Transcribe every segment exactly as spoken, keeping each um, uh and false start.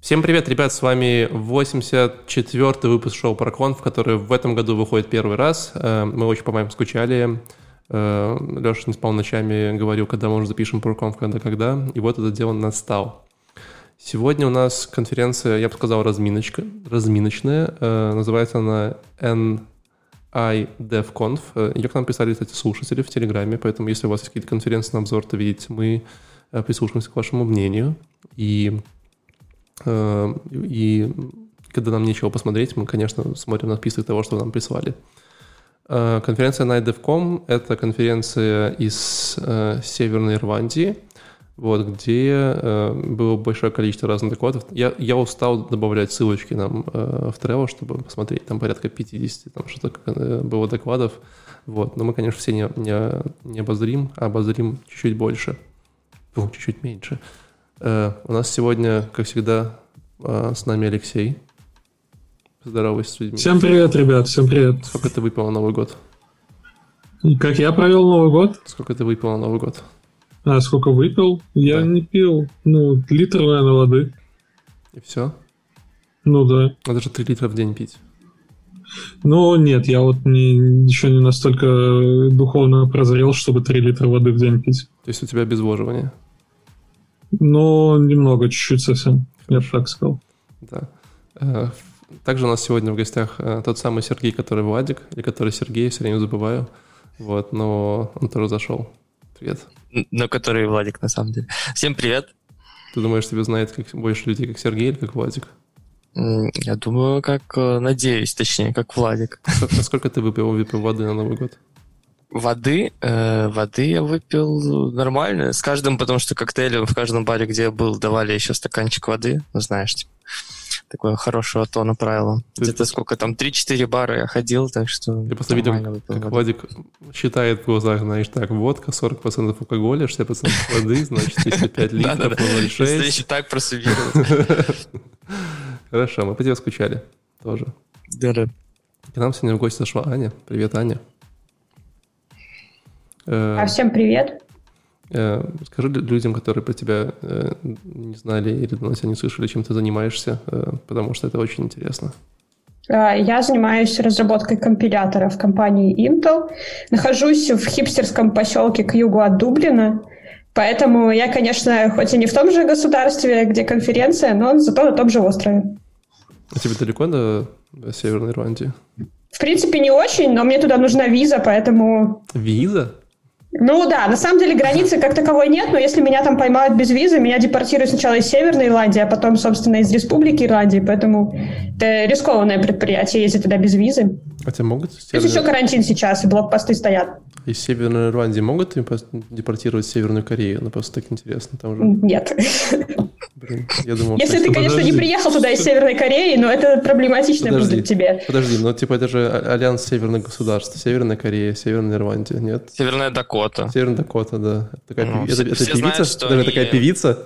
Всем привет, ребят, с вами восемьдесят четвёртый выпуск шоу ProConf, который в этом году выходит первый раз. Мы очень по вам скучали. Леша не спал ночами, говорил, когда мы уже запишем ProConf, когда-когда. И вот это дело настал. Сегодня у нас конференция, я бы сказал, разминочка, разминочная. Называется она эн ай DevConf. Ее к нам писали, кстати, слушатели в Телеграме, поэтому если у вас есть какие-то конференции на обзор, то видите, мы прислушаемся к вашему мнению. И... И когда нам нечего посмотреть, мы, конечно, смотрим на список того, что нам прислали. Конференция Night DevCon — это конференция из Северной Ирландии, вот, где было большое количество разных докладов. Я, я устал добавлять ссылочки нам в Trello, чтобы посмотреть. Там порядка пятьдесят, там что-то было докладов. Вот. Но мы, конечно, все не, не, не обозрим, а обозрим чуть-чуть больше. Ну, чуть-чуть меньше. Uh, у нас сегодня, как всегда, uh, с нами Алексей. Здоровайся с людьми. Всем привет, ребят, всем привет. Сколько ты выпил на Новый год? И как я провел Новый год? Сколько ты выпил на Новый год? А, сколько выпил? Я да. не пил, ну, литр, наверное, воды. И все? Ну да. Надо же три литра в день пить. Ну нет, я вот не, еще не настолько духовно прозрел, чтобы три литра воды в день пить. То есть у тебя обезвоживание? Ну, немного, чуть-чуть совсем, я бы так сказал. Да. Также у нас сегодня в гостях тот самый Сергей, который Владик, или который Сергей, все время забываю. Вот, но он тоже зашел. Привет. Но который Владик, на самом деле. Всем привет. Ты думаешь, тебя знает как, больше людей, как Сергей или как Владик? Я думаю, как, надеюсь, точнее, как Владик. Сколько, сколько ты выпил, выпил воды на Новый год? Воды, э, воды я выпил нормально, с каждым, потому что коктейлем в каждом баре, где я был, давали еще стаканчик воды, ну, знаешь, типа, такое хорошего тона правила. Где-то есть... сколько там, три-четыре бара я ходил, так что я просто видел, как воды. Владик считает в глазах, знаешь, так, водка, сорок процентов алкоголя, шестьдесят процентов воды, значит, если пять литров, ноль целых шесть десятых. Если так просто видел. Хорошо, мы по тебе скучали тоже. Да-да. К нам сегодня в гости зашла Аня. Привет, Аня. А всем привет. Скажи людям, которые про тебя не знали или давно тебя не слышали, чем ты занимаешься, потому что это очень интересно. Я занимаюсь разработкой компилятора в компании Intel. Нахожусь в хипстерском поселке к югу от Дублина. Поэтому я, конечно, хоть и не в том же государстве, где конференция, но зато на том же острове. А тебе далеко до Северной Ирландии? В принципе, не очень, но мне туда нужна виза, поэтому... Виза? Ну да, на самом деле границы как таковой нет, но если меня там поймают без визы, меня депортируют сначала из Северной Ирландии, а потом, собственно, из Республики Ирландии, поэтому это рискованное предприятие ездить туда без визы. А тебя могут... Плюс еще карантин сейчас, и блокпосты стоят. Из Северной Ирландии могут депортировать в Северную Корею? Ну, просто так интересно там же. Нет. Блин, я думал, если ты, конечно, подожди. не приехал туда из Северной Кореи, но это проблематично подожди, будет тебе. Подожди, но типа это же альянс северных государств. Северная Корея, Северная Ирландия, нет? Северная Дакота. Северная Дакота, да. Такая ну, певи... все, это, все это певица? знают, что Даже они... такая певица?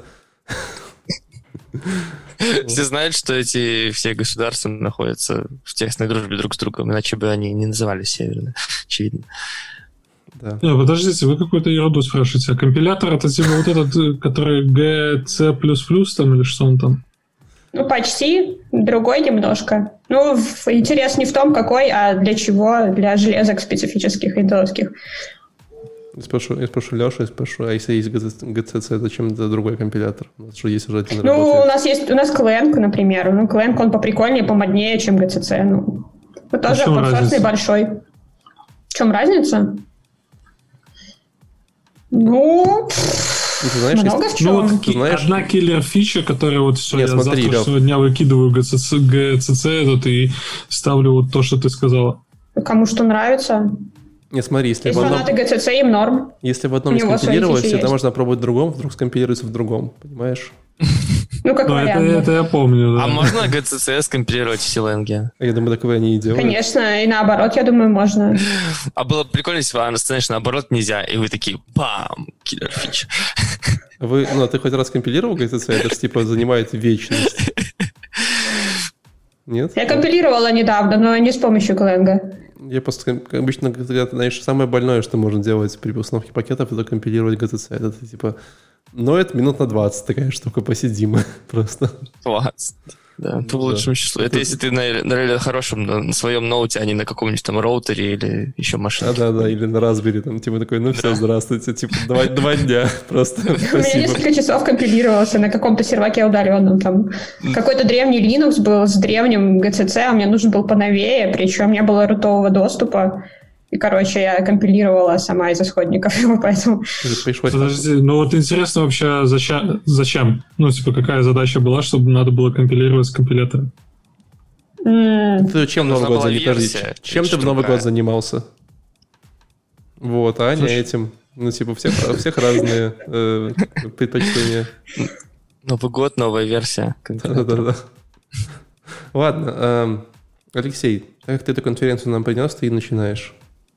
Все знают, что эти все государства находятся в тесной дружбе друг с другом, иначе бы они не назывались северными, очевидно. Да. Не, подождите, вы какую-то ерунду спрашиваете. А компилятор это типа вот этот, который джи си плюс плюс там или что он там? Ну, почти. Другой немножко. Ну, интерес не в том, какой, а для чего. Для железок специфических интеловских. Я спрошу, я спрошу Лешу, я спрошу, а если есть джи си си, зачем это другой компилятор? У нас же есть уже один Ну, работает. у нас есть, у нас Clang, например. Ну, Clang, он поприкольнее, помоднее, чем джи си си. Ну, вот тоже open-source большой. В чем разница? Ну, ты знаешь, много есть... в чем. Ну, вот ты знаешь... одна киллер-фича, которая вот все, Нет, я смотри, завтра Лев. всего дня выкидываю джи си си этот и ставлю вот то, что ты сказала. Кому что нравится. Нет, смотри, если Есть в одном... фанаты джи си си, им норм. Если в одном не скомпилировалось, всегда можно пробовать в другом, вдруг скомпилируется в другом, понимаешь? Ну, как ну, вариант. Это, это я помню, да. А можно джи си си скомпилировать в Силенге? Я думаю, такого они и делают. Конечно, и наоборот, я думаю, можно. А было бы прикольно, если вы, знаешь, наоборот нельзя, и вы такие, бам, киллер фич. Вы, ну, а ты хоть раз компилировал джи си си? Это же, типа, занимает вечность. Нет? Я компилировала недавно, но не с помощью Clang. Я просто, как обычно, когда, знаешь, самое больное, что можно делать при установке пакетов, это компилировать джи ти си. Это типа, ну, это минут на двадцать такая штука, посидим просто. двадцать. Да, по лучшему числу. Это если ты на, на хорошем, на, на своем ноуте, а не на каком-нибудь там роутере или еще машине. Да-да-да, или на Raspberry, там, типа такой, ну все, здравствуйте, типа два, два дня просто. У меня несколько часов компилировался на каком-то серваке удаленном, там какой-то древний Linux был с древним джи ти си, а мне нужен был поновее, причем не было рутового доступа. И, короче, я компилировала сама из исходников его, поэтому... Подожди, ну вот интересно вообще, зачем, зачем? Ну, типа, какая задача была, чтобы надо было компилировать с компилятора? Mm. Ты чем Новый год занимался? Чем ты в Новый год занимался? Вот, а не этим. Ну, типа, у всех, у всех разные э, предпочтения. Новый год, новая версия. Да-да-да. Ладно, э, Алексей, так как ты эту конференцию нам принес, ты и начинаешь.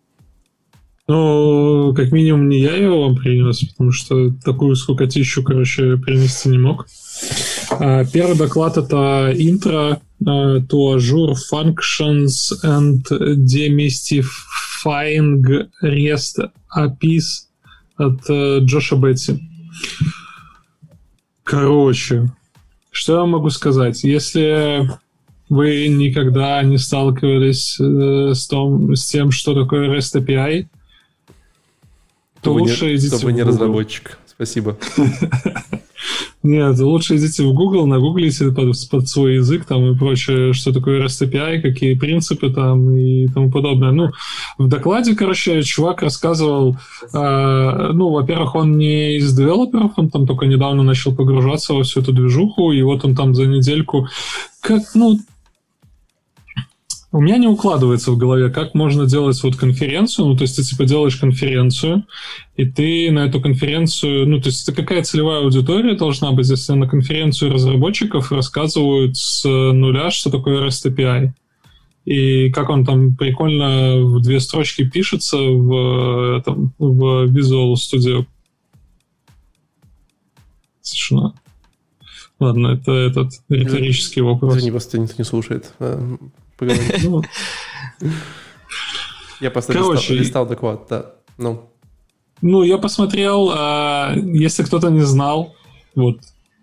Ну, как минимум, не я его вам принес, потому что такую скукотищу, короче, принести не мог. Первый доклад — это интро to Azure Functions and Demystifying REST эй пи эс от Джоша Бетти. Короче, что я могу сказать? Если вы никогда не сталкивались с, том, с тем, что такое REST эй пи ай, то вы лучше не, идите то вы в не Google. Разработчик. Спасибо. Нет, лучше идите в Google, нагуглите под, под свой язык там и прочее, что такое REST эй пи ай, какие принципы там и тому подобное. Ну, в докладе, короче, чувак рассказывал, э, ну, во-первых, он не из девелоперов, он там только недавно начал погружаться во всю эту движуху, и вот он там за недельку, как, ну, у меня не укладывается в голове, как можно делать вот конференцию, ну, то есть ты, типа, делаешь конференцию, и ты на эту конференцию, ну, то есть это какая целевая аудитория должна быть, если на конференцию разработчиков рассказывают с нуля, что такое REST эй пи ай, и как он там прикольно в две строчки пишется в, там, в Visual Studio. Совершенно. Ладно, это этот риторический вопрос. Извини, просто никто не слушает. Я просто Короче, листал, листал доклад, да. Ну. ну, я посмотрел, а, если кто-то не знал, вот,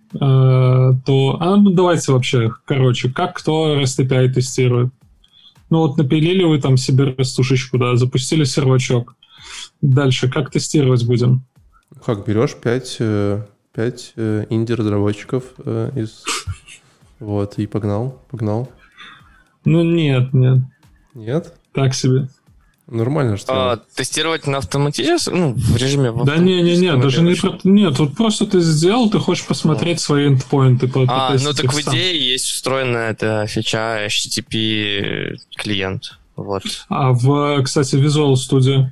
а, то... А, ну, давайте вообще, короче, как кто REST эй пи ай тестирует? Ну, вот напилили вы там себе растушечку, да, запустили сервачок. Дальше, как тестировать будем? Как, берешь пять, пять инди-разработчиков из... Вот, и погнал, погнал. Ну, нет, нет. Нет? Так себе. Нормально, что а, тестировать на автоматическом, ну, в режиме... Да не-не-не, даже не про... Нет, вот просто ты сделал, ты хочешь посмотреть ну. свои эндпоинты. По, а, ну так в идее есть встроенная эта фича эйч ти ти пи клиент. Вот. А в, кстати, Visual Studio?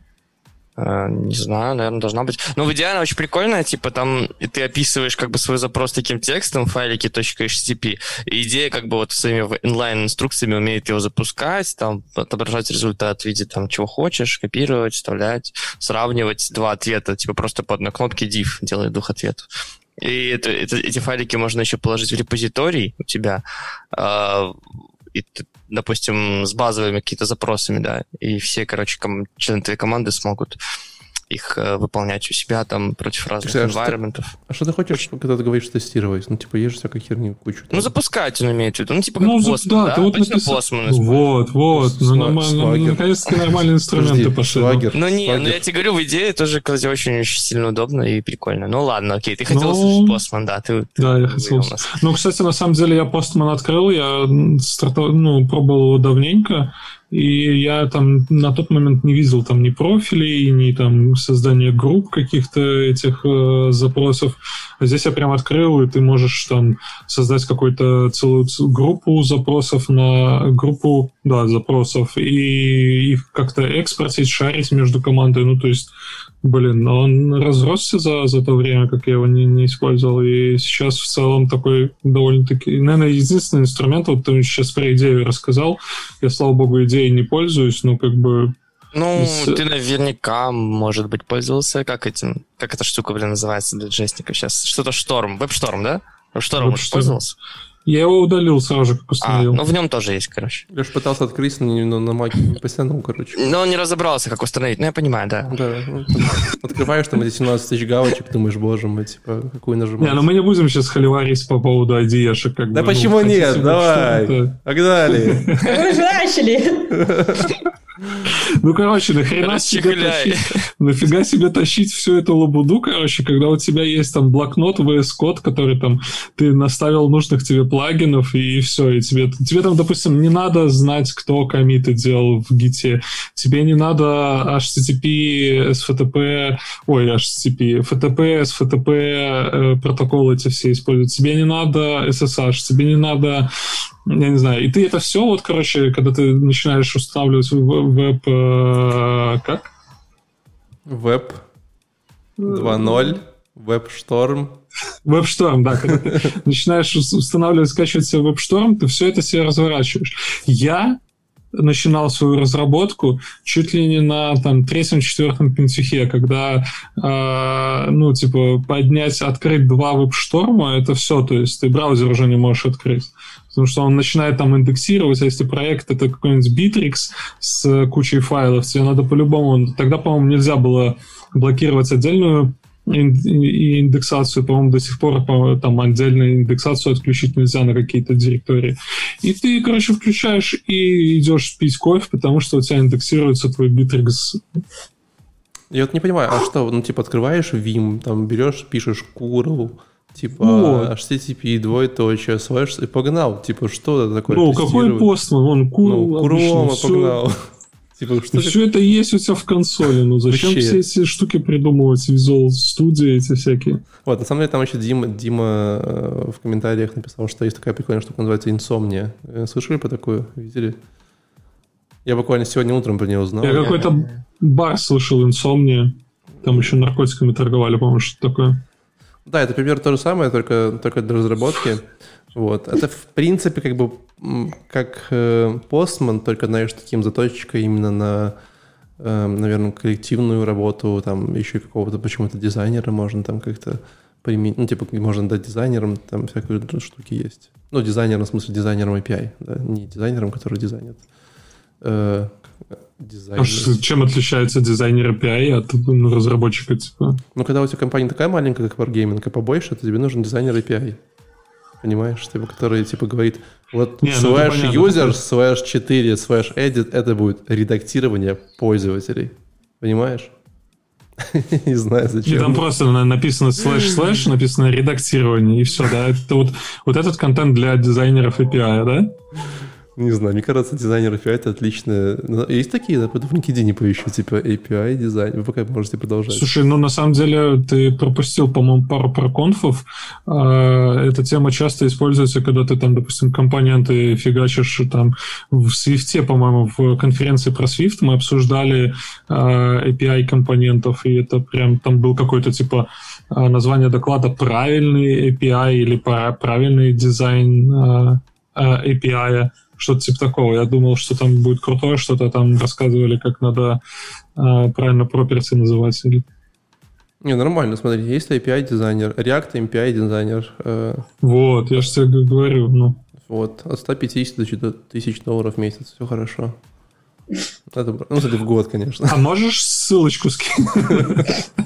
Не знаю, наверное, должна быть. Но в идеале очень прикольная, типа там ты описываешь как бы свой запрос таким текстом в файлике .http. И идея как бы вот своими инлайн-инструкциями умеет его запускать, там отображать результат в виде там чего хочешь, копировать, вставлять, сравнивать два ответа, типа просто по одной кнопке div делает двух ответов. И это, это, эти файлики можно еще положить в репозиторий у тебя, э, и ты, допустим, с базовыми какими-то запросами, да, и все, короче, ком- члены твоей команды смогут их э, выполнять у себя там против разных environment'ов. А что ты хочешь, когда ты говоришь тестировать? Ну, типа, есть же всякой херни кучу. Там. Ну, запускать он имеет в виду. Ну, типа, как ну, Postman, да? да? Ты вот Точно написал... Postman Вот, вот. Ну, нормально, наконец-таки нормальные инструменты пошли. Swagger. Ну, не, Swagger. ну, я тебе говорю, в идее тоже, кстати, очень-очень сильно удобно и прикольно. Ну, ладно, окей, ты хотел ну, услышать Postman, да? Ты, да, ты я хотел. Ну, кстати, на самом деле, я Postman открыл, я стартов... ну, пробовал его давненько, и я там на тот момент не видел там ни профилей, ни там создания групп каких-то этих э, запросов. А здесь я прям открыл, и ты можешь там создать какую-то целую группу запросов на группу, да, запросов, и их как-то экспортить, шарить между командой. Ну, то есть, блин, он разросся за, за то время, как я его не, не использовал, и сейчас в целом такой довольно-таки... Наверное, единственный инструмент, вот ты сейчас про идею рассказал, я, слава богу, идеей не пользуюсь, но как бы... Ну, с... ты наверняка, может быть, пользовался, как этим, как эта штука, блин, называется для джестников сейчас? Что-то Шторм, веб-шторм, да? Веб-шторм, может, пользовался? Я его удалил сразу же, как установил. А, ну в нем тоже есть, короче. Я же пытался открыть, но, но на маке не потянул, короче. Но он не разобрался, как установить. Ну, я понимаю, да. Да, ну, открываешь там эти семнадцать тысяч галочек, думаешь, боже мой, типа, какую нажимать. Не, ну мы не будем сейчас холиварить по поводу ай ди и-шек. Как да бы, почему ну, нет? Давай, погнали. Вы же начали. Ну, короче, нахрена себе тащить, нафига себе тащить всю эту лабуду, короче, когда у тебя есть там блокнот, ви эс Code, который там ты наставил нужных тебе плагинов, и все, и тебе, тебе там, допустим, не надо знать, кто коммиты делал в гите, тебе не надо эйч ти ти пи, эс эф ти пи, ой, эйч ти ти пи, эф ти пи, эс эф ти пи э, протоколы эти все использовать, тебе не надо эс эс эйч, тебе не надо, я не знаю, и ты это все, вот, короче, когда ты начинаешь устанавливать веб... Э, как? Веб два ноль, WebStorm. WebStorm, да. Когда ты начинаешь устанавливать, скачивать себе WebStorm, ты все это себе разворачиваешь. Я начинал свою разработку чуть ли не на там третьем-четвертом пентюхе, когда э, ну, типа, поднять, открыть два WebStorm, это все, то есть ты браузер уже не можешь открыть. Потому что он начинает там индексировать, а если проект это какой-нибудь Bittrex с кучей файлов, тебе надо по-любому... Тогда, по-моему, нельзя было блокировать отдельную индексацию, по-моему, до сих пор там отдельную индексацию отключить нельзя на какие-то директории. И ты, короче, включаешь и идешь пить кофе, потому что у тебя индексируется твой Bittrex. Я вот не понимаю, а что, ну, типа, открываешь Vim, там, берешь, пишешь curl, типа, вот. эйч ти ти пи, двоеточие, слэш, и погнал. Типа, что это такое? Ну, какой постман? Вон, curl, ну, курлом, погнал. Типа, что все это есть у тебя в консоли, ну зачем вообще? Все эти штуки придумывать, Visual Studio эти всякие? Вот, на самом деле там еще Дима, Дима э, в комментариях написал, что есть такая прикольная штука, называется Insomnia. Слышали по такую? Видели? Я буквально сегодня утром про нее узнал. Я какой-то бар слышал, Insomnia. Там еще наркотиками торговали, по-моему, что-то такое. Да, это примерно то же самое, только, только для разработки. Вот. Это, в принципе, как бы как э, Postman, только, знаешь, таким заточкой именно на, э, наверное, коллективную работу, там еще какого-то почему-то дизайнера можно там как-то применить. Ну, типа, можно дать дизайнерам, там всякие штуки есть. Ну, дизайнерам, в смысле, дизайнерам эй пи ай, да, не дизайнерам, которые дизайнят. Э, а чем отличается дизайнер эй пи ай от ну, разработчика, типа? Ну, когда у тебя компания такая маленькая, как Wargaming, а побольше, то тебе нужен дизайнер эй пи ай. Понимаешь, типа, который типа говорит, вот не, slash ну, user, slash четыре, slash edit, это будет редактирование пользователей. Понимаешь? Не знаю, зачем. И там просто написано слэш-слэш, написано редактирование, и все, да? Это вот, вот этот контент для дизайнеров эй пи ай, да? Не знаю, мне кажется, дизайнер эй пи ай это отлично. Есть такие, да, в LinkedIn поищу, типа эй пи ай дизайн. Вы пока можете продолжать. Слушай, ну на самом деле ты пропустил, по-моему, пару проконфов. Эта тема часто используется, когда ты там, допустим, компоненты фигачишь там в Swift, по-моему, в конференции про Swift мы обсуждали эй пи ай компонентов, и это прям там был какой-то типа название доклада «Правильный эй пи ай» или «Правильный дизайн эй пи ай». Что-то типа такого. Я думал, что там будет крутое что-то. Там рассказывали, как надо э, правильно property называть. Или... Не, нормально, смотри. Есть эй пи ай-дизайнер, React эй пи ай-дизайнер. Э... Вот, я же тебе говорю. Ну. Вот, от ста пятидесяти до тысячи долларов в месяц. Все хорошо. Это, ну, кстати, в год, конечно. А можешь ссылочку скинуть?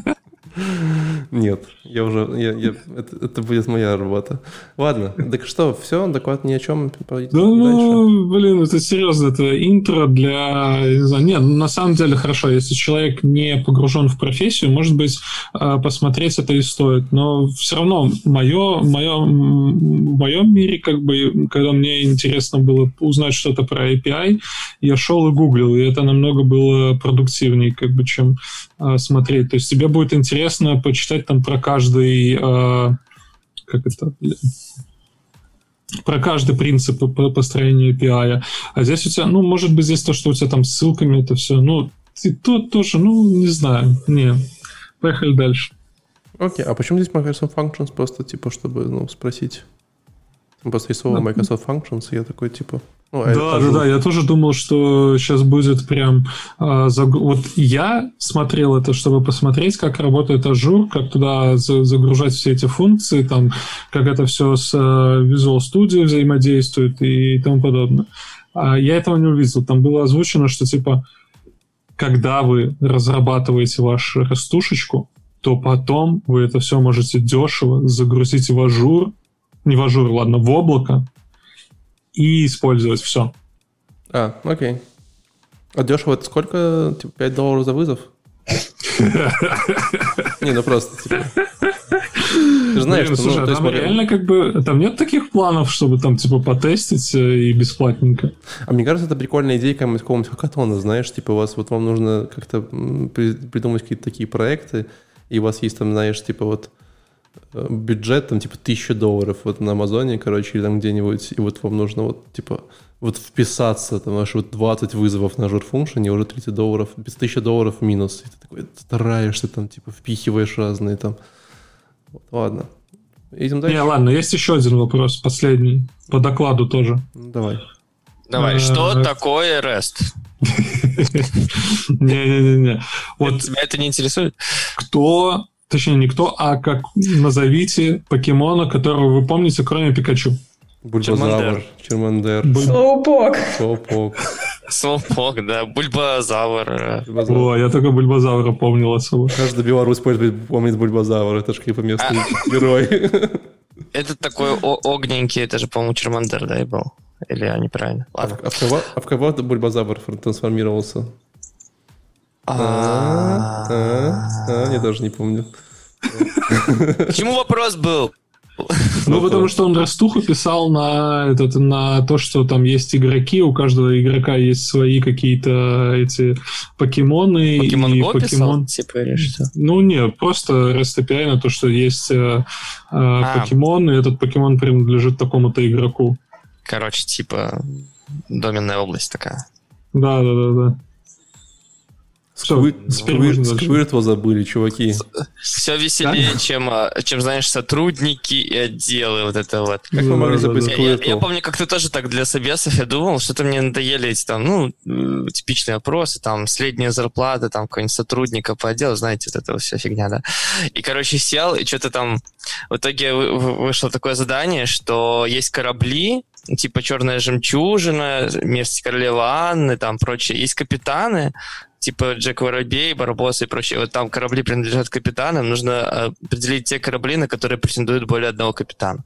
Нет, я уже, я, я, это, это будет моя работа. Ладно, так что, все, доклад ни о чем. Да, ну, блин, это серьезно, это интро для... Не знаю, нет, на самом деле хорошо, если человек не погружен в профессию, может быть, посмотреть это и стоит, но все равно мое, мое, в моем мире, как бы, когда мне интересно было узнать что-то про эй пи ай, я шел и гуглил, и это намного было продуктивнее, как бы, чем смотреть. То есть тебе будет интересно почитать там про каждый э, как это про каждый принцип построения эй пи ай. А здесь у тебя, ну, может быть, здесь то, что у тебя там с ссылками, это все, ну, и тут тоже, ну, не знаю, не. Поехали дальше. Окей, а почему здесь Microsoft Functions? Просто, типа, чтобы, ну, спросить. Там просто есть слово Microsoft Functions, и я такой, типа... Ну, да, да, да, я тоже думал, что сейчас будет прям... Э, заг... Вот я смотрел это, чтобы посмотреть, как работает Ажур, как туда за- загружать все эти функции, там, как это все с э, Visual Studio взаимодействует и тому подобное. А я этого не увидел. Там было озвучено, что типа, когда вы разрабатываете вашу растушечку, то потом вы это все можете дешево загрузить в Ажур, не в Ажур, ладно, в облако, и использовать все. А, окей. А дешево это сколько? Типа пять долларов за вызов? Не, ну просто, типа... Ты же знаешь, Блин, что... слушай, ну, а то там есть, реально как бы... Там нет таких планов, чтобы там, типа, потестить и бесплатненько? А мне кажется, это прикольная идея какого-нибудь хакатона, знаешь, типа у вас вот вам нужно как-то при- придумать какие-то такие проекты, и у вас есть там, знаешь, типа вот бюджет, там, типа, тысяча долларов вот на Амазоне, короче, или там где-нибудь, и вот вам нужно вот, типа, вот вписаться, там, аж вот двадцать вызовов на Azure Function, и уже тридцать долларов, без тысячи долларов минус, и ты такой стараешься, там, типа, впихиваешь разные, там, вот, ладно. Идем дальше? Не, ладно, есть еще один вопрос, последний, по докладу тоже. Ну, давай. Давай, что такое REST? Не-не-не. Вот тебя это не интересует? Кто... Точнее, не кто, а как назовите покемона, которого вы помните, кроме Пикачу. Бульбазавр, Чермандер. Слоупок. Слоупок. Слоупок, да. Бульбазавр. О, я только Бульбазавра помнил особо. Каждый белорус помнит Бульбазавр. Это же крипоместный герой. Это такой огненький, это же, по-моему, Чермандер, да, и был? Или я неправильно? Ладно. А в кого, а в кого Бульбазавр трансформировался? А, а, я даже не помню. Почему вопрос был? Ну, потому что он растуху писал на, этот, на то, что там есть игроки, у каждого игрока есть свои какие-то эти покемоны. Покемон и Го покемон... писал, типа, или что? Ну, не, просто REST эй пи ай на то, что есть э, а. покемон, и этот покемон принадлежит такому-то игроку. Короче, типа, доменная область такая. Да-да-да-да. Сквиртл забыли, чуваки. Все веселее, да? чем, чем, знаешь, сотрудники и отделы, вот это вот. Как мы могли забыть Сквиртл? Я, я помню, как ты тоже так для собесов, я думал, что-то мне надоели эти там, ну, типичные опросы, там, средняя зарплата, там, какой-нибудь сотрудника по отделу, знаете, вот это вся фигня, да. И, короче, сел, и что-то там, в итоге вышло такое задание, что есть корабли, типа «Черная жемчужина», «Месть королевы Анны», там, прочее, есть капитаны, типа Джек Воробей, Барбос и прочее. Вот там корабли принадлежат капитанам. Нужно определить те корабли, на которые претендует более одного капитана.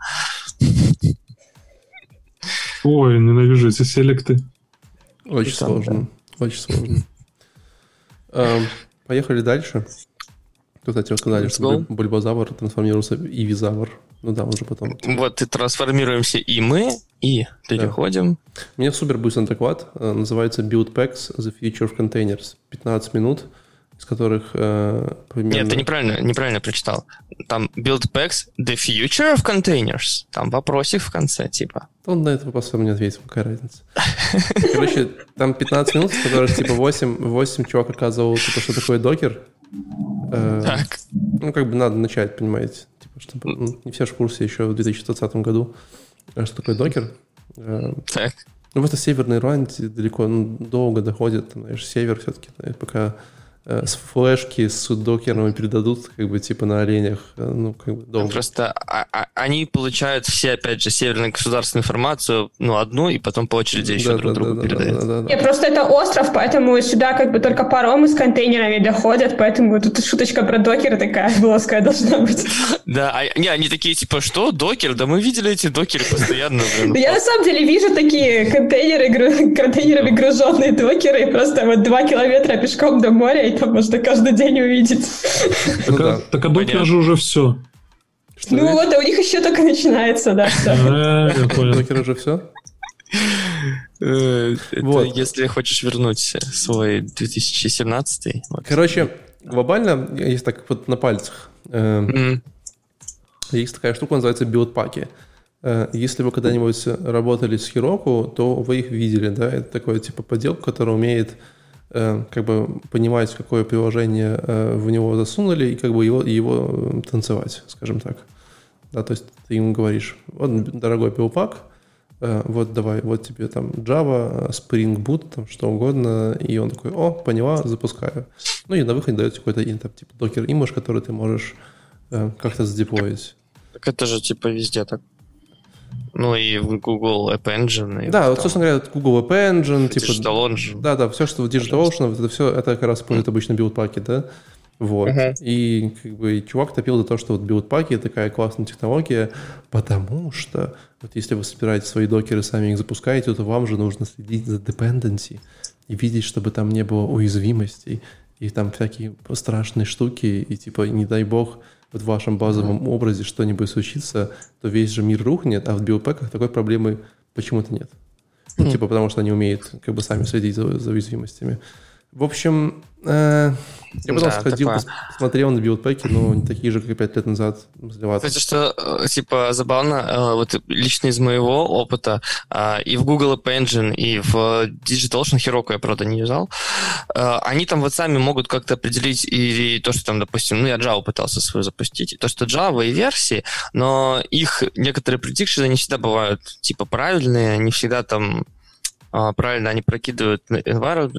Ой, ненавижу эти селекты. Очень там, сложно. Да. Очень сложно. um, поехали дальше. Кстати, рассказали, что Бульбазавр трансформировался в Ивизавр. Ну да, уже потом. Вот, и трансформируемся и мы, и переходим. Да. У меня супер быстрый доклад. Называется Build Packs The Future of Containers. пятнадцать минут, из которых э, примерно... Нет, ты неправильно, неправильно прочитал. Там Build Packs The Future of Containers. Там вопросик в конце, типа. Он на этот вопрос мне ответил, какая разница. Короче, там пятнадцать минут, из которых типа восемь, восемь чувак оказывал, типа, что такое докер. Э, так. Ну, как бы надо начать, понимаете. Чтобы, ну, не все же в курсе еще в две тысячи двадцатом году, что такое докер. Так. Ну, просто Северная Ирландия далеко, ну, долго доходит, там, знаешь, север все-таки, пока э, с флешки с докером передадут, как бы, типа, на оленях, ну, как бы, долго. Просто а, а, они получают все, опять же, северные государственную информацию, ну, одну, и потом по очереди еще да, друг да, другу да, передают. Да, да, да, да. Нет, просто это остров, поэтому сюда как бы только паромы с контейнерами доходят, поэтому тут шуточка про докеры такая плоская должна быть. Да, а, не, они такие, типа, что, докер? Да мы видели эти докеры постоянно. Я на самом деле вижу такие контейнеры, контейнерами груженные докеры, просто вот два километра пешком до моря, и там можно каждый день увидеть. Так, а, так а докер же уже все. Что ну вот, а у них еще только начинается, да. Докер уже все? Вот. Если хочешь вернуть свой две тысячи семнадцатый. Короче, глобально, есть так вот на пальцах, есть такая штука, называется билдпаки. Если вы когда-нибудь работали с Heroku, то вы их видели, да, это такой типа поделка, которая умеет как бы понимать, какое приложение в него засунули, и как бы его, его танцевать, скажем так. Да, то есть ты ему говоришь: вот, дорогой пилпак, вот давай, вот тебе там Java, Spring Boot, там что угодно, и он такой, о, поняла, запускаю. Ну и на выходе дается какой-то там, типа Docker image, который ты можешь как-то задеплоить. Так это же типа везде так. Ну и в Google App Engine. Да, вот, собственно говоря, Google App Engine. DigitalOcean. Типа, да, да, все, что в DigitalOcean, вот это все, это как раз использует обычно билд-паки, да? Вот. Uh-huh. И как бы чувак топил за то, что вот билд-паки такая классная технология, потому что вот если вы собираете свои докеры, сами их запускаете, то вам же нужно следить за dependency и видеть, чтобы там не было уязвимостей и там всякие страшные штуки, и типа, не дай бог, вот в вашем базовом mm-hmm. образе что-нибудь случится, то весь же мир рухнет, а в билдпэках такой проблемы почему-то нет. Ну, mm-hmm. типа, потому что они умеют как бы сами следить за, за уязвимостями. В общем, э, я потом да, сходил, такое. посмотрел на билдпэки, но не такие же, как пять лет назад. Кстати, что, типа, забавно, вот лично из моего опыта, и в Google App Engine, и в DigitalOcean Heroku я, правда, не юзал, они там вот сами могут как-то определить и то, что там, допустим, ну, я Java пытался свою запустить, и то, что Java и версии, но их некоторые predictions, они всегда бывают, типа, правильные, не всегда там правильно, они прокидывают environment,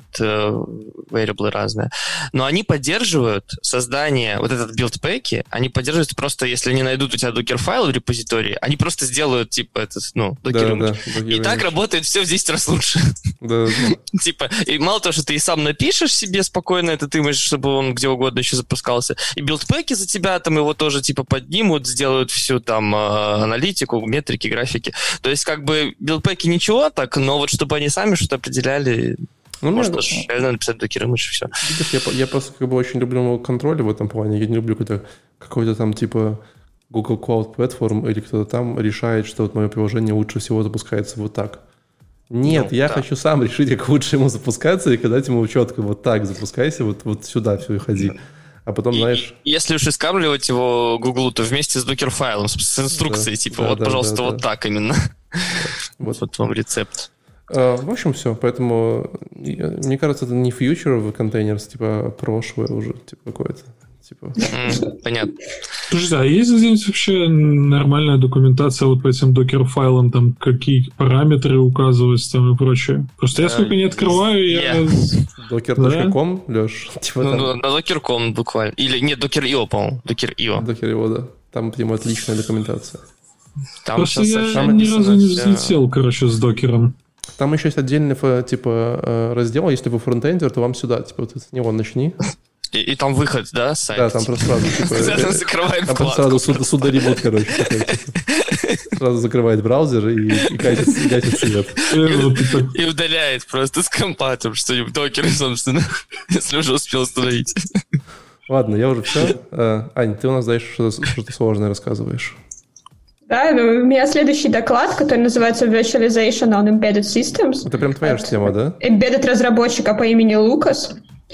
variable разные, но они поддерживают создание, вот этот билдпэки, они поддерживают просто, если они найдут у тебя докер-файл в репозитории, они просто сделают, типа, этот, ну, докер да, да, и так работает все в десять раз лучше. Да, да. Типа, и мало того, что ты и сам напишешь себе спокойно этот имидж, чтобы он где угодно еще запускался, и билдпэки за тебя там его тоже, типа, поднимут, сделают всю там аналитику, метрики, графики. То есть, как бы, билдпэки ничего так, но вот чтобы они сами что-то определяли, ну, можно реально написать докер имидж и все. Видишь, я, я просто как бы очень люблю контроль в этом плане. Я не люблю какой-то, какой-то там типа Google Cloud Platform или кто-то там решает, что вот мое приложение лучше всего запускается вот так. Нет, ну, я да. хочу сам решить, как лучше ему запускаться, и когда ему четко вот так запускайся, вот, вот сюда все и ходи. А потом, и, знаешь... Если уж искармливать его Google, то вместе с докер-файлом, с инструкцией, да, типа, да, вот, да, пожалуйста, да, вот да. так именно. Да. Вот. вот вам рецепт. В общем, все. Поэтому, мне кажется, это не future в контейнерс, типа прошлое уже, типа какое-то. Типа. Mm, понятно. Слушайте, а есть здесь вообще нормальная документация вот по этим докер-файлам, там, какие параметры указывать там и прочее? Просто я сколько не открываю, я... докер точка ком, Леш? Ну, на докер точка ком буквально. Или нет, докер точка ай о, по-моему. докер точка ай о. докер точка ай о, да. Там прям отличная документация. Там просто я ни разу не взлетел, короче, с докером. Там еще есть отдельный, типа, раздел, если вы фронтендер, то вам сюда, типа, вот с него начни. И, и там выход, да, сайт? Да, там просто сразу, типа... Закрываем вкладку. Там сразу судоребут, короче, такой, типа. Сразу закрывает браузер и, и гасит, гасит свет. И удаляет просто с компа там что-нибудь, докер, собственно, если уже успел установить. Ладно, я уже все. Ань, ты у нас дальше что-то, что-то сложное рассказываешь. Да, у меня следующий доклад, который называется Virtualization on Embedded Systems. Это прям твоя же тема, да? Embedded разработчика по имени Лукас.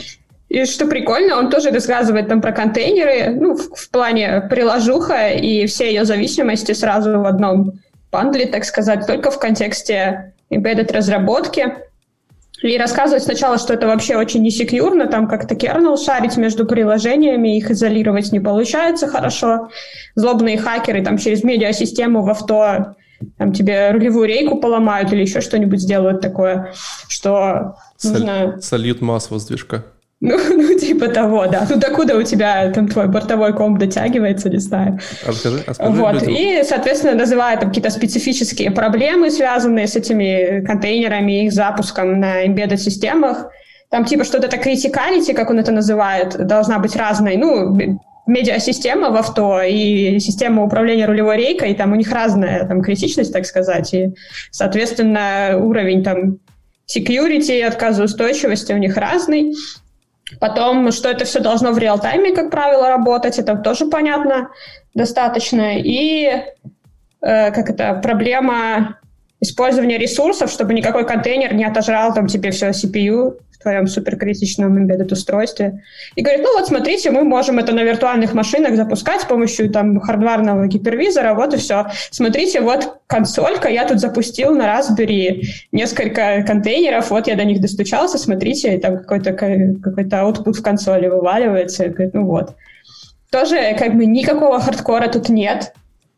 И что прикольно, он тоже рассказывает там про контейнеры, ну, в, в плане приложуха и все ее зависимости сразу в одном бандле, так сказать, только в контексте embedded разработки. И рассказывать сначала, что это вообще очень несекьюрно, там как-то kernel шарить между приложениями, их изолировать не получается хорошо. Злобные хакеры там через медиасистему в авто там тебе рулевую рейку поломают или еще что-нибудь сделают такое, что нужно... Сольют масло с движка. Ну, ну, типа того, да. Ну, докуда у тебя там твой бортовой комп дотягивается, не знаю. А скажи, а скажи вот. людям. И, соответственно, называют там какие-то специфические проблемы, связанные с этими контейнерами и их запуском на embedded-системах. Там типа что-то это criticality, как он это называет, должна быть разной. Ну, медиасистема в авто и система управления рулевой рейкой, и там у них разная там критичность, так сказать. И, соответственно, уровень там security и отказоустойчивости у них разный. Потом, что это все должно в реал-тайме, как правило, работать, это тоже понятно достаточно. И э, как это, проблема использования ресурсов, чтобы никакой контейнер не отожрал там тебе все си пи ю в твоем суперкритичном embedded-устройстве. И говорит, ну вот смотрите, мы можем это на виртуальных машинах запускать с помощью там хардварного гипервизора, вот и все. Смотрите, вот консолька, я тут запустил на Raspberry несколько контейнеров, вот я до них достучался, смотрите, и там какой-то, какой-то output в консоли вываливается. И говорит, ну вот. Тоже как бы никакого хардкора тут нет.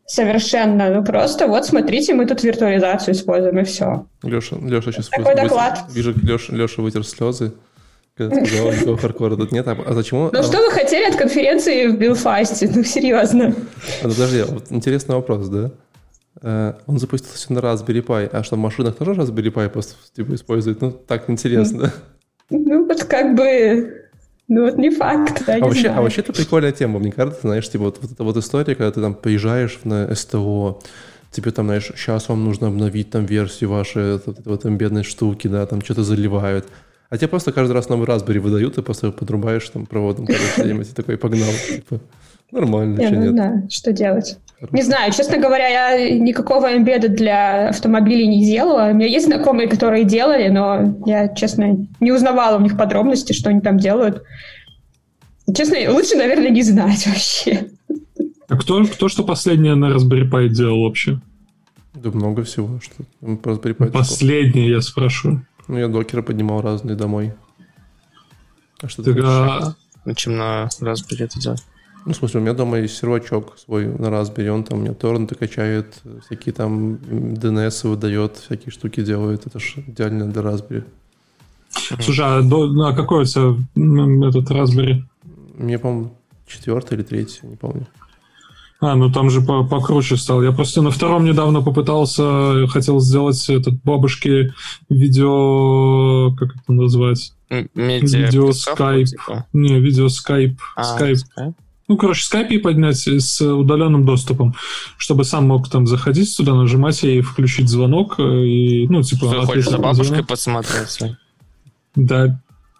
Совершенно. Ну просто вот смотрите, мы тут виртуализацию используем, и все. Леша, Леша сейчас... Такой вытер, доклад. Вижу, Леша, Леша вытер слезы, когда сказал, никакого хардкора тут нет. А, а зачем? Ну а... что вы хотели от конференции в Белфасте? Ну серьезно. А, подожди, вот интересный вопрос, да? Uh, он запустился на Raspberry Pi, а что, в машинах тоже Raspberry Pi просто типа, используют? Ну, так интересно. Ну, вот как бы... Ну, вот не факт, да, а, не вообще, знаю. а вообще это прикольная тема, мне кажется, знаешь, типа вот, вот эта вот история, когда ты там приезжаешь на СТО, тебе там, знаешь, сейчас вам нужно обновить там версию вашей вот, вот, вот бедной штуки, да, там что-то заливают. А тебе просто каждый раз новый Raspberry выдают, ты просто подрубаешь там проводом, короче, и такой погнал, типа, нормально, не, что ну, нет. Да, что делать? Не знаю, честно говоря, я никакого эмбеда для автомобилей не делала. У меня есть знакомые, которые делали, но я, честно, не узнавала у них подробности, что они там делают. Честно, лучше, наверное, не знать вообще. А кто, кто что последнее на Raspberry Pi делал вообще? Да много всего. Что Raspberry Pi последнее, я спрашиваю. Ну, я докеры поднимал разные домой. А что ты а... Чем на Raspberry это делать? Ну, в смысле, у меня дома есть сервачок свой на Raspberry, он там мне торренты качает, всякие там ди эн эс выдает, всякие штуки делает. Это же идеально для Raspberry. Слушай, а, до, а какой у тебя этот Raspberry? Мне, по-моему, четвертый или третий, не помню. А, ну там же покруче стал. Я просто на втором недавно попытался, хотел сделать этот бабушке видео, как это назвать? Медиа видео скайп. Типа. Не, видео скайп. А, скайп. скайп. Ну, короче, скайп поднять с удаленным доступом, чтобы сам мог там заходить туда, нажимать и включить звонок. И, ну, типа... Ты хочешь за бабушкой звонок. Посмотреть? Да.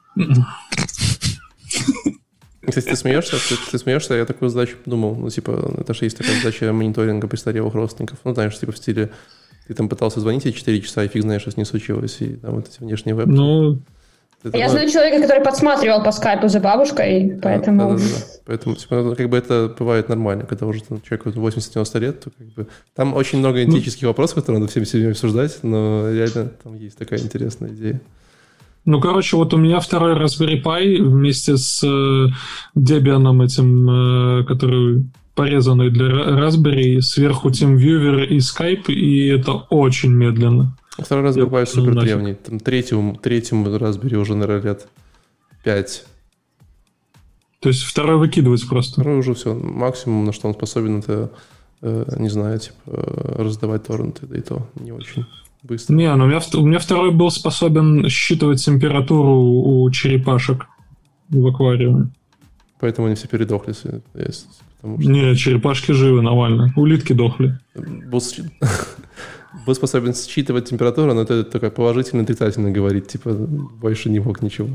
Кстати, ты смеешься, ты, ты смеешься, я такую задачу подумал, ну, типа, это же есть такая задача мониторинга престарелых родственников, ну, знаешь, типа в стиле, ты там пытался звонить ей четыре часа, и фиг знаешь, что с ней случилось, и там вот эти внешние вебки. Ну... Это я ну... знаю человека, который подсматривал по скайпу за бабушкой, поэтому... Да, да, да, да. Поэтому, типа, как бы это бывает нормально, когда уже там, человеку восемьдесят-девяносто лет, то как бы... Там очень много этических ну... вопросов, которые надо всеми семьями обсуждать, но реально там есть такая интересная идея. Ну, короче, вот у меня второй Raspberry Pi вместе с э, Debian этим, э, который порезанный для Raspberry, сверху TeamViewer и Skype, и это очень медленно. Второй Raspberry Pi супер нафиг. Древний. Там третьему, третьему Raspberry уже, наверное, лет пять. То есть второй выкидывать просто? Второй уже все. Максимум, на что он способен, это, э, не знаю, типа, раздавать торренты, да и то не очень. Быстро. Не, ну у меня, у меня второй был способен считывать температуру у черепашек в аквариуме. Поэтому они все передохли. Потому что... Не, черепашки живы, нормально. Улитки дохли. Был, был способен считывать температуру, но это только положительно, отрицательно говорить. Типа, больше не мог ничего.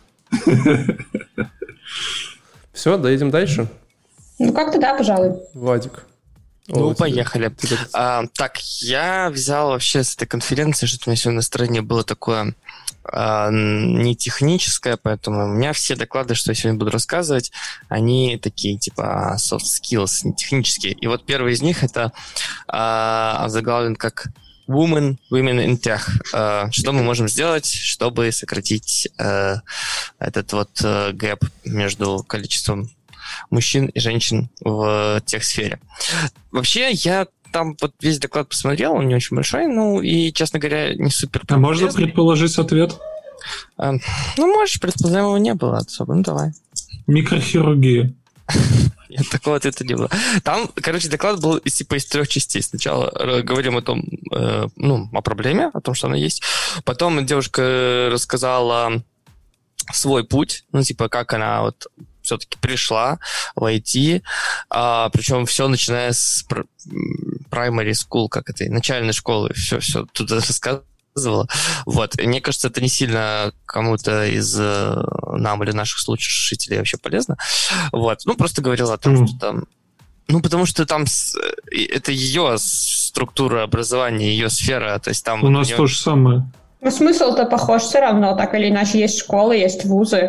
Все, доедем дальше? Ну, как-то да, пожалуй. Владик. Ну, О, поехали. Тебе... А, так, я взял вообще с этой конференции, что у меня сегодня настроение было такое а, не техническое, поэтому у меня все доклады, что я сегодня буду рассказывать, они такие, типа, soft skills, не технические. И вот первый из них это а, заглавлен как Women, Women in Tech. А, что мы можем сделать, чтобы сократить а, этот вот а, гэп между количеством мужчин и женщин в техсфере. Вообще, я там вот весь доклад посмотрел, он не очень большой, ну и, честно говоря, не супер. А можно предположить ответ? А, ну, можешь, предполагаемого не было особо, ну давай. Микрохирургия. Нет, такого ответа не было. Там, короче, доклад был типа из трех частей. Сначала говорим о том, э, ну, о проблеме, о том, что она есть. Потом девушка рассказала свой путь, ну, типа, как она вот все-таки пришла в ай ти, а, причем все начиная с primary school, как это, начальной школы, все-все туда рассказывала. Вот. И мне кажется, это не сильно кому-то из э, нам или наших слушателей вообще полезно. Вот. Ну, просто говорила о том, mm. что там... Ну, потому что там с, это ее структура образования, ее сфера, то есть там... У нас нее... то же самое. Ну, смысл-то похож все равно, так или иначе. Есть школы, есть вузы.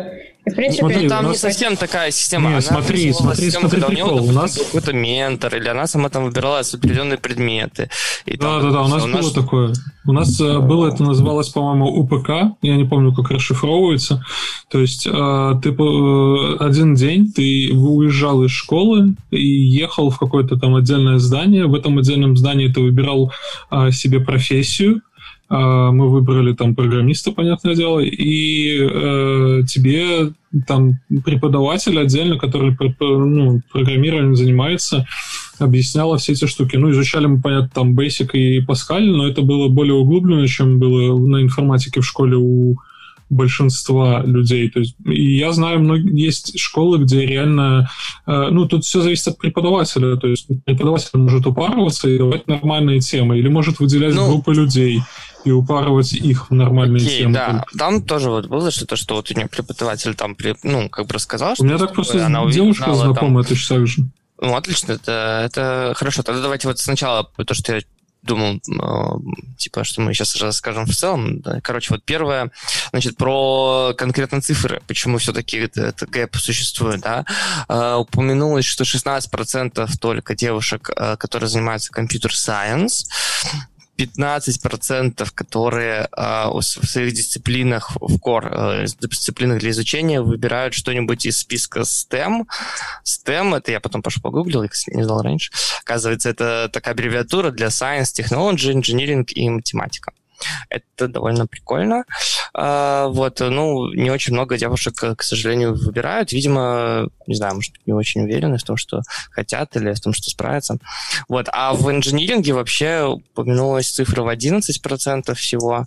И, в принципе, смотри, там нас... не совсем такая система. Не, она смотри, смотри, система, смотри, когда прикол. У, у нас какой-то ментор, или она сама там выбирала определенные предметы. И да, там, да, да, у нас у было нас... такое. У нас uh... было, это называлось, по-моему, УПК, я не помню, как расшифровывается. То есть э, ты э, один день ты уезжал из школы и ехал в какое-то там отдельное здание. В этом отдельном здании ты выбирал э, себе профессию. Мы выбрали там программиста, понятное дело, и э, тебе там преподаватель отдельно, который ну, программированием занимается, объясняла все эти штуки. Ну, изучали мы, понятно, там Basic и Pascal, но это было более углубленно, чем было на информатике в школе у большинства людей. То есть, и я знаю, многие, есть школы, где реально... Э, ну, тут все зависит от преподавателя. То есть преподаватель может упарываться и давать нормальные темы, или может выделять ну, группы людей и упарывать их в нормальные окей, темы. Да, там тоже вот было что-то, что вот у меня преподаватель там, ну, как бы рассказал, что... У меня так просто она девушка узнала, знакомая, там... точно так же. Ну, отлично, это, это хорошо. Тогда давайте вот сначала то, что я думал, типа, что мы сейчас расскажем в целом. Короче, вот первое, значит, про конкретно цифры, почему все-таки это, это гэп существует, да. Упомянулось, что шестнадцать процентов только девушек, которые занимаются компьютер-сайенс, пятнадцать процентов, которые э, в своих дисциплинах, в core, э, дисциплинах для изучения выбирают что-нибудь из списка STEM. STEM, это я потом пошел погуглил, я не знал раньше. Оказывается, это такая аббревиатура для Science, Technology, Engineering и математика. Это довольно прикольно. А, вот, ну, не очень много девушек, к сожалению, выбирают. Видимо, не знаю, может, не очень уверены в том, что хотят, или в том, что справятся. Вот. А в инжиниринге вообще упомянулась цифра в одиннадцать процентов всего.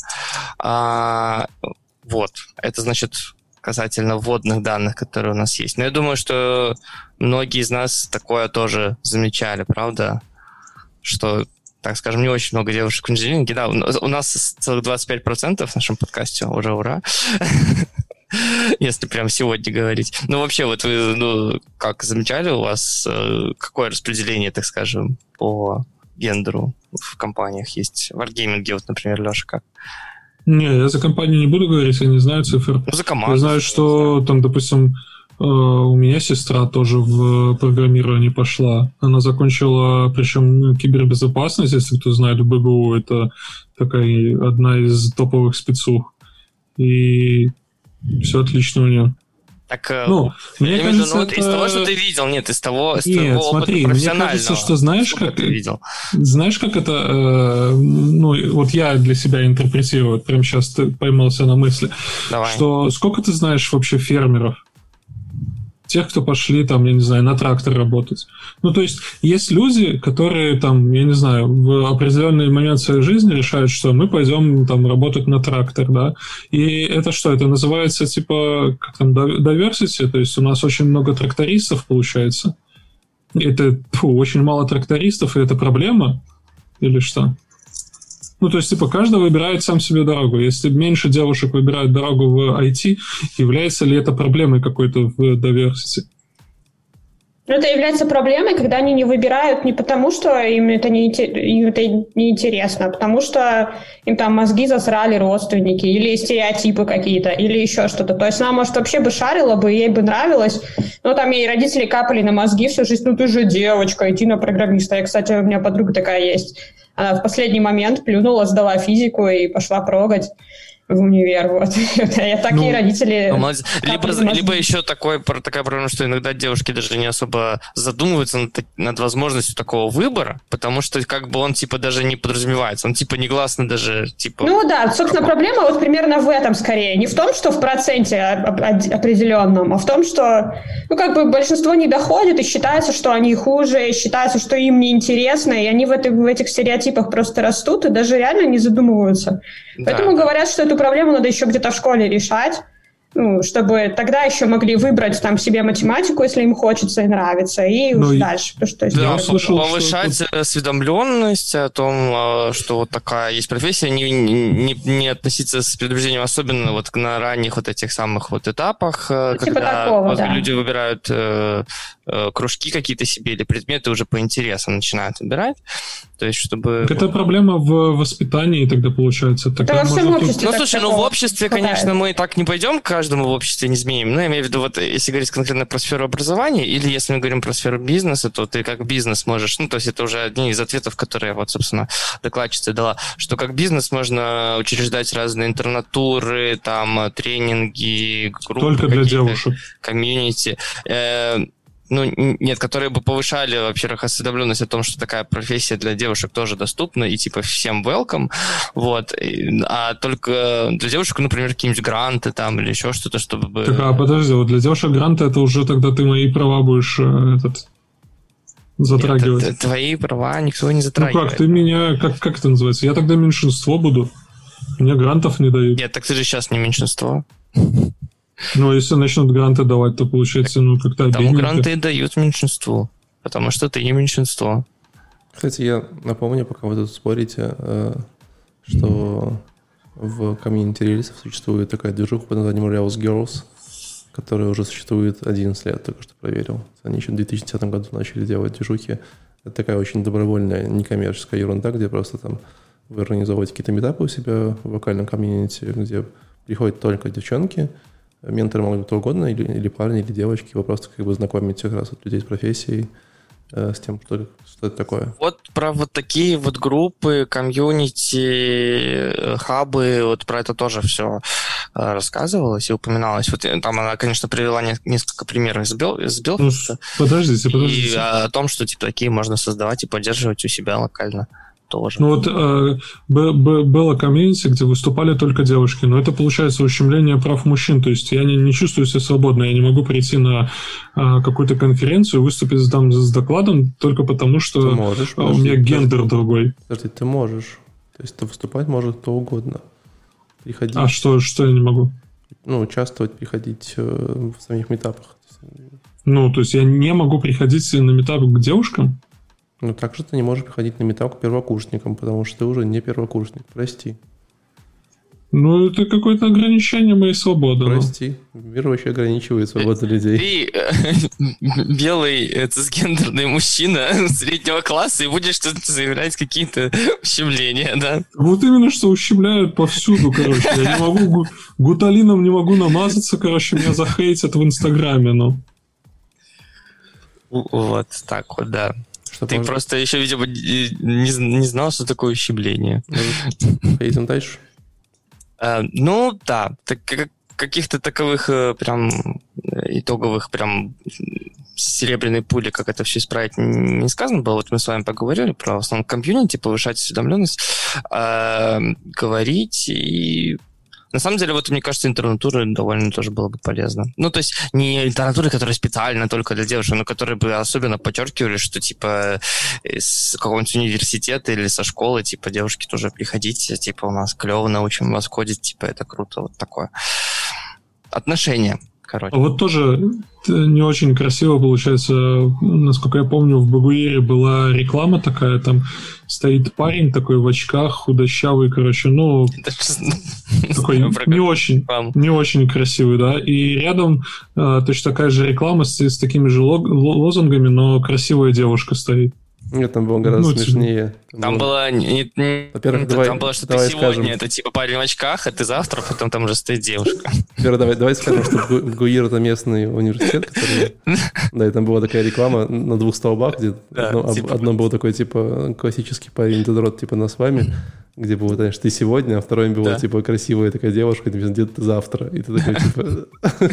А, вот. Это значит касательно вводных данных, которые у нас есть. Но я думаю, что многие из нас такое тоже замечали, правда? Что... так скажем, не очень много девушек в инжиниринге. Да, у нас целых двадцать пять процентов в нашем подкасте. Уже ура. Если прям сегодня говорить. Ну, вообще, вот вы, ну, как замечали, у вас какое распределение, так скажем, по гендеру в компаниях есть? В Wargaming, вот, например, Леша, как? Не, я за компанию не буду говорить, я не знаю цифр. Ну, за команду. Я знаю, что там, допустим, у меня сестра тоже в программирование пошла. Она закончила, причем кибербезопасность, если кто знает, в БГУ это такая одна из топовых спецух. И все отлично у нее. Так, ну, мне кажется, ну, это... из того, что ты видел, нет, из того, из нет, того смотри, опыта мне кажется, что знаешь, как ты видел. Знаешь, как это, э, ну, вот я для себя интерпретирую, прямо сейчас ты поймался на мысли, Давай. Что сколько ты знаешь вообще фермеров? Тех, кто пошли, там, я не знаю, на трактор работать. Ну, то есть, есть люди, которые, там, я не знаю, в определенный момент своей жизни решают, что мы пойдем, там, работать на трактор, да, и это что, это называется, типа, как там, diversity, то есть, у нас очень много трактористов, получается. Это, фу, очень мало трактористов, и это проблема? Или что? Ну, то есть, типа, каждый выбирает сам себе дорогу. Если меньше девушек выбирают дорогу в ай ти, является ли это проблемой какой-то в diversity? Это является проблемой, когда они не выбирают не потому, что им это не, им это не интересно, а потому что им там мозги засрали родственники, или стереотипы какие-то, или еще что-то. То есть она, может, вообще бы шарила бы, ей бы нравилось, но там ей родители капали на мозги всю жизнь. Ну, ты же девочка, иди на программиста. Я, кстати, у меня подруга такая есть. Она в последний момент плюнула, сдала физику и пошла прогать в универ. Вот. Я такие ну, родители... Ну, либо, либо еще такой, такая проблема, что иногда девушки даже не особо задумываются над, над возможностью такого выбора, потому что как бы он типа даже не подразумевается. Он типа негласно даже... типа. Ну да, собственно, проблема вот примерно в этом скорее. Не в том, что в проценте определенном, а в том, что ну как бы большинство не доходит и считается, что они хуже, и считается, что им неинтересно, и они в, этой, в этих стереотипах просто растут и даже реально не задумываются. Да. Поэтому говорят, что эту проблему надо еще где-то в школе решать, ну, чтобы тогда еще могли выбрать там себе математику, если им хочется и нравится, и ну, уже и... дальше. Потому что, да, я слышал, повышать что... осведомленность о том, что вот такая есть профессия, не, не, не относиться с предубеждением, особенно вот на ранних вот этих самых вот этапах, ну, когда типа такого, да. люди выбирают э, э, кружки какие-то себе или предметы уже по интересам начинают выбирать. То есть, чтобы... Это проблема в воспитании тогда получается. Это во всем обществе. Ну, слушай, ну в обществе, конечно, мы так не пойдем, каждому в обществе не изменим. Но я имею в виду, вот если говорить конкретно про сферу образования, или если мы говорим про сферу бизнеса, то ты как бизнес можешь... Ну, то есть это уже одни из ответов, которые вот, собственно, докладчица дала, что как бизнес можно учреждать разные интернатуры, там, тренинги, группы. Только для девушек. Комьюнити. Ну, нет, которые бы повышали, во-первых, осведомленность о том, что такая профессия для девушек тоже доступна, и типа всем welcome, вот, а только для девушек, например, какие-нибудь гранты там или еще что-то, чтобы... Так, а подожди, вот для девушек гранты это уже тогда ты мои права будешь этот, затрагивать. Нет, твои права никто не затрагивает. Ну как, ты меня, как, как это называется, я тогда меньшинство буду, мне грантов не дают. Нет, так ты же сейчас не меньшинство. Ну, если начнут гранты давать, то получается, ну, как-то обидненько. Тому гранты и дают меньшинству, потому что ты не меньшинство. Кстати, я напомню, пока вы тут спорите, что в комьюнити релизов существует такая движуха под названием Rails Girls, которая уже существует одиннадцать лет, только что проверил. Они еще в две тысячи десятом году начали делать движухи. Это такая очень добровольная, некоммерческая ерунда, где просто там вы организовываете какие-то митапы у себя в локальном комьюнити, где приходят только девчонки. Менторы могут быть кто угодно, или, или парни, или девочки. Вы просто как бы знакомите как раз вот людей с профессией, э, с тем, что, что это такое. Вот про вот такие вот группы, комьюнити, хабы, вот про это тоже все э, рассказывалось и упоминалось. Вот там она, конечно, привела не, несколько примеров из, Бел, из Белфаста. Ну, подождите, подождите. И о том, что типа такие можно создавать и поддерживать у себя локально. Тоже. Ну вот э, б- б- было комьюнити, где выступали только девушки, но это получается ущемление прав мужчин, то есть я не, не чувствую себя свободно, я не могу прийти на э, какую-то конференцию и выступить там с докладом только потому, что можешь, э, у меня гендер подожди, другой. Подожди, ты можешь, то есть ты выступать может кто угодно. Приходить, а что, что я не могу? Ну, участвовать, приходить э, в самих митапах. Ну, то есть я не могу приходить на митап к девушкам? Ну, также ты не можешь приходить на митап к первокурсникам, потому что ты уже не первокурсник. Прости. Ну, это какое-то ограничение моей свободы. Прости. Мир вообще ограничивает свободу людей. Ты э, белый цисгендерный мужчина среднего класса и будешь что-то заявлять, какие-то ущемления, да? Вот именно, что ущемляют повсюду, короче. Я не могу, гуталином не могу намазаться, короче, меня захейтят в Инстаграме, ну. Вот так вот, да. Что Ты можно? просто еще, видимо, не, не знал, что такое ущемление. Поедем дальше? А, ну, да. Так, как, каких-то таковых прям итоговых прям серебряной пули, как это все исправить, не сказано было. Вот мы с вами поговорили про в основном комьюнити, повышать осведомленность, а, говорить и... На самом деле, вот мне кажется, интернатуры довольно тоже было бы полезно. Ну, то есть не интернатуры, которые специально только для девушек, но которые бы особенно подчеркивали, что типа с какого-нибудь университета или со школы, типа, девушки тоже приходите, типа, у нас клево, научим вас ходить, типа, это круто, вот такое. Отношения, короче. А вот тоже не очень красиво получается, насколько я помню, в Багуире была реклама такая, там стоит парень такой в очках, худощавый, короче, ну, такой не очень, не очень красивый, да, и рядом э, точно такая же реклама с, с такими же лозунгами, но красивая девушка стоит. Нет, там было гораздо ну, смешнее. Там, там было... Не, не, Во-первых, там давай, было, что давай ты сегодня, скажем. это типа парень в очках, а ты завтра, потом там уже стоит девушка. Во-первых, давай, давай скажем, что Гуир — это местный университет, который... Да, и там была такая реклама на двух столбах, где да, одно, типа... одно был такой, типа, классический парень дедрот, типа, на с вами, где было, знаешь, ты сегодня, а второй было, да. типа, красивая такая девушка, где ты завтра, и ты такой, типа...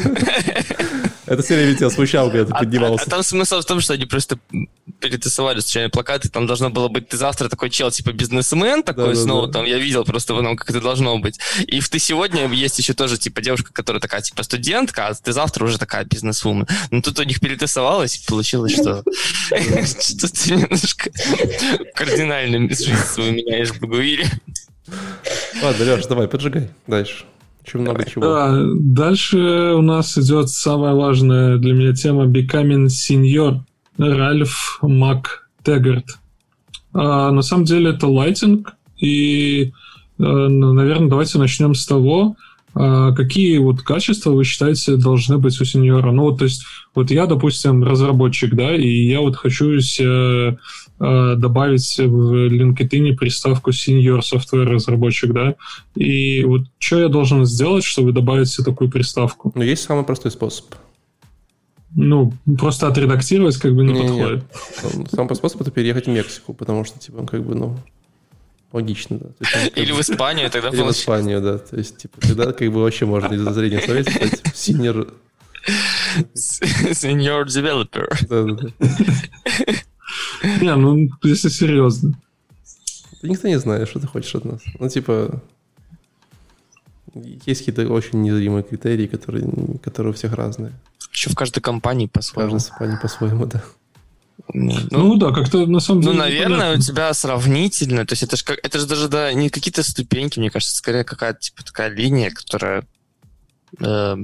Это все время тебя смущало, когда ты поднимался. А, а, а там смысл в том, что они просто перетасовали случайно плакаты, там должно было быть ты завтра такой чел, типа бизнесмен такой, да, снова да, да. Там я видел просто в одном, как это должно быть. И в ты сегодня есть еще тоже типа девушка, которая такая типа студентка, а ты завтра уже такая бизнесвумен. Но тут у них перетасовалось, и получилось, что что ты немножко кардинально жизнь свою меняешь в Багуире. Ладно, Леша, давай, поджигай дальше. Очень много чего. Да, дальше у нас идет самая важная для меня тема Becoming Senior. Ральф МакТэггарт. А, на самом деле это лайтинг. И, наверное, давайте начнем с того, а какие вот качества вы считаете должны быть у сеньора? Ну, вот, то есть, вот я, допустим, разработчик, да, и я вот хочу себе э, добавить в LinkedIn приставку senior software разработчик, да, и вот что я должен сделать, чтобы добавить себе такую приставку? Ну, есть самый простой способ. Ну, просто отредактировать как бы не, не подходит. Нет. Самый простой способ — это переехать в Мексику, потому что, типа, как бы, ну, логично, да. Есть, Или в Испанию тогда Или получается. в Испанию, да. То есть, типа, тогда как бы вообще можно из-за зрения совета стать senior... Senior developer. Да, да, да. Не, ну, если серьезно. Ты никто не знает, что ты хочешь от нас. Ну, типа... Есть какие-то очень незримые критерии, которые, которые у всех разные. Еще в каждой компании по-своему. В каждой компании по-своему, да. Ну, ну да, как-то на самом деле... Ну, наверное, понятно. У тебя сравнительно, то есть это же как, это же даже да, не какие-то ступеньки, мне кажется, скорее какая-то типа такая линия, которая э,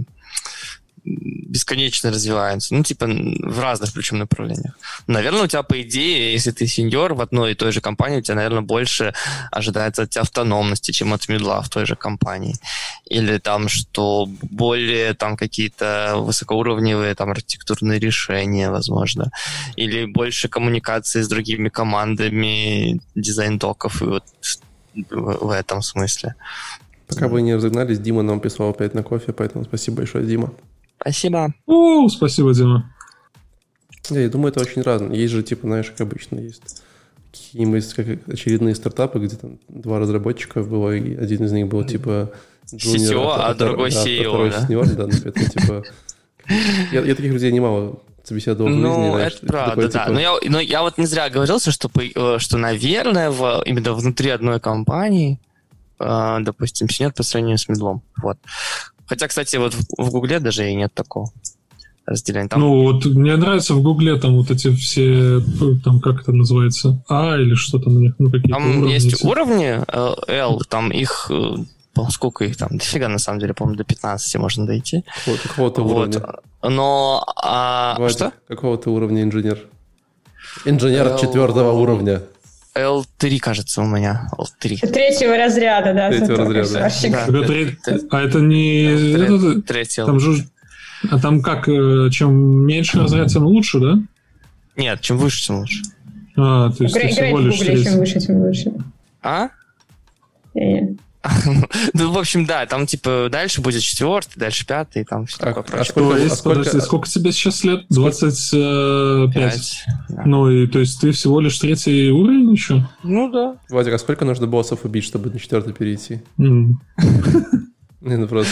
бесконечно развивается, ну, типа в разных причем направлениях. Наверное, у тебя, по идее, если ты сеньор в одной и той же компании, у тебя, наверное, больше ожидается от тебя автономности, чем от мидла в той же компании. Или там, что более там какие-то высокоуровневые там архитектурные решения, возможно. Или больше коммуникации с другими командами, дизайн-доков, и вот в, в этом смысле. Пока вы не разогнались, Дима нам писал опять на кофе, поэтому спасибо большое, Дима. Спасибо. О, спасибо, Дима. Я, я думаю, это очень разно. Есть же, типа, знаешь, как обычно, есть какие-нибудь как очередные стартапы, где там два разработчика было, и один из них был, типа, джуниор, си ти о, а, а другой да, си и о, второй да? сеньор, да, это, типа... Я, я таких людей немало собеседовал в жизни. Ну, знаешь, это правда, такой, да. типа... Но, я, но я вот не зря говорил, что, что наверное, в, именно внутри одной компании, э, допустим, сеньор по сравнению с мидлом. Вот. Хотя, кстати, вот в, в Гугле даже и нет такого разделения. Там... Ну, вот мне нравится в Гугле там вот эти все, там, как это называется, А или что там у них, ну, какие-то там уровни. Есть уровни, L, там их, сколько их там, дофига, на самом деле, по-моему, до пятнадцати можно дойти. Вот, какого-то вот. уровня. Но, а... Давайте, что? Какого-то уровня инженер? Инженер L... четвертого уровня. эл три, кажется, у меня. эл три. Третьего разряда, да. Третьего разряда. Да. Это треть... А это не... Это... Третий. Там же... А там как, чем меньше разряд, тем лучше, да? Нет, чем выше, тем лучше. А, то есть Играй, всего лишь третий. Чем выше, тем лучше. А? Не-не. Ну, в общем, да, там, типа, дальше будет четвертый, дальше пятый, там все а, такое а прочее. сколько, есть, а сколько, подожди, сколько тебе сейчас лет? двадцать пять. Да. Ну, и то есть ты всего лишь третий уровень еще? Ну, да. Вадик, а сколько нужно боссов убить, чтобы на четвертый перейти? Mm. Не, ну просто...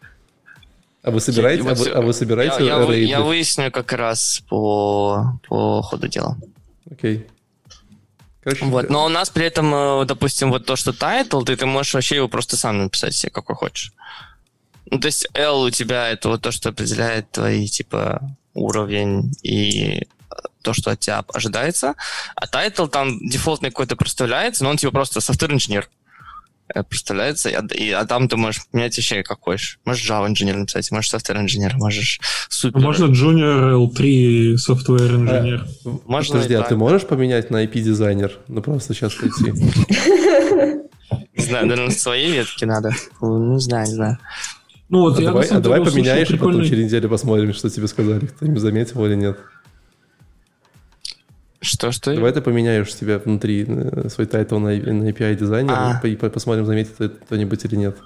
А вы собираете, а вы, а вы собираете я, рейды? Я выясню как раз по, по ходу дела. Окей. Короче, вот, но у нас при этом, допустим, вот то, что тайтл, ты, ты можешь вообще его просто сам написать себе, какой хочешь. Ну, то есть L у тебя это вот то, что определяет твои, типа, уровень и то, что от тебя ожидается. А тайтл там дефолтный какой-то проставляется, но он типа просто software инженер представляется, и, и, а там ты можешь менять вообще как хочешь. Можешь Java инженер написать, можешь software инженер, можешь супер... Можно Junior эл три software инженер. А, можно Подожди, а ты можешь поменять на ай пи-дизайнер? Ну, просто сейчас пойти. Не знаю, наверное, свои ветки надо. Не знаю, не знаю. Ну, вот а я давай, а давай поменяешь, и потом прикольный... через неделю посмотрим, что тебе сказали. Кто-нибудь заметил или нет. Что, что? Давай ты поменяешь себя внутри свой тайтл на, на эй пи ай-дизайнер а. и посмотрим, заметит кто-нибудь или нет.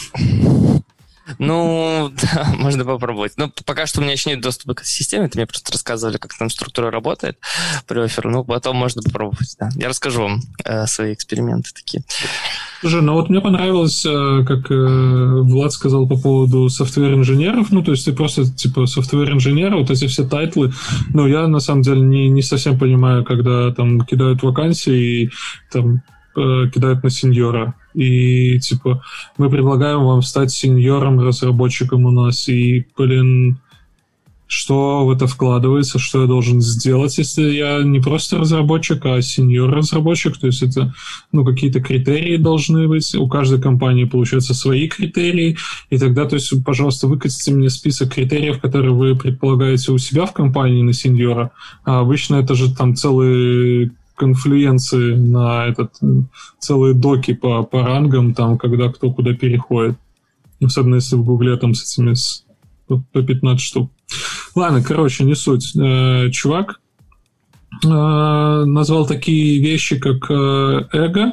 Ну, да, можно попробовать. Но пока что у меня еще нет доступа к системе, это мне просто рассказывали, как там структура работает при офферу. Ну, потом можно попробовать, да. Я расскажу вам э, свои эксперименты такие. Слушай, ну вот мне понравилось, как Влад сказал по поводу софтвер-инженеров, ну, то есть ты просто, типа, софтвер-инженер, вот эти все тайтлы, ну, я, на самом деле, не, не совсем понимаю, когда там кидают вакансии и там кидают на сеньора, и, типа, мы предлагаем вам стать сеньором-разработчиком у нас, и, блин, что в это вкладывается, что я должен сделать, если я не просто разработчик, а сеньор-разработчик, то есть это, ну, какие-то критерии должны быть, у каждой компании, получается, свои критерии, и тогда, то есть, пожалуйста, выкатите мне список критериев, которые вы предполагаете у себя в компании на сеньора, а обычно это же там целые конфлюенции на этот, целые доки по, по рангам, там, когда кто куда переходит. Особенно если в Гугле там с этими с, по пятнадцать штук. Ладно, короче, не суть. Э, чувак э, назвал такие вещи, как э, эго.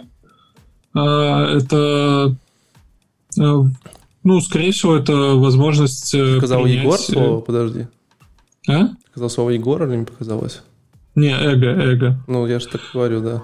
Э, это, э, ну, скорее всего, это возможность Сказал принять... Егор слово? Подожди. А? Сказал слово Егор или мне показалось? Не, эго, эго. Ну, я же так говорю, да.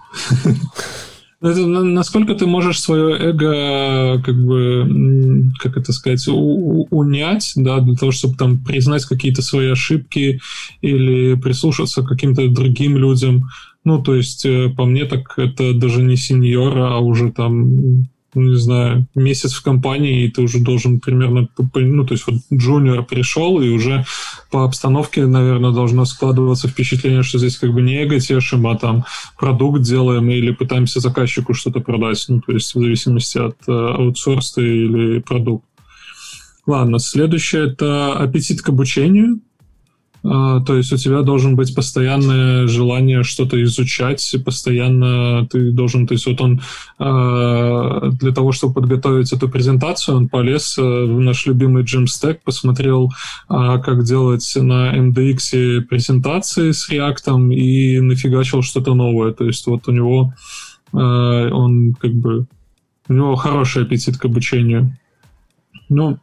Это насколько ты можешь свое эго, как бы, как это сказать, у- унять, да, для того, чтобы там признать какие-то свои ошибки или прислушаться к каким-то другим людям. Ну, то есть, по мне, так это даже не сеньора, а уже там, не знаю, месяц в компании, и ты уже должен примерно, ну, то есть, вот джуниор пришел, и уже по обстановке, наверное, должно складываться впечатление, что здесь как бы не эго тешим, а там продукт делаем или пытаемся заказчику что-то продать, ну, то есть, в зависимости от э, аутсорса или продукта. Ладно, следующее – это аппетит к обучению. Uh, то есть у тебя должен быть постоянное желание что-то изучать, постоянно ты должен, то есть вот он uh, для того, чтобы подготовить эту презентацию, он полез uh, в наш любимый Jamstack, посмотрел, uh, как делать на эм ди икс презентации с React и нафигачил что-то новое. То есть вот у него uh, он как бы у него хороший аппетит к обучению. Ну,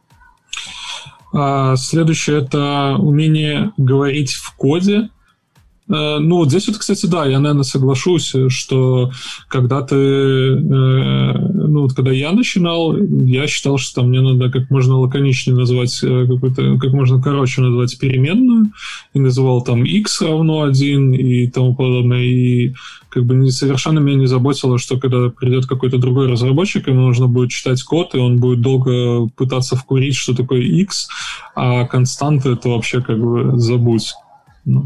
А следующее – это умение говорить в коде. Ну, вот здесь вот, кстати, да, я, наверное, соглашусь, что когда ты, ну, вот когда я начинал, я считал, что там мне надо как можно лаконичнее назвать, какую-то, как можно короче назвать переменную, и называл там x равно один и тому подобное, и как бы совершенно меня не заботило, что когда придет какой-то другой разработчик, ему нужно будет читать код, и он будет долго пытаться вкурить, что такое x, а константы это вообще как бы забудь. Ну.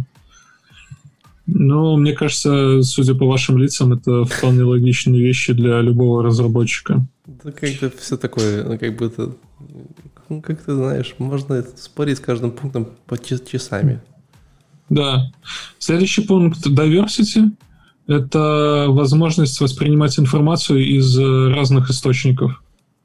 Ну, мне кажется, судя по вашим лицам, это вполне логичные вещи для любого разработчика. Да как-то все такое, ну, как бы это, ну, как ты знаешь, можно спорить с каждым пунктом по часами. Да. Следующий пункт diversity – это возможность воспринимать информацию из разных источников.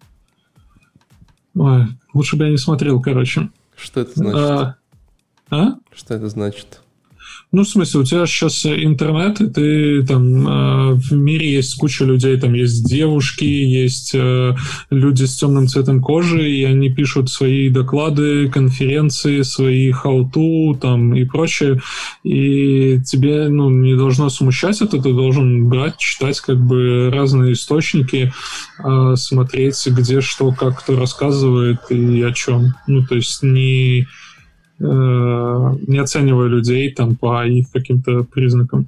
Ой, лучше бы я не смотрел, короче. Что это значит? А? А? Что это значит? Ну, в смысле, у тебя сейчас интернет, и ты там э, в мире есть куча людей, там есть девушки, есть э, люди с темным цветом кожи, и они пишут свои доклады, конференции, свои how-to там и прочее, и тебе, ну, не должно смущать это, ты должен брать, читать как бы разные источники, э, смотреть, где что, как кто рассказывает и о чем. Ну, то есть не... не оценивая людей там по их каким-то признакам.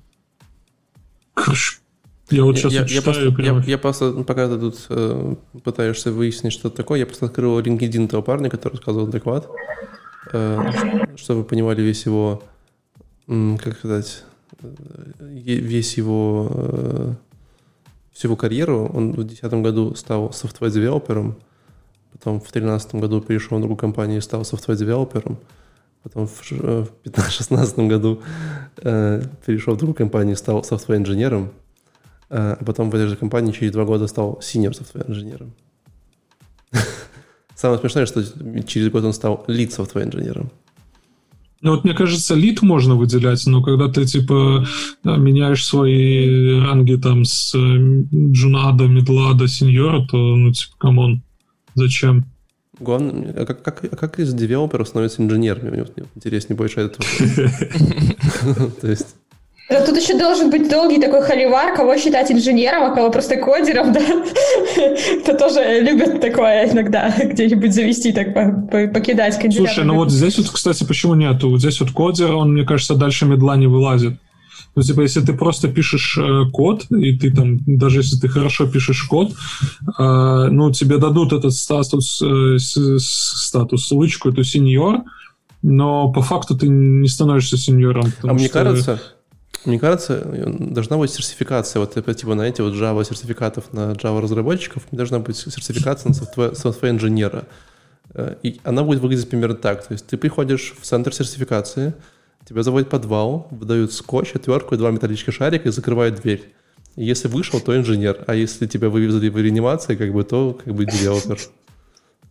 Я вот сейчас я, читаю я просто, прямо... я, я просто, пока ты тут э, пытаешься выяснить, что это такое, я просто открыл LinkedIn того парня, который рассказывал доклад, э, чтобы вы понимали весь его, м, как сказать, весь его, э, всю его карьеру. Он в две тысячи десятом году стал software-девелопером, потом в две тысячи тринадцатом году перешел в другую компанию и стал software-девелопером. Потом в пятнадцатом-шестнадцатом году э, перешел в другую компанию и стал софтвер-инженером, э, а потом в этой же компании через два года стал senior софтвер-инженером. Самое смешное, что через год он стал lead софтвер-инженером. Ну вот мне кажется, лид можно выделять, но когда ты типа да, меняешь свои ранги там с джуна до мидла до сеньора, то ну типа камон, зачем? Главное, а как, как, а как из девелоперов становится инженерами? Мне интереснее больше это. То есть... Тут еще должен быть долгий такой холивар, кого считать инженером, а кого просто кодером, да? Это тоже любят такое иногда где-нибудь завести, так покидать кандидата. Слушай, ну вот здесь вот, кстати, почему нету? Вот здесь вот кодер, он, мне кажется, дальше медла не вылазит. Ну, типа, если ты просто пишешь э, код, и ты там, даже если ты хорошо пишешь код, э, ну, тебе дадут этот статус, э, с, статус, ссылочку, эту сеньор, но по факту ты не становишься сеньором. А мне что... кажется, мне кажется, должна быть сертификация, вот типа, знаете, вот Java сертификатов на Java разработчиков, должна быть сертификация на софтвер-инженера. И она будет выглядеть примерно так. То есть ты приходишь в центр сертификации, тебя заводят в подвал, выдают скотч, отвертку и два металлических шарика и закрывают дверь. И если вышел, то инженер. А если тебя вывезли в реанимации, как бы, то как бы девелопер.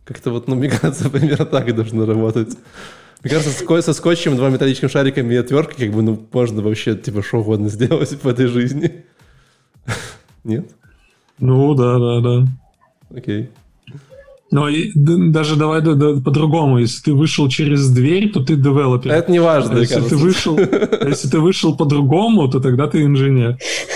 Как-то вот, ну, мне кажется, примерно так и должно работать. Мне кажется, со скотчем, двумя металлическими шариками и отверткой, как бы, ну, можно вообще, типа, что угодно сделать в этой жизни. Нет? Ну, да, да, да. Окей. Но и, даже давай да, да, по-другому. Если ты вышел через дверь, то ты девелопер. Это не важно, а если ты вышел, а если ты вышел по-другому, то тогда ты инженер.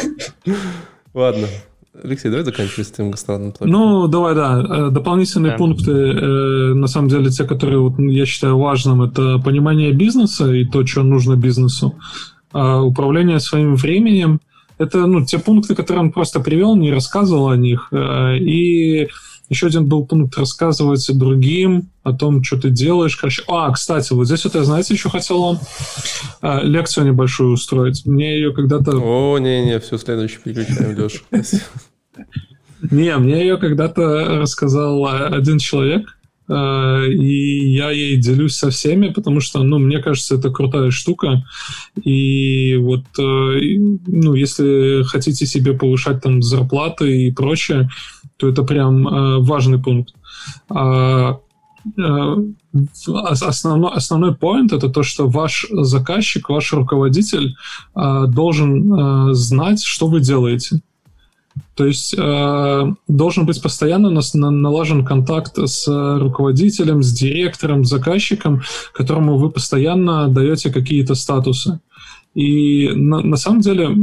Ладно. Алексей, давай заканчивать с тем государственным топиком. Ну, давай, да. Дополнительные да. пункты, э, на самом деле, те, которые вот, я считаю важным, это понимание бизнеса и то, что нужно бизнесу. А управление своим временем. Это, ну, те пункты, которые он просто привел, не рассказывал о них. И еще один был пункт рассказывать другим о том, что ты делаешь. Короче, а, кстати, вот здесь вот я, знаете, еще хотел вам а, лекцию небольшую устроить. Мне ее когда-то... О, не-не, все, следующий переключаем, Леша. Не, мне ее когда-то рассказал один человек, и я ей делюсь со всеми, потому что, ну, мне кажется, это крутая штука. И вот, ну, если хотите себе повышать там зарплаты и прочее, то это прям э, важный пункт. А, э, основной, основной point это то, что ваш заказчик, ваш руководитель э, должен э, знать, что вы делаете. То есть э, должен быть постоянно нас, на, налажен контакт с руководителем, с директором, с заказчиком, которому вы постоянно даете какие-то статусы. И на, на самом деле э,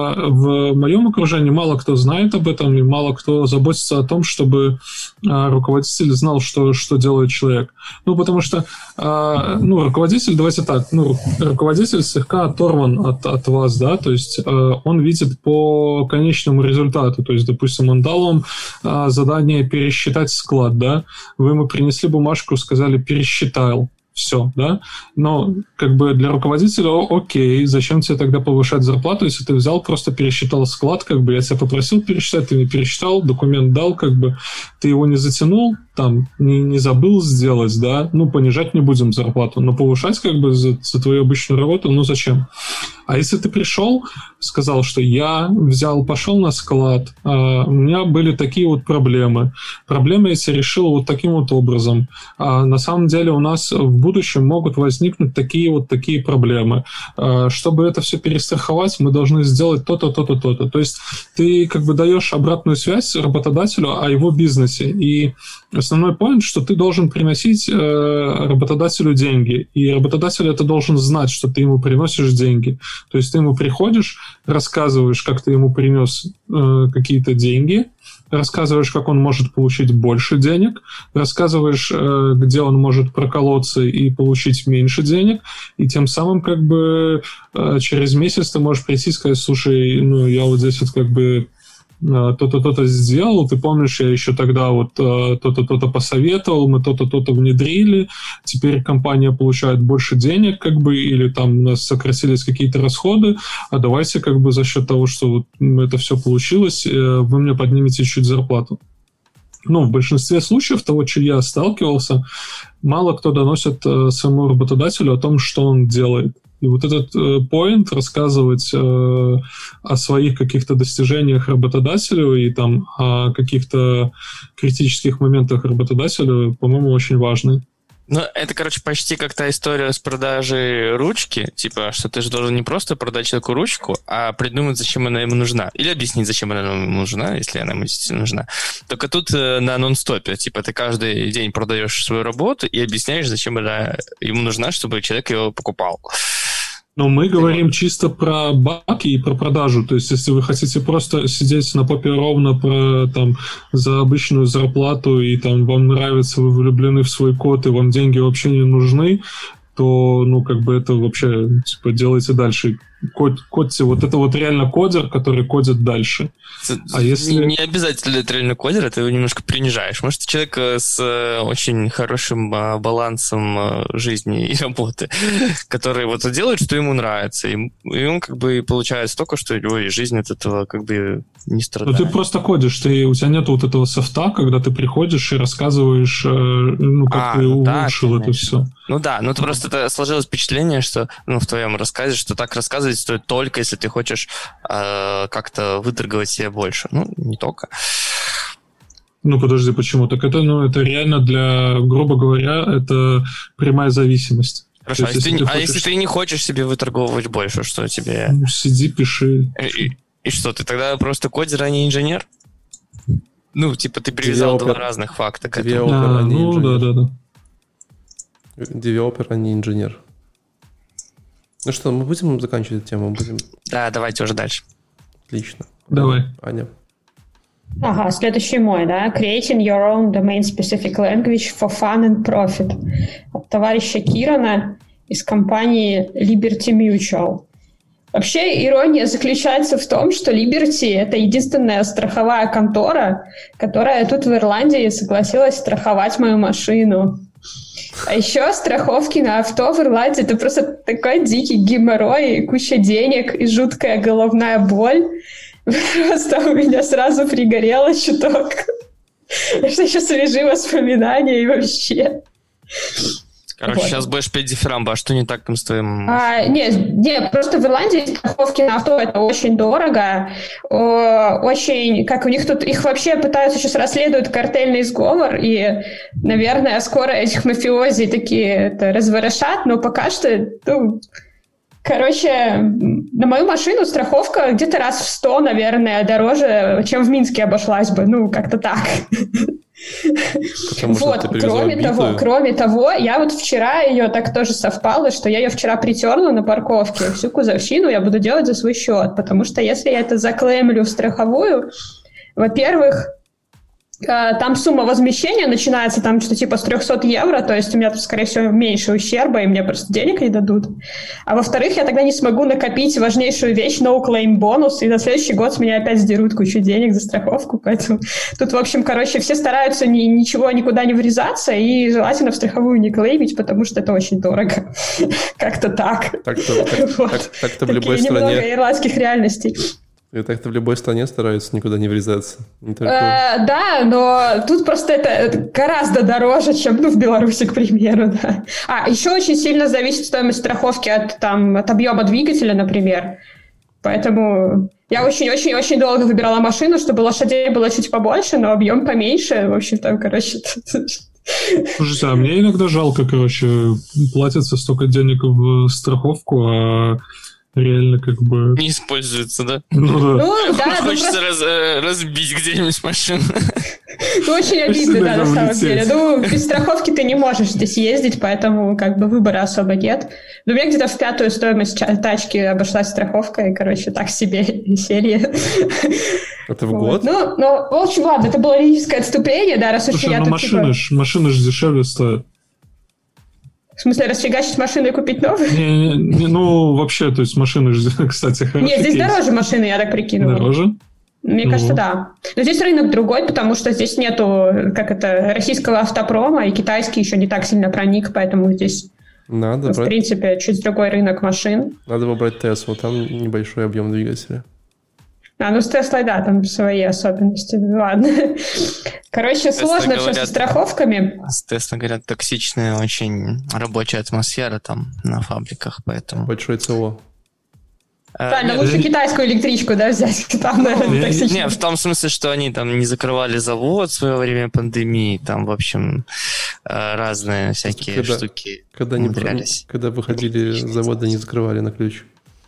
в моем окружении мало кто знает об этом, и мало кто заботится о том, чтобы э, руководитель знал, что, что делает человек. Ну, потому что э, ну, руководитель, давайте так, ну, руководитель слегка оторван от, от вас, да, то есть э, он видит по конечному результату, то есть, допустим, он дал вам э, задание пересчитать склад, да, вы ему принесли бумажку, сказали «пересчитал». Все, да? Но как бы для руководителя окей, зачем тебе тогда повышать зарплату, если ты взял, просто пересчитал склад, как бы я тебя попросил пересчитать, ты не пересчитал, документ дал, как бы ты его не затянул, там, не, не забыл сделать, да? Ну, понижать не будем зарплату, но повышать как бы за, за твою обычную работу, ну, зачем? А если ты пришел, сказал, что я взял, пошел на склад, а, у меня были такие вот проблемы, проблемы эти решил вот таким вот образом, а на самом деле у нас в будущем могут возникнуть такие вот такие проблемы. Чтобы это все перестраховать, мы должны сделать то-то, то-то, то-то. То есть ты как бы даешь обратную связь работодателю о его бизнесе. И основной поинт, что ты должен приносить работодателю деньги. И работодатель это должен знать, что ты ему приносишь деньги. То есть ты ему приходишь, рассказываешь, как ты ему принес какие-то деньги, рассказываешь, как он может получить больше денег, рассказываешь, где он может проколоться и получить меньше денег, и тем самым как бы через месяц ты можешь прийти и сказать, слушай, ну я вот здесь вот как бы то-то, то-то сделал, ты помнишь, я еще тогда вот то-то, то-то посоветовал, мы то-то, то-то внедрили, теперь компания получает больше денег, как бы, или там у нас сократились какие-то расходы, а давайте как бы за счет того, что вот это все получилось, вы мне поднимете чуть point Ну, в большинстве случаев того, что я сталкивался, мало кто доносит своему работодателю о том, что он делает. И вот этот point э, рассказывать э, о своих каких-то достижениях работодателю и там о каких-то критических моментах работодателю, по-моему, очень важный. Ну, это, короче, почти как та история с продажей ручки, типа, что ты же должен не просто продать человеку ручку, а придумать, зачем она ему нужна, или объяснить, зачем она ему нужна, если она ему действительно нужна. Только тут э, на нон-стопе, типа, ты каждый день продаешь свою работу и объясняешь, зачем она ему нужна, чтобы человек ее покупал. Но мы говорим чисто про бабки и про продажу. То есть, если вы хотите просто сидеть на попе ровно про, там, за обычную зарплату, и там вам нравится, вы влюблены в свой код, и вам деньги вообще не нужны, то, ну, как бы это вообще, типа, делайте дальше. Код, кодьте, вот это вот реально кодер, который кодит дальше. А если... Не, не обязательно это реально кодер, ты его немножко принижаешь. Может, человек с очень хорошим балансом жизни и работы, который вот делает, что ему нравится, и, и он как бы получает столько, что его жизнь от этого как бы не страдает. Ну, ты просто кодишь, ты, у тебя нет вот этого софта, когда ты приходишь и рассказываешь, ну, как а, ты улучшил да, это все. Ну да, ну это просто это сложилось впечатление, что, ну, в твоем рассказе, что так рассказывать стоит только, если ты хочешь э, как-то выторговать себе больше. Ну, не только. Ну, подожди, почему? Так это, ну, это реально для, грубо говоря, это прямая зависимость. Хорошо, есть, а, если если ты, хочешь... а если ты не хочешь себе выторговывать больше, что тебе... Ну, сиди, пиши. И, и, и что, ты тогда просто кодер, а не инженер? Ну, типа ты привязал Девелопер. два разных факта к этому. Девелопер, А, а не ну, инженер. да-да-да. Девелопер, а не инженер. Ну что, мы будем заканчивать эту тему? Будем? Да, давайте уже дальше. Отлично. Давай. Аня. Ага, следующий мой, да. Creating your own domain-specific language for fun and profit. От товарища Кирана из компании Liberty Mutual. Вообще, ирония заключается в том, что Liberty — это единственная страховая контора, которая тут в Ирландии согласилась страховать мою машину. А еще страховки на авто в Ирландии — это просто такой дикий геморрой, и куча денег и жуткая головная боль. Просто у меня сразу пригорело чуток. Что еще свежие воспоминания и вообще. Короче, Вот. сейчас будешь петь дифирамбы, а что не так там с твоим... А, нет, нет, просто в Ирландии страховки на авто — это очень дорого. О, очень, как у них тут, их вообще пытаются сейчас расследуют картельный сговор, и, наверное, скоро этих мафиози такие это разворошат, но пока что, ну, короче, на мою машину страховка где-то раз в сто, наверное, дороже, чем в Минске обошлась бы, ну, как-то так. Потому что Вот, ты привезла кроме битую. того, кроме того, я вот вчера ее так тоже совпало, что я ее вчера притерла на парковке. Всю кузовщину я буду делать за свой счет, потому что если я это заклеймлю в страховую, во-первых, э, там сумма возмещения начинается там что-то типа с триста евро, то есть у меня тут, скорее всего, меньше ущерба, и мне просто денег не дадут. А во-вторых, я тогда не смогу накопить важнейшую вещь no-claim бонус, и на следующий год с меня опять сдерут кучу денег за страховку, поэтому тут, в общем, короче, все стараются ни, ничего никуда не врезаться, и желательно в страховую не клеймить, потому что это очень дорого. Как-то так. Так-то, так, Вот. так, так-то в Такие любой немного стране... ирландских реальностей. И так-то в любой стране стараются никуда не врезаться. Не только... Э, да, но тут просто это гораздо дороже, чем ну, в Беларуси, к примеру. Да. А, еще очень сильно зависит стоимость страховки от, там, от объема двигателя, например. Поэтому я очень-очень-очень долго выбирала машину, чтобы лошадей было чуть побольше, но объем поменьше. В общем, там, короче... Слушайте, а мне иногда жалко, короче, платится столько денег в страховку, а реально как бы... Не используется, да? Ну да. Ну, да, ну, Хочется просто... раз, э, разбить где-нибудь машину. Ну, очень обидно, да, на самом улететь. деле. Ну, без страховки ты не можешь здесь ездить, поэтому как бы выбора особо нет. Но у меня где-то в пятую стоимость ча- тачки обошлась страховка, и, короче, так себе серия. Это в Вот. год? Ну, ну, в общем, ладно, это было лирическое отступление, да, раз уж Слушай, я ну тут, машины типа... ж, машины ж дешевле стоят. В смысле, расфигачить машину и купить новую? Не, не, не, ну, вообще, то есть машины ж, кстати, хорошие. Нет, здесь кейс. дороже машины, я так прикинула. Дороже? Мне Ну. кажется, да. Но здесь рынок другой, потому что здесь нету, как это, российского автопрома, и китайский еще не так сильно проник, поэтому здесь, Надо ну, в брать, принципе, чуть другой рынок машин. надо выбрать Теслу, там небольшой объем двигателя. А, ну с Теслой, да, там свои особенности. Ладно. Короче, Тесла, сложно все со говорят, страховками. С Tesla, говорят, токсичная очень рабочая атмосфера там на фабриках, поэтому... Большой ЦО. Э, Правильно, нет, лучше я- китайскую электричку, да, взять. Там, наверное, я- токсично. Не, в том смысле, что они там не закрывали завод в свое время пандемии, там, в общем, э, разные всякие Когда- штуки Когда, не, умудрялись. когда выходили с завода, не закрывали на ключ.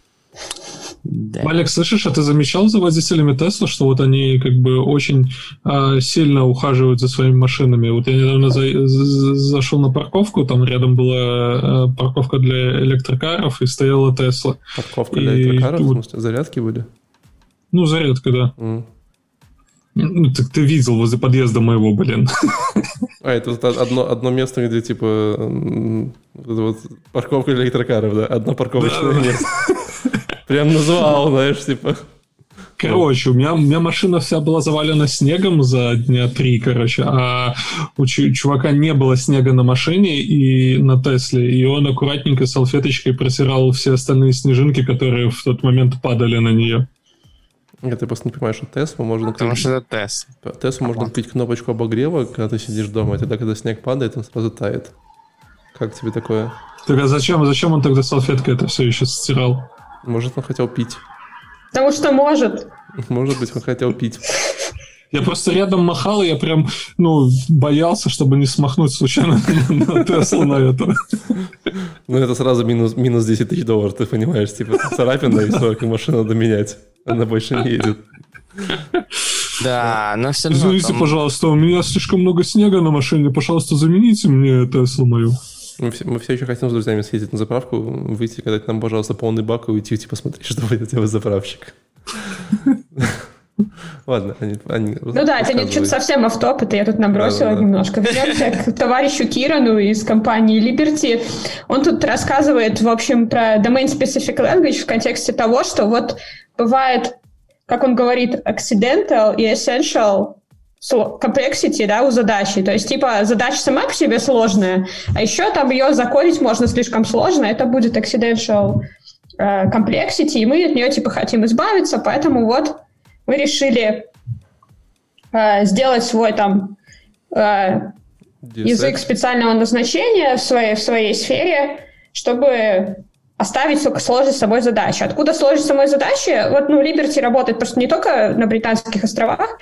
Да. Малик, слышишь, а ты замечал за водителями Тесла, что вот они как бы очень а, сильно ухаживают за своими машинами? Вот я недавно за- за- зашел на парковку, там рядом была а, парковка для электрокаров, и стояла Тесла. Парковка И для электрокаров, в вот- смысле, зарядки были? Ну, зарядка, да. М. Ну, так ты видел возле подъезда моего, блин. А, это вот одно, одно место, где, типа, м, вот, эта вот парковка электрокаров, да? Одно парковочное Да. место. Прям назвал, знаешь, типа... Короче, у меня, у меня машина вся была завалена снегом за дня три, короче, а у чу- чувака не было снега на машине и на Тесле, и он аккуратненько салфеточкой протирал все остальные снежинки, которые в тот момент падали на нее. Нет, ты просто не понимаешь, что Теслу можно... Потому купить- что это Tesla. Теслу можно купить кнопочку обогрева, когда ты сидишь дома, и тогда, когда снег падает, он сразу тает. Как тебе такое? Так а зачем, зачем он тогда салфеткой это все еще стирал? Может, он хотел пить. Потому что может. Может быть, он хотел пить. Я просто рядом махал, и я прям, ну, боялся, чтобы не смахнуть случайно на Теслу на это. Ну, это сразу минус, минус десять тысяч долларов, ты понимаешь, типа царапина, и все, и машину надо менять. Она больше не едет. Да, но все равно... Извините, там... пожалуйста, у меня слишком много снега на машине, пожалуйста, замените мне Теслу мою. Мы все, мы все еще хотим с друзьями съездить на заправку, выйти, когда нам, пожалуйста, полный бак и уйти, типа, смотреть, что будет делать заправщик. Ладно, они... они ну да, это не что-то совсем офф-топ, это я тут набросила да, да, немножко. Вернемся к товарищу Кирану из компании Liberty. Он тут рассказывает, в общем, про Domain Specific Language в контексте того, что вот бывает, как он говорит, accidental и essential complexity, да, у задачи. То есть, типа, задача сама по себе сложная, а еще там ее закодить можно слишком сложно, это будет accidental uh, complexity, и мы от нее, типа, хотим избавиться, поэтому вот мы решили э, сделать свой там э, язык специального назначения в своей, в своей сфере, чтобы оставить только сложность самой задачи. Откуда сложность самой задачи? Вот, ну, Liberty работает просто не только на Британских островах,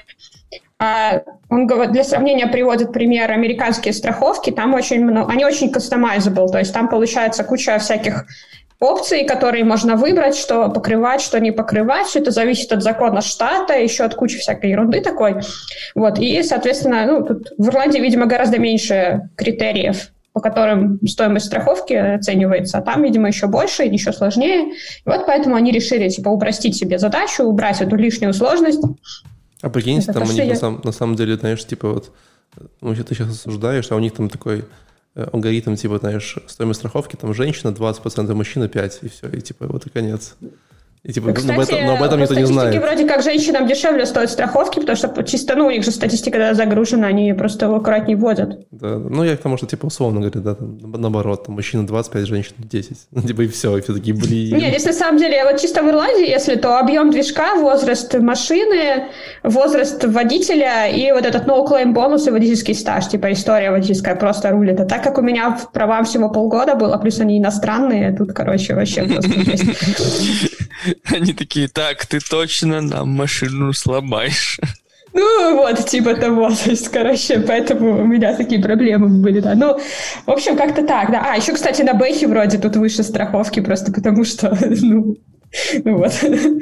а он для сравнения приводит пример американские страховки, там очень много, они очень customizable, то есть там получается куча всяких опций, которые можно выбрать, что покрывать, что не покрывать. Все это зависит от закона штата, еще от кучи всякой ерунды такой. Вот. И, соответственно, ну, тут в Ирландии, видимо, гораздо меньше критериев, по которым стоимость страховки оценивается, а там, видимо, еще больше и еще сложнее. И вот поэтому они решили, типа, упростить себе задачу, убрать эту лишнюю сложность. А прикиньте, там у них я... на, сам, на самом деле, знаешь, типа вот, ну, ты сейчас осуждаешь, а у них там такой алгоритм, типа, знаешь, стоимость страховки, там женщина двадцать процентов, мужчина пять процентов, и все, и типа вот и конец. И, типа, кстати, но, об этом, но об этом никто не знает. Вроде как женщинам дешевле стоят страховки, потому что чисто, ну, у них же статистика когда загружена, они просто его аккуратнее вводят. Да, ну, я к тому, что, типа, условно говоря, да, там, наоборот, там, мужчина двадцать пять, женщина десять. Ну, типа, и все, и все такие, блин. Нет, здесь на самом деле, вот чисто в Ирландии, если, то объем движка, возраст машины, возраст водителя и вот этот no-claim бонус и водительский стаж, типа, история водительская просто рулит. А так как у меня в правам всего полгода было, плюс они иностранные, тут, короче, вообще просто есть. Они такие, так, ты точно нам машину сломаешь. Ну, вот, типа того, то есть, короче, поэтому у меня такие проблемы были, да. Ну, в общем, как-то так, да. А, еще, кстати, на Бэхе вроде тут выше страховки, просто потому что, ну, ну вот.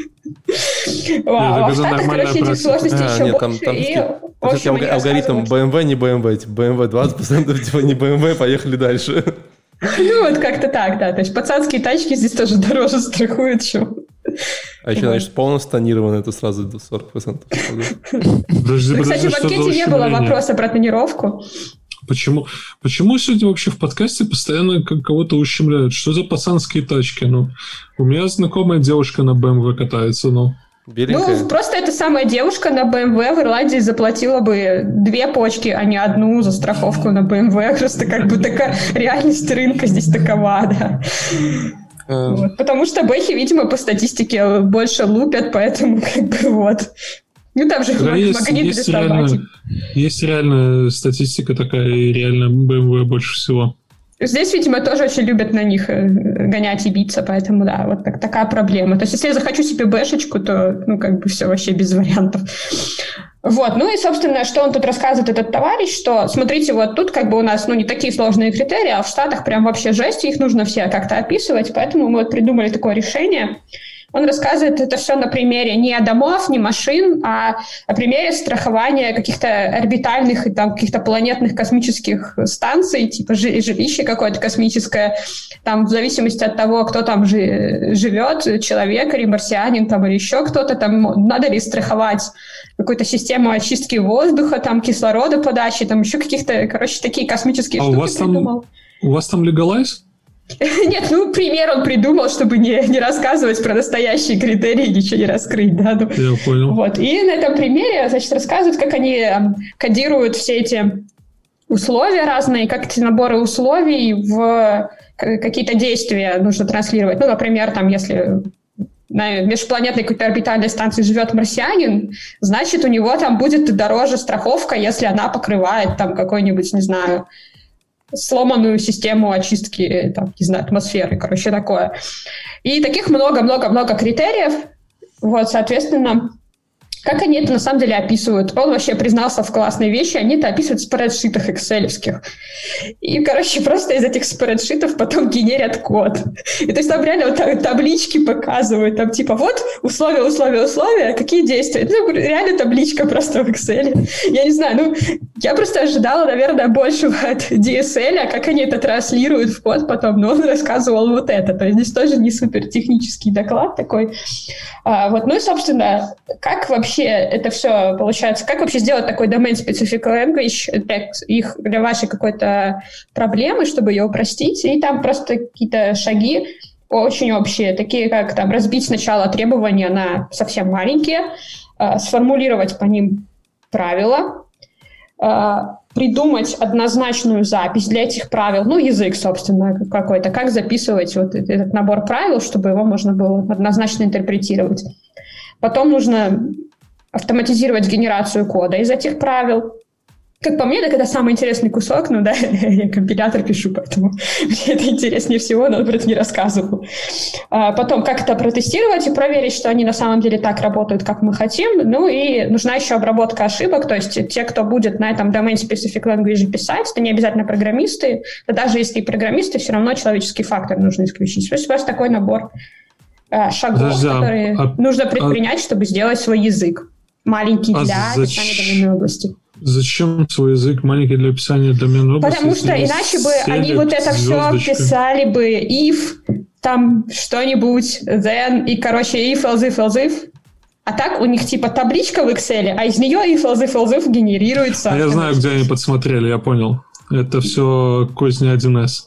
Вау, а в Штатах, короче, этих сложностей еще больше, и, в общем, алгоритм бэ эм вэ, не бэ эм вэ, бэ эм вэ двадцать процентов, типа, не бэ эм вэ, поехали дальше. Ну, вот как-то так, да. То есть пацанские тачки здесь тоже дороже страхуют, чем... А еще, значит, полностью тонировано, это сразу до сорок процентов. Подожди, ну, кстати, в анкете не было вопроса про тонировку. Почему, почему сегодня вообще в подкасте постоянно кого-то ущемляют? Что за пацанские тачки? Ну, у меня знакомая девушка на бэ эм вэ катается, ну... Беленькая. Ну, просто эта самая девушка на бэ эм вэ в Ирландии заплатила бы две почки, а не одну за страховку на бэ эм вэ. Просто как бы такая реальность рынка здесь такова, да. Вот. Потому что бэхи, видимо, по статистике больше лупят, поэтому как бы вот. Ну, там же да, есть, магнит есть, реально, есть реально статистика такая, и реально бэ эм вэ больше всего. Здесь, видимо, тоже очень любят на них гонять и биться, поэтому, да, вот так, такая проблема. То есть, если я захочу себе бэшечку, то, ну, как бы все вообще без вариантов. Вот, ну и, собственно, что он тут рассказывает, этот товарищ, что, смотрите, вот тут как бы у нас, ну, не такие сложные критерии, а в Штатах прям вообще жесть, их нужно все как-то описывать, поэтому мы вот придумали такое решение. Он рассказывает это все на примере не домов, не машин, а на примере страхования каких-то орбитальных и там каких-то планетных космических станций, типа жилище какое-то космическое, там в зависимости от того, кто там жи- живет, человек или марсианин там, или еще кто-то, там надо ли страховать какую-то систему очистки воздуха, там кислорода подачи, там еще каких-то, короче, такие космические а штуки у вас придумал. Там, у вас там легалайз? Нет, ну, пример он придумал, чтобы не, не рассказывать про настоящие критерии, ничего не раскрыть, да. Ну, я понял. Вот. И на этом примере, значит, рассказывают, как они там, кодируют все эти условия разные, как эти наборы условий в какие-то действия нужно транслировать. Ну, например, там, если на межпланетной какой-то орбитальной станции живет марсианин, значит, у него там будет дороже страховка, если она покрывает там какой-нибудь, не знаю, сломанную систему очистки, там, не знаю, атмосферы, короче, такое. И таких много-много-много критериев. Вот, соответственно, Как они это на самом деле описывают? Он вообще признался в классной вещи, они это описывают в спредшитах экселевских. И, короче, просто из этих спредшитов потом генерят код. И то есть там реально вот таблички показывают, там типа вот условия, условия, условия, какие действия. Это реально табличка просто в Excel. Я не знаю, ну, я просто ожидала, наверное, большего от ди эс эл, а как они это транслируют в код потом, но он рассказывал вот это. То есть здесь тоже не супер технический доклад такой. А, вот, ну и, собственно, как вообще это все получается, как вообще сделать такой domain-specific language для, их, для вашей какой-то проблемы, чтобы ее упростить, и там просто какие-то шаги очень общие, такие как там разбить сначала требования на совсем маленькие, э, сформулировать по ним правила, э, придумать однозначную запись для этих правил, ну, язык, собственно, какой-то, как записывать вот этот набор правил, чтобы его можно было однозначно интерпретировать. Потом нужно автоматизировать генерацию кода из этих правил. Как по мне, так это самый интересный кусок, ну да, я компилятор пишу, поэтому мне это интереснее всего, но он про это не рассказывал. А потом, как это протестировать и проверить, что они на самом деле так работают, как мы хотим. Ну и нужна еще обработка ошибок, то есть те, кто будет на этом domain-specific language писать, это не обязательно программисты, да даже если и программисты, все равно человеческий фактор нужно исключить. То есть просто такой набор а, шагов, Подожди, которые а, нужно предпринять, а, чтобы сделать свой язык. Маленький а для зач... описания доменной области. Зачем свой язык маленький для описания доменной области? Потому что иначе бы они вот это все писали бы if, там что-нибудь, then, и, короче, if, else, if, else, if. А так у них типа табличка в Excel, а из нее if, else, if, else, if генерируется. А я знаю, где они подсмотрели, я понял. Это все козни один эс.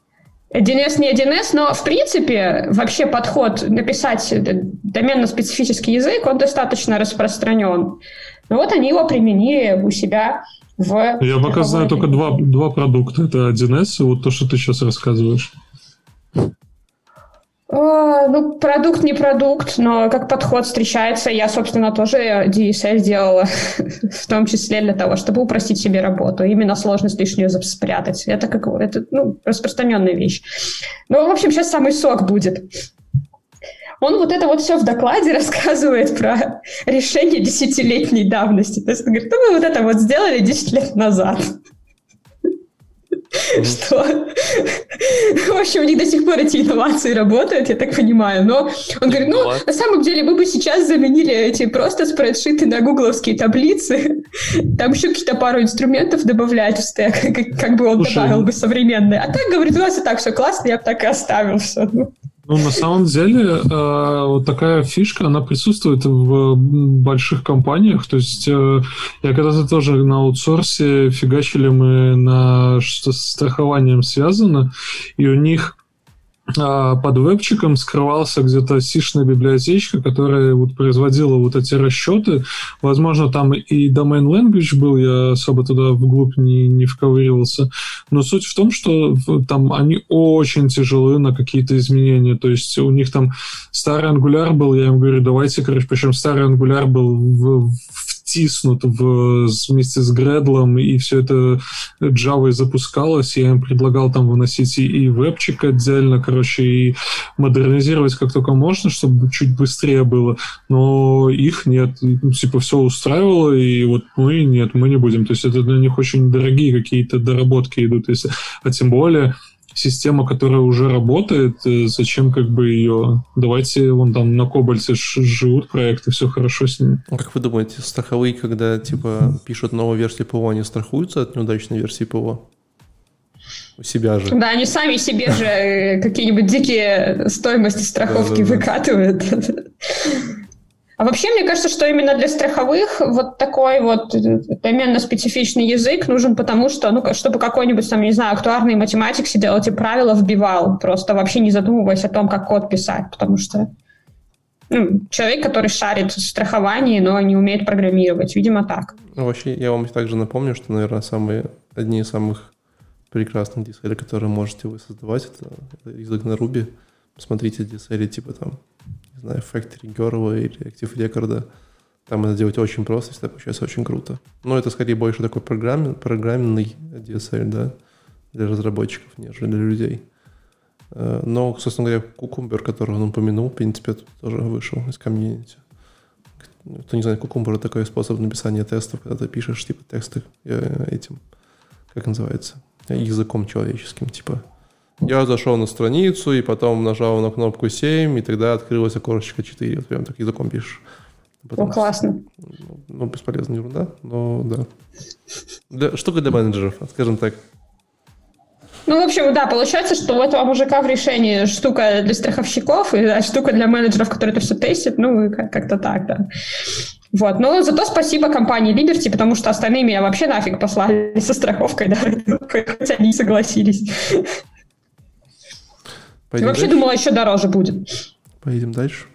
один эс не один эс, но в принципе вообще подход написать доменно-специфический язык, он достаточно распространен. Но вот они его применили у себя в... Я пока знаю только два, два продукта. Это один эс и вот то, что ты сейчас рассказываешь. О, ну, продукт не продукт, но как подход встречается. Я, собственно, тоже ди эс эл делала, в том числе для того, чтобы упростить себе работу. Именно сложность лишнюю спрятать. Это, как, это ну, распространенная вещь. Ну, в общем, сейчас самый сок будет. Он вот это вот все в докладе рассказывает про решение десятилетней давности. То есть он говорит, ну, мы вот это вот сделали десять лет назад. Что? В общем, у них до сих пор эти инновации работают, я так понимаю. Но он говорит, ну, на самом деле, мы бы сейчас заменили эти просто спредшиты на гугловские таблицы. Там еще какие-то пару инструментов добавлять в стек, как, как бы он Слушай, добавил бы современные. А так, говорит, у нас и так все классно, я бы так и оставил все. Ну, на самом деле, э, вот такая фишка, она присутствует в больших компаниях. То есть, э, я когда-то тоже на аутсорсе фигачили мы на что с страхованием связано, и у них э, под вебчиком скрывался где-то сишная библиотечка, которая вот производила вот эти расчеты. Возможно, там и domain language был, я особо туда вглубь не, не вковыривался. Но суть в том, что там они очень тяжелы на какие-то изменения. То есть у них там старый Angular был, я им говорю, давайте, короче, причем старый Angular был в, втиснут в, вместе с Gradle, и все это Java запускалось. Я им предлагал там выносить и, и вебчик отдельно, короче, и модернизировать как только можно, чтобы чуть быстрее было. Но их нет. Типа все устраивало, и вот мы нет, мы не будем. То есть это для них очень дорогие какие-то доработки идут. Если, а тем более система, которая уже работает, зачем как бы ее... Давайте вон там на Кобальте живут проекты, все хорошо с ними. Как вы думаете, страховые, когда типа пишут новую версию ПО, они страхуются от неудачной версии ПО? У себя же. Да, они сами себе же какие-нибудь дикие стоимости страховки выкатывают. А вообще, мне кажется, что именно для страховых вот такой вот доменно-специфичный язык нужен, потому что, ну, чтобы какой-нибудь, там, не знаю, актуарный математик сидел, эти правила вбивал, просто вообще не задумываясь о том, как код писать, потому что ну, человек, который шарит в страховании, но не умеет программировать, видимо, так. Ну, вообще, я вам также напомню, что, наверное, самые, одни из самых прекрасных ди эс эл, которые можете вы создавать, это язык на Ruby. Посмотрите ди эс эл типа там не знаю, Factory Girl или Active Record. Там это делать очень просто, если это получается очень круто. Но это скорее больше такой программ, программный ди эс эл, да, для разработчиков, нежели для людей. Но, собственно говоря, Cucumber, которого он упомянул, в принципе, тут тоже вышел из комьюнити. кто не знает, Cucumber — такой способ написания тестов, когда ты пишешь типа тексты этим, как называется, языком человеческим, типа я зашел на страницу и потом нажал на кнопку семь, и тогда открылась окошечко четыре. Вот прям так языком пишешь. Потом, О, классно. Ну, ну, бесполезная ерунда, но да. Для, штука для менеджеров, скажем так. Ну, в общем, да, получается, что у этого мужика в решении штука для страховщиков и да, штука для менеджеров, которые это все тестят, ну, как-то так, да. Вот, но зато спасибо компании Liberty, потому что остальные меня вообще нафиг послали со страховкой, да, хотя они согласились. Пойдем вообще дальше? думала, еще дороже будет. Поедем дальше.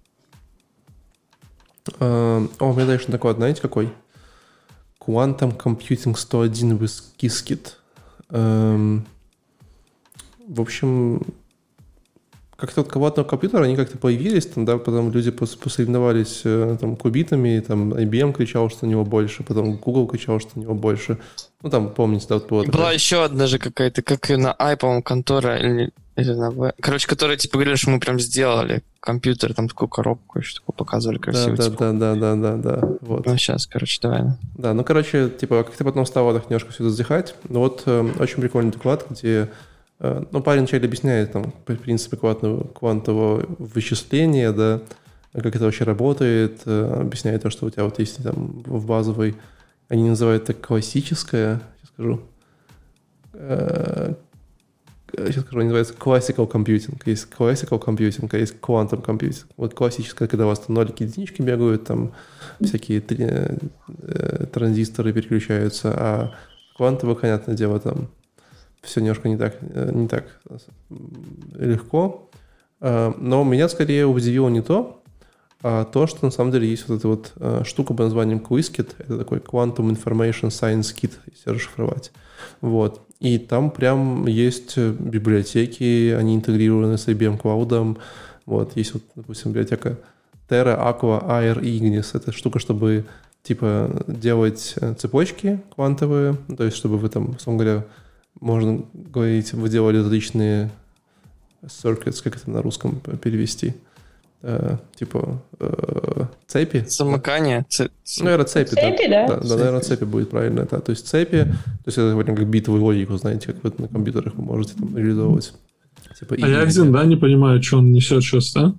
О, у меня дальше доклад, знаете, какой? Quantum Computing сто один with Qiskit. Эм, в общем, как-то от квантового компьютера они как-то появились, там, да, потом люди посоревновались там, кубитами, там ай би эм кричал, что у него больше, потом Google кричал, что у него больше. Ну, там, помните, да, вот было Была такое. еще одна же какая-то, как и на I, по-моему, контора, или, или на V. Короче, которые, типа, говорили, что мы прям сделали компьютер, там такую коробку еще такую показывали красиво. Да, типа. да, да, да, да, да, да. Вот. Ну, сейчас, короче, давай. Да, ну, короче, типа, как-то потом стало так немножко все это вздыхать. Но вот э, очень прикольный доклад, где э, ну, парень вначале объясняет там принципы квантового, квантового вычисления, да, как это вообще работает, э, объясняет то, что у тебя вот есть там в базовой, они называют это классическое, сейчас скажу, э, сейчас скажу, они называются classical computing. Есть classical computing, а есть quantum computing. Вот классическое, когда у вас там нолики, единички бегают, там всякие транзисторы переключаются, а квантовое, понятное дело, там все немножко не так, не так легко. Но меня скорее удивило не то, а то, что на самом деле есть вот эта вот штука под названием Qiskit. Это такой Quantum Information Science Kit, если расшифровать. Вот. И там прям есть библиотеки, они интегрированы с ай би эм Cloud. Вот, есть вот, допустим, библиотека Terra, Aqua, Air и Ignis. Это штука, чтобы типа делать цепочки квантовые, то есть чтобы вы там, условно говоря, можно говорить, вы делали различные circuits, как это на русском перевести? Uh, типа uh, цепи. Замыкание. Ц... Ну, наверное, цепи. Цепи, да? Да, да, да, наверное, цепи будет правильно. Да. То есть цепи, то есть это как битовую логику, знаете, как вы на компьютерах вы можете там реализовывать. Типа, а я один, да, не понимаю, что он несет сейчас, да?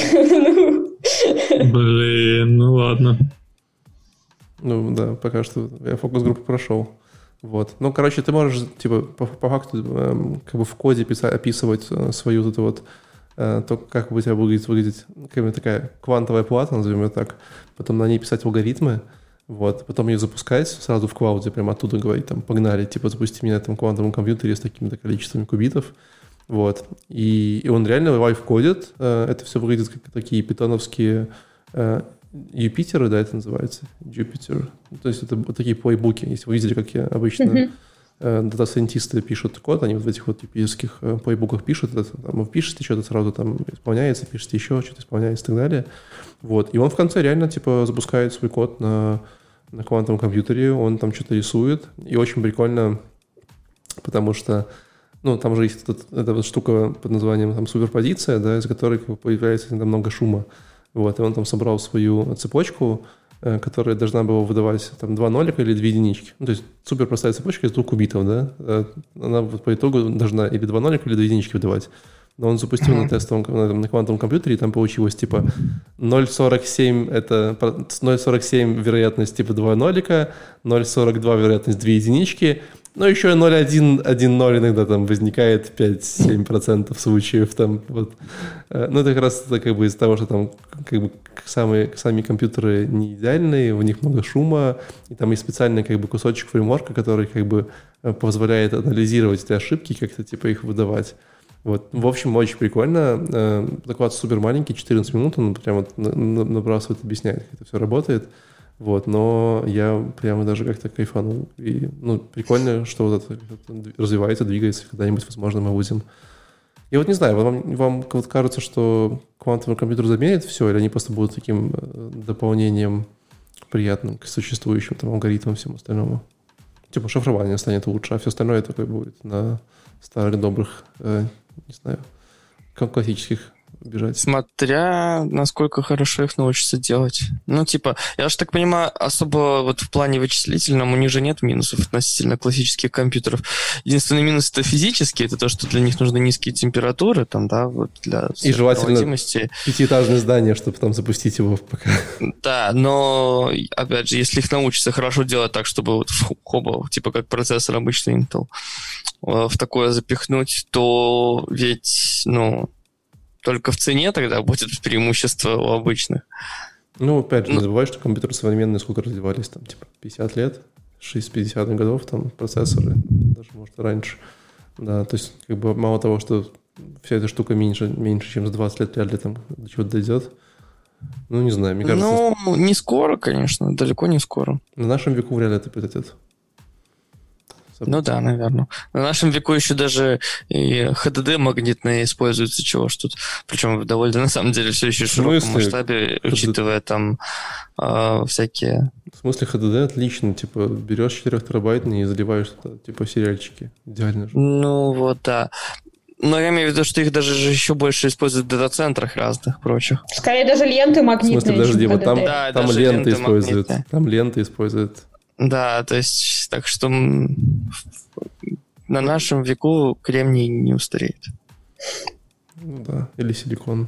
Блин, ну ладно. Ну да, пока что я фокус-группу прошел. Вот. Ну, короче, ты можешь, типа, по, по факту, эм, как бы в коде писать, описывать э, свою вот эту вот то, как у тебя будет выглядеть как такая квантовая плата, назовем ее так, потом на ней писать алгоритмы, вот, потом ее запускать сразу в клауде, прямо оттуда говорить, там, погнали, типа, запусти меня на этом квантовом компьютере с такими-то количествами кубитов, вот, и, и он реально лайф-кодит, это все выглядит как такие питоновские Юпитеры, да, это называется, Jupyter, то есть это вот такие плейбуки, если вы видели, как я обычно... Mm-hmm. дата-сайентисты пишут код, они вот в этих вот типических плейбуках пишут, это, там, вы пишете что-то, сразу там исполняется, пишете еще, что-то исполняется и так далее. Вот. И он в конце реально типа запускает свой код на, на квантовом компьютере, он там что-то рисует, и очень прикольно, потому что ну, там же есть эта, эта вот штука под названием там, суперпозиция, да, из которой как бы, появляется там, много шума. Вот. И он там собрал свою цепочку, которая должна была выдавать там два нолика или две единички. Ну, то есть супер простая цепочка из двух кубитов, да? Она вот по итогу должна или два нолика, или две единички выдавать. Но он запустил mm-hmm. на тестовом, на, на квантовом компьютере, и там получилось типа ноль целых сорок семь это ноль целых сорок семь вероятность типа два нолика, ноль целых сорок два вероятность две единички, но еще ноль целых один один ноль иногда там возникает пять-семь процентов случаев там вот. Ну, это как раз это как бы из-за того, что там как бы самые, сами компьютеры не идеальные, у них много шума, и там есть специальный как бы кусочек фреймворка, который как бы позволяет анализировать эти ошибки, как-то типа их выдавать. Вот. В общем, очень прикольно. Доклад супер маленький, четырнадцать минут, он прямо набрасывает, объясняет, как это все работает. Вот. Но я прямо даже как-то кайфанул. И, ну, прикольно, что вот это развивается, двигается. Когда-нибудь, возможно, мы будем... Я вот не знаю, вам, вам вот кажется, что квантовый компьютер заменит все, или они просто будут таким дополнением приятным к существующим там, алгоритмам и всему остальному? Типа шифрование станет лучше, а все остальное такое будет на старых добрых, э, не знаю, классических бежать. Смотря, насколько хорошо их научиться делать. Ну, типа, я же так понимаю, особо вот в плане вычислительном у них же нет минусов относительно классических компьютеров. Единственный минус — это физический, это то, что для них нужны низкие температуры, там, да, вот для и желательно пятиэтажное здание, чтобы там запустить его пока. Да, но, опять же, если их научатся хорошо делать так, чтобы вот хоба, типа как процессор обычный Intel, в такое запихнуть, то ведь, ну, только в цене тогда будет преимущество у обычных. Ну, опять же, не забывай, что компьютеры современные сколько развивались, там, типа, пятьдесят лет, шестидесятых годов, там, процессоры, даже, может, раньше. Да, то есть, как бы, мало того, что вся эта штука меньше, меньше чем за двадцать лет вряд ли там до чего-то дойдет. Ну, не знаю, мне кажется... Ну, не скоро, конечно, далеко не скоро. На нашем веку вряд ли это произойдет. Ну да, наверное. На нашем веку еще даже и эйч ди ди магнитные используются, чего ж тут. Причем довольно, на самом деле, все еще в широком масштабе, учитывая там э, всякие... В смысле, эйч ди ди отлично. Типа, берешь четырехтерабайтный и заливаешь туда, типа, сериальчики. Идеально же. Ну вот, да. Но я имею в виду, что их даже же еще больше используют в дата-центрах разных прочих. Скорее, даже ленты магнитные. В смысле, подожди, вот там, да, там ленты используют. Магнитные. Там ленты используют. Да, то есть, так что на нашем веку кремний не устареет. Ну да, или силикон.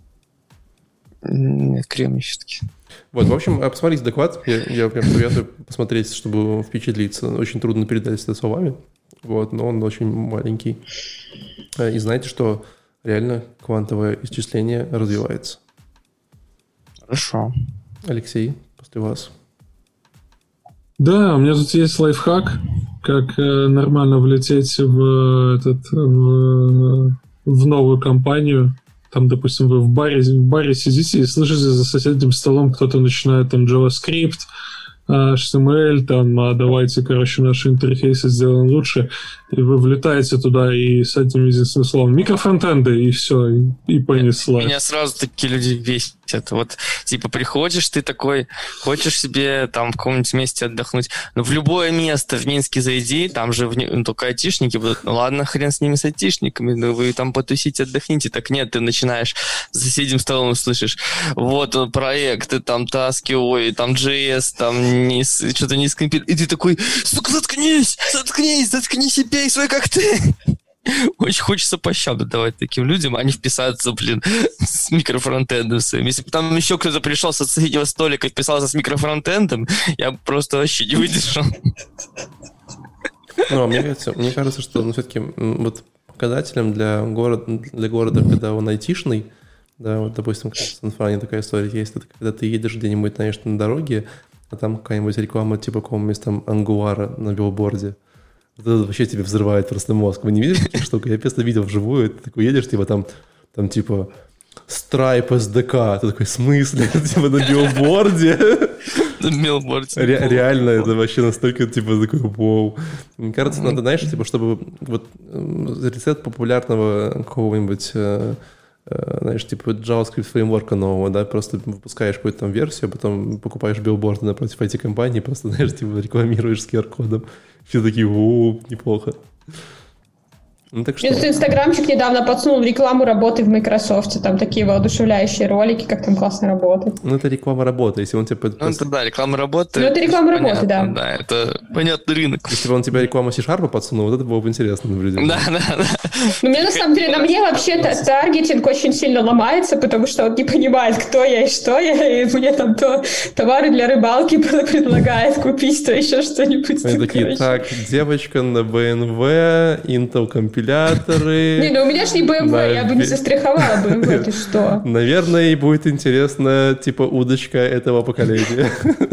Нет, кремний все-таки. Вот, в общем, посмотрите доклад. Я, я прям советую посмотреть, чтобы впечатлиться. Очень трудно передать это словами. Вот, но он очень маленький. И знаете, что реально квантовое исчисление развивается. Хорошо. Алексей, после вас. Да, у меня тут есть лайфхак, как э, нормально влететь в, этот, в, в новую компанию. Там, допустим, вы в баре, в баре сидите и слышите за соседним столом кто-то начинает там JavaScript, эйч ти эм эль, там, а давайте, короче, наши интерфейсы сделаем лучше. И вы влетаете туда и с этим единственным словом микрофронтенды, и все, и, и понеслась. Меня сразу такие люди бесят. Вот, типа, приходишь, ты такой, хочешь себе там в каком-нибудь месте отдохнуть, но в любое место в Минске зайди, там же в, ну, только айтишники будут. Ну ладно, хрен с ними, с айтишниками, ну вы там потусите, отдохните. Так нет, ты начинаешь за соседним столом слышишь, вот он, проекты, там таски, ой, там джей эс, там не, что-то не скомпилировано. И ты такой, сука, заткнись, заткнись, заткнись и пей свой коктейль. Очень хочется пощаду давать таким людям, они вписаться, блин, с микрофронтендом своим. Если бы там еще кто-то пришел со соседнего столика и вписался с микрофронтендом, я бы просто вообще не выдержал. Ну, мне кажется, мне кажется, что ну, все-таки вот показателем для города, для города, когда он айтишный, да, вот, допустим, как в Сан-Фране такая история есть, это когда ты едешь где-нибудь, конечно, на дороге, а там какая-нибудь реклама типа какого-нибудь там ангуара на билборде. Это вообще тебе взрывает просто мозг. Вы не видели таких штук? Я просто видел вживую. Ты такой едешь, типа там, там типа Stripe эс ди кей. Ты такой, в смысле? Типа на билборде. На билборде. Ре- реально, это вообще настолько, типа, такой, вау. Мне кажется, надо, знаешь, типа, чтобы вот рецепт популярного какого-нибудь, знаешь, типа JavaScript фреймворка нового, да, просто выпускаешь какую-то там версию, а потом покупаешь билборды напротив ай ти-компании, просто, знаешь, типа рекламируешь с ку ар-кодом. Все такие, о, неплохо. Ну, так что... Этот инстаграмчик недавно подсунул рекламу работы в Microsoft. Там такие воодушевляющие ролики, как там классно работать. Ну, это реклама работы. Если он тебе... Ну, это да, реклама работы. Ну, это реклама работы, да. Да, это понятный рынок. Если бы он тебе рекламу C-Sharp подсунул, вот это было бы интересно наблюдение. Да, да, да. Ну, мне, на самом деле, на мне вообще таргетинг очень сильно ломается, потому что он не понимает, кто я и что я, и мне там то товары для рыбалки предлагает купить, то еще что-нибудь. Они такие, так, девочка на бэ эн вэ, Intel компьютер, компиляторы. Не, ну у меня ж не бэ эм вэ, я бы не застраховала бэ эм вэ, ты что? Наверное, ей будет интересна, типа, удочка этого поколения.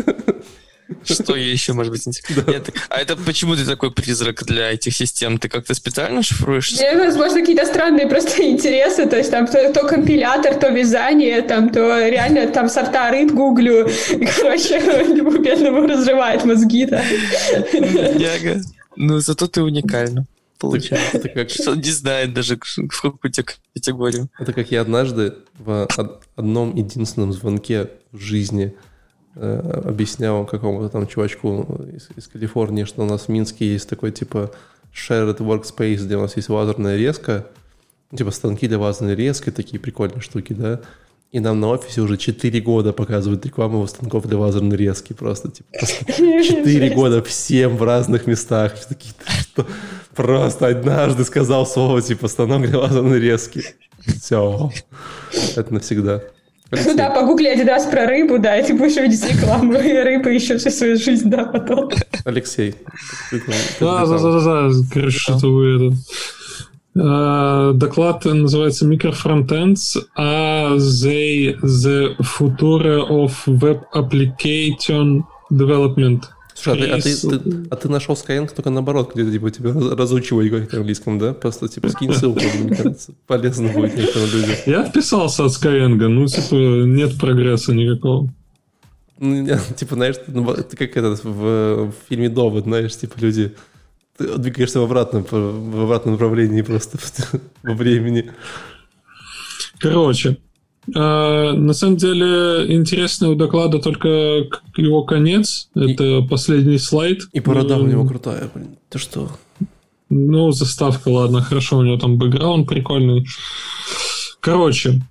Что еще может быть интересно? Да. Нет, а это почему ты такой призрак для этих систем? Ты как-то специально шифруешь? Нет, возможно, какие-то странные просто интересы. То есть там то, то компилятор, то вязание, там, то реально там сорта рыб гуглю. И, короче, любому бедному разрывает мозги. Да. Яга. Ну, зато ты уникальна. Получается. Это как... Что он не знает даже, в какую категорию. Это как я однажды в одном единственном звонке в жизни э, объяснял какому-то там чувачку из, из Калифорнии, что у нас в Минске есть такой типа shared workspace, где у нас есть лазерная резка, Типа станки для лазерной резки, такие прикольные штуки, да. И нам на офисе уже четыре года показывают рекламу станков для лазерной резки. Просто, типа, четыре года всем в разных местах. Такие, что просто однажды сказал слово, типа, станок для лазерной резки. Все. Это навсегда. Алексей. Ну да, погугли один раз про рыбу, да, и ты будешь видеть рекламу рыбы еще всю свою жизнь, да, потом. Алексей. Да, да, да, да, короче, что-то вы это... Доклад называется Microfrontends are they the future of web application development? Слушай, а ты, а, ты, ты, а ты нашел Skyeng только наоборот, где-то типа тебя разучивали говорить на английском, да? Просто типа скинь ссылку, мне кажется, полезно будет некоторым людям. Я отписался от Skyeng, ну типа нет прогресса никакого. Ну, типа, знаешь, ты как этот в, в фильме «Довод», знаешь, типа люди... Ты двигаешься в обратном, в обратном направлении просто во времени. Короче, э, на самом деле интересный у доклада только его конец. И, это последний слайд. И борода у него крутая, блин. Ты что? Ну, заставка, ладно, хорошо, у него там бэкграунд прикольный. Короче,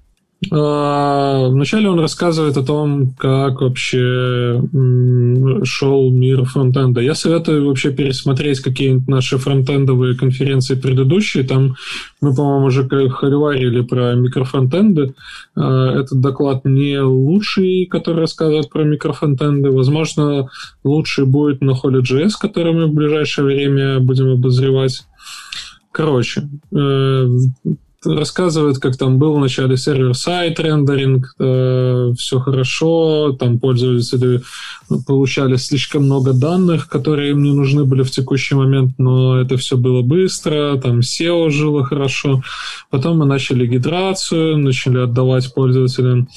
вначале он рассказывает о том, как вообще шел мир фронтенда. Я советую вообще пересмотреть какие-нибудь наши фронтендовые конференции предыдущие. Там мы, по-моему, уже холиварили про микрофронтенды. Этот доклад не лучший, который рассказывает про микрофронтенды. Возможно, лучший будет на Holy.js, который мы в ближайшее время будем обозревать. Короче, рассказывает, как там был в начале сервер-сайд рендеринг, э, все хорошо, там пользователи получали слишком много данных, которые им не нужны были в текущий момент, но это все было быстро, там сео жило хорошо. Потом мы начали гидрацию, начали отдавать пользователям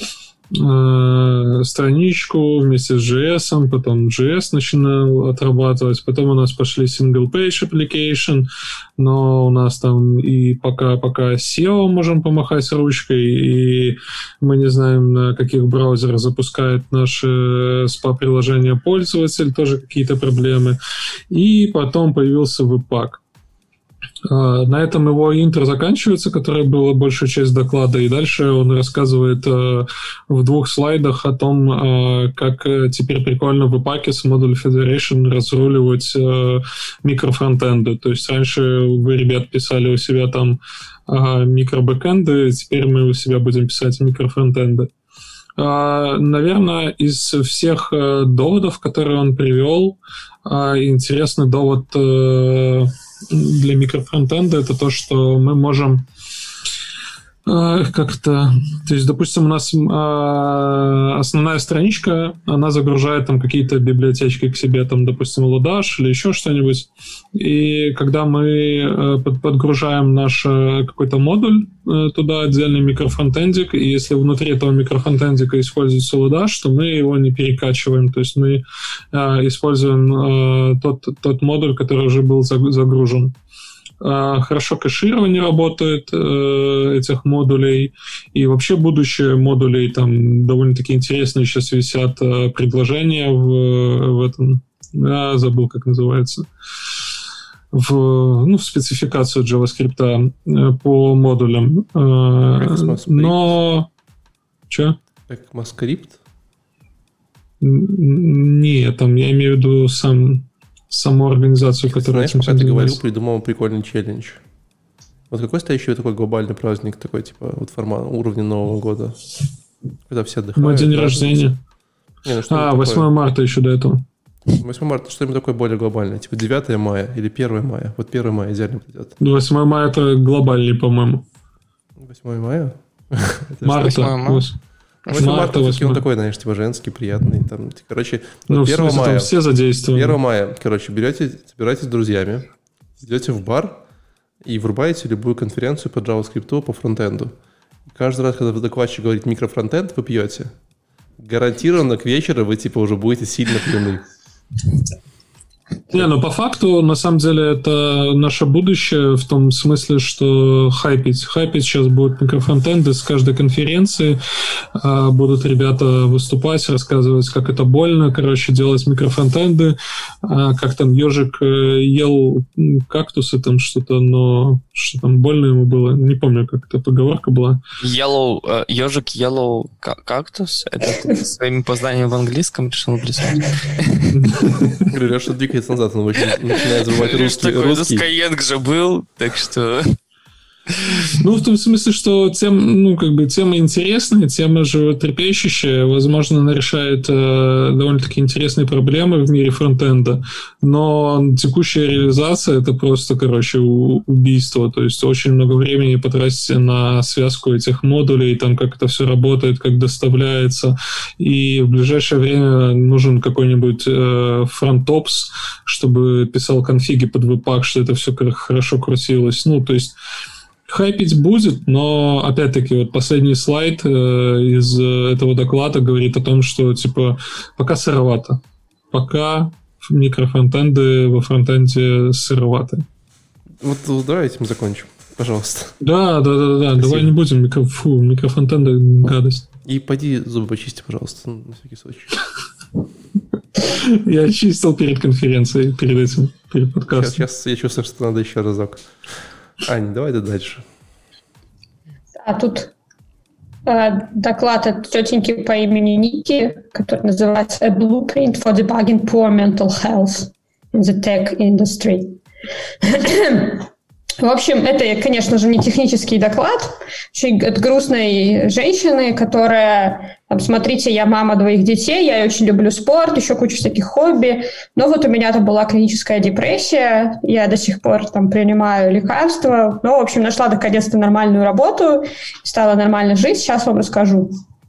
э, страничку вместе с джей эс, потом джей эс начинал отрабатывать, потом у нас пошли single-page application, но у нас там и пока, пока сео можем помахать ручкой, и мы не знаем, на каких браузерах запускает наше спа-приложение пользователь, тоже какие-то проблемы. И потом появился веб-пак. На этом его интро заканчивается, которое было большую часть доклада, и дальше он рассказывает э, в двух слайдах о том, э, как теперь прикольно в веб-паке с Module Federation разруливать э, микрофронтенды. То есть раньше вы, ребят, писали у себя там э, микробэкэнды, теперь мы у себя будем писать микрофронтенды. Э, наверное, из всех э, доводов, которые он привел, э, интересный довод э, для микрофронтенда — это то, что мы можем э, как-то... То есть, допустим, у нас э, основная страничка, она загружает там какие-то библиотечки к себе, там, допустим, Lodash или еще что-нибудь. И когда мы э, под, подгружаем наш э, какой-то модуль э, туда, отдельный микрофронтендик, и если внутри этого микрофронтендика используется Lodash, то мы его не перекачиваем. То есть мы э, используем э, тот, тот модуль, который уже был загружен. Хорошо кэширование работает э, этих модулей, и вообще будущее модулей, там довольно-таки интересные сейчас висят э, предложения в, в этом, я забыл, как называется, в, ну, в спецификацию JavaScript э, по модулям. Э, но... Че? Как Mascript? Нет, там я имею в виду сам... саму организацию, которая... Знаешь, пока ты говорил, придумал прикольный челлендж. Вот какой следующий такой глобальный праздник, такой, типа, вот формат уровня Нового года? Когда все отдыхают. Мой день рождения. Не, ну, а, восьмое марта еще до этого. восьмое марта, что-нибудь такое более глобальное. Типа девятое мая или первое мая. Вот первое мая идеально придет. восьмое мая это глобальный, по-моему. восьмое мая? Марта. восьмое марта, он такой, знаешь, типа женский, приятный. Там, короче, ну, первого мая. Все задействованы. первого мая, короче, берете, собираетесь с друзьями, идете в бар и врубаете любую конференцию по JavaScript, по фронтенду. Каждый раз, когда докладчик говорит микрофронтенд, вы пьете. Гарантированно к вечеру вы типа уже будете сильно пьяны. Не, ну по факту, на самом деле, это наше будущее в том смысле, что хайпить. Хайпить сейчас будут микрофронтенды с каждой конференции. Будут ребята выступать, рассказывать, как это больно, короче, делать микрофронтенды. Как там ежик ел кактусы, там что-то, но что там больно ему было. Не помню, как эта поговорка была. Yellow, uh, ежик yellow кактус? Это ты своими познаниями в английском решил написать? Говорю, что двигается назад, он начинает забывать русский. Такой Skyeng же был, так что... Ну, в том смысле, что тем, ну, как бы, тема интересная, тема животрепещущая. Возможно, она решает э, довольно-таки интересные проблемы в мире фронтенда, но текущая реализация – это просто, короче, убийство. То есть очень много времени потратите на связку этих модулей, там, как это все работает, как доставляется. И в ближайшее время нужен какой-нибудь э, фронтопс, чтобы писал конфиги под веб-пак, что это все хорошо крутилось. Ну, то есть хайпить будет, но, опять-таки, вот последний слайд э, из этого доклада говорит о том, что, типа, пока сыровато. Пока микрофронтенды во фронтенде сыроваты. Вот давай этим закончим, пожалуйста. Да, да, да, да. Давай не будем микро... Фу, микрофронтенды гадость. И пойди зубы почисти, пожалуйста, на всякий случай. Я чистил перед конференцией, перед этим, перед подкастом. Сейчас я чувствую, что надо еще разок. Ань, давай дальше. А тут э, доклад от тетеньки по имени Ники, который называется «A Blueprint for Debugging Poor Mental Health in the Tech Industry». В общем, это, конечно же, не технический доклад, от грустной женщины, которая, там, смотрите, я мама двоих детей, я очень люблю спорт, еще кучу всяких хобби, но вот у меня там была клиническая депрессия, я до сих пор там принимаю лекарства, ну, в общем, нашла наконец-то нормальную работу, стала нормально жить, сейчас вам расскажу.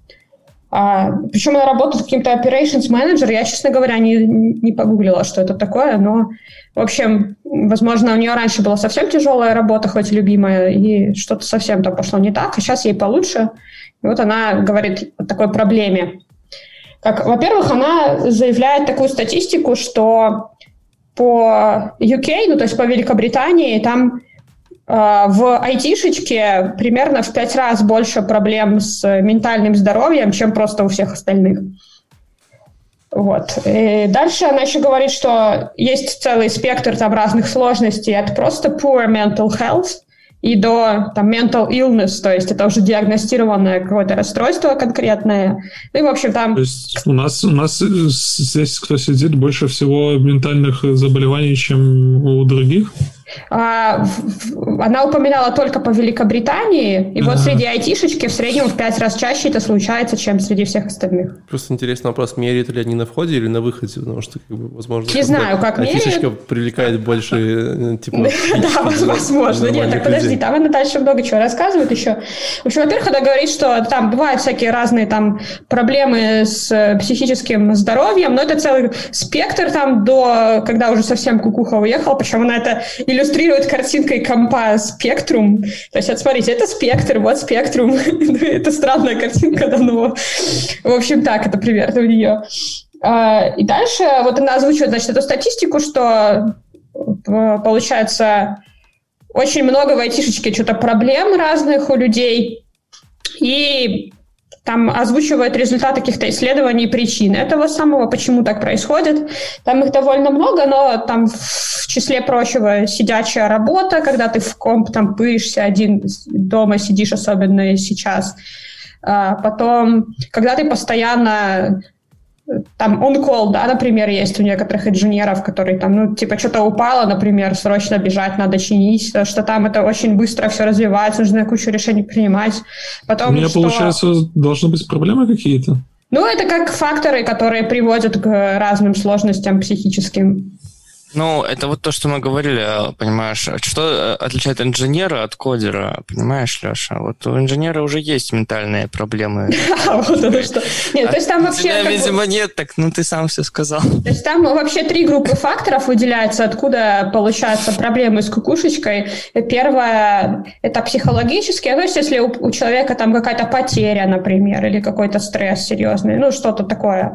А, причем она работает каким-то operations manager, я, честно говоря, не, не погуглила, что это такое, но, в общем, возможно, у нее раньше была совсем тяжелая работа, хоть и любимая, и что-то совсем там пошло не так, а сейчас ей получше. И вот она говорит о такой проблеме. Как, во-первых, она заявляет такую статистику, что по ю кей, ну, то есть по Великобритании, там в айтишечке примерно в пять раз больше проблем с ментальным здоровьем, чем просто у всех остальных. Вот. И дальше она еще говорит, что есть целый спектр там разных сложностей от просто poor mental health и до там mental illness, то есть это уже диагностированное какое-то расстройство конкретное. Ну и, в общем, там... То есть у нас, у нас здесь, кто сидит, больше всего ментальных заболеваний, чем у других? А, в, она упоминала только по Великобритании, и а-а-а. Вот среди айтишечки в среднем в пять раз чаще это случается, чем среди всех остальных. Просто интересный вопрос, меряют ли они на входе или на выходе, потому что, как бы, возможно... Не знаю, как меряют. Айтишечка привлекает больше, типа... Да, возможно. Нет, так подожди, там она дальше много чего рассказывает еще. В общем, во-первых, она говорит, что там бывают всякие разные там проблемы с психическим здоровьем, но это целый спектр там до, когда уже совсем кукуха уехала, причем она это иллюстрирует картинкой компа Spectrum. То есть, вот смотрите, это спектр, вот Spectrum. Это странная картинка, да, но... В общем, так, это примерно у нее. И дальше вот она озвучивает, значит, эту статистику, что получается очень много в айтишечке что-то проблем разных у людей, и там озвучивает результаты каких-то исследований причин этого самого, почему так происходит. Там их довольно много, но там в числе прочего сидячая работа, когда ты в комп там пыришься один, дома сидишь, особенно сейчас. А потом, когда ты постоянно... Там on-call, да, например, есть у некоторых инженеров, которые там, ну, типа, что-то упало, например, срочно бежать, надо чинить, что там это очень быстро все развивается, нужно кучу решений принимать. Потом, у меня, что... получается, должны быть проблемы какие-то? Ну, это как факторы, которые приводят к разным сложностям психическим. Ну, это вот то, что мы говорили, понимаешь, что отличает инженера от кодера, понимаешь, Леша? Вот у инженера уже есть ментальные проблемы. Вот оно что. Нет, то есть там вообще... У тебя, видимо, нет, так, ну ты сам все сказал. То есть там вообще три группы факторов выделяются, откуда получаются проблемы с кукушечкой. Первое – это психологические, то есть если у, у человека там какая-то потеря, например, или какой-то стресс серьезный, ну что-то такое,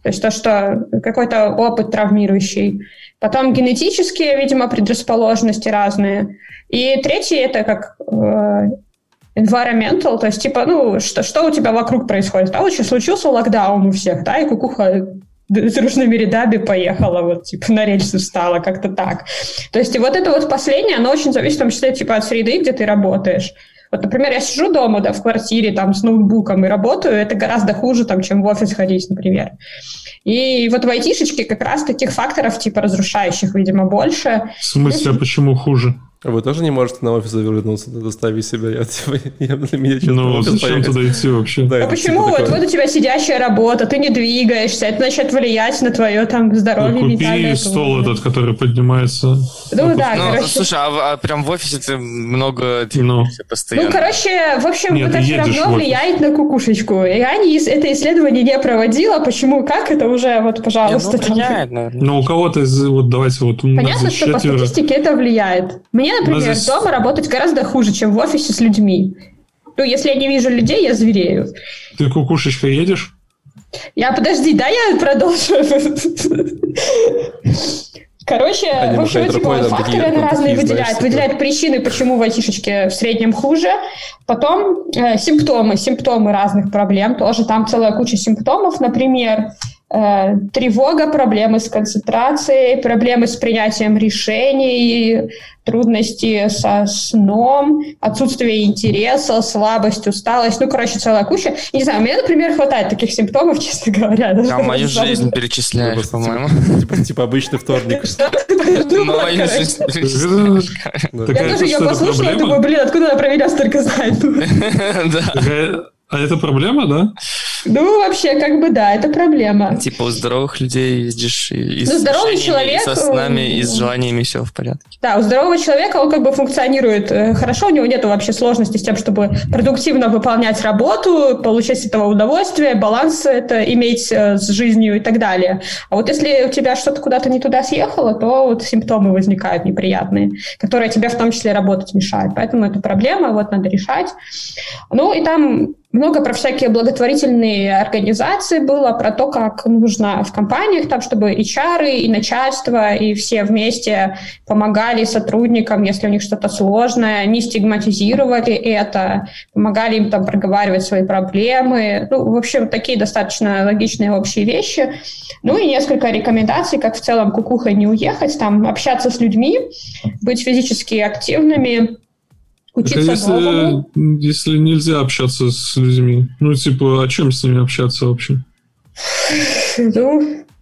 То есть то, что какой-то опыт травмирующий. Потом генетические, видимо, предрасположенности разные. И третье — это как э, environmental, то есть типа, ну, что, что у тебя вокруг происходит. А вот сейчас случился локдаун у всех, да, и кукуха дружными рядами поехала, вот, типа, на рельсы встала, как-то так. То есть и вот это вот последнее, оно очень зависит, в том числе, типа, от среды, где ты работаешь. Вот, например, я сижу дома, да, в квартире, там, с ноутбуком и работаю, это гораздо хуже, там, чем в офис ходить, например. И вот в айтишечке как раз таких факторов, типа, разрушающих, видимо, больше. В смысле, а почему хуже? А вы тоже не можете на офис завернуться, доставить себя? Я, типа, я, для меня ну, зачем поехать? Туда идти вообще? Да, а почему? Типа вот, вот у тебя сидящая работа, ты не двигаешься, это начнет влиять на твое там здоровье. Ну, купи стол этот, который поднимается. Ну, а да, ну, короче. Слушай, а, а прям в офисе ты много ну. постоянно? Ну, короче, в общем, Нет, это все равно влияет на кукушечку. Я не, это исследование не проводила. Почему, как, это уже, вот, пожалуйста. Нет, ну, влияет, наверное. Ну, у кого-то, вот, давайте, вот... Понятно, что четверо. По статистике это влияет. Мне, например, здесь... дома работать гораздо хуже, чем в офисе с людьми. Ну, если я не вижу людей, я зверею. Ты кукушечка едешь? Я, подожди, да, я продолжу. Короче, Они в общем, эти рукой, факторы такие, разные такие, выделяют. знаешь, выделяют причины, почему в айтишечке в среднем хуже. Потом э, симптомы, симптомы разных проблем. Тоже там целая куча симптомов. Например, э, тревога, проблемы с концентрацией, проблемы с принятием решений, трудности со сном, отсутствие интереса, слабость, усталость. Ну, короче, целая куча. И, не знаю, мне, например, хватает таких симптомов, честно говоря. Там мою жизнь перечисляешь, по-моему. Типа обычный вторник. Мою жизнь перечисляешь. Я тоже ее послушала, думаю, блин, откуда она про меня столько знает? Да. А это проблема, да? Ну, вообще, как бы да, это проблема. Типа у здоровых людей ездишь и ну, с здоровый человек, и со снами, и с желаниями все в порядке. Да, у здорового человека он как бы функционирует хорошо, у него нет вообще сложности с тем, чтобы продуктивно выполнять работу, получать с этого удовольствие, баланс это иметь с жизнью и так далее. А вот если у тебя что-то куда-то не туда съехало, то вот симптомы возникают неприятные, которые тебе в том числе работать мешают. Поэтому это проблема, вот надо решать. Ну и там много про всякие благотворительные организации было, про то, как нужно в компаниях, там, чтобы эйч ар, и начальство, и все вместе помогали сотрудникам, если у них что-то сложное, не стигматизировали это, помогали им там проговаривать свои проблемы. Ну, в общем, такие достаточно логичные общие вещи. Ну и несколько рекомендаций, как в целом кукухой не уехать, там, общаться с людьми, быть физически активными, учиться если, новому. Если нельзя общаться с людьми, ну, типа, о чем с ними общаться вообще? Ну,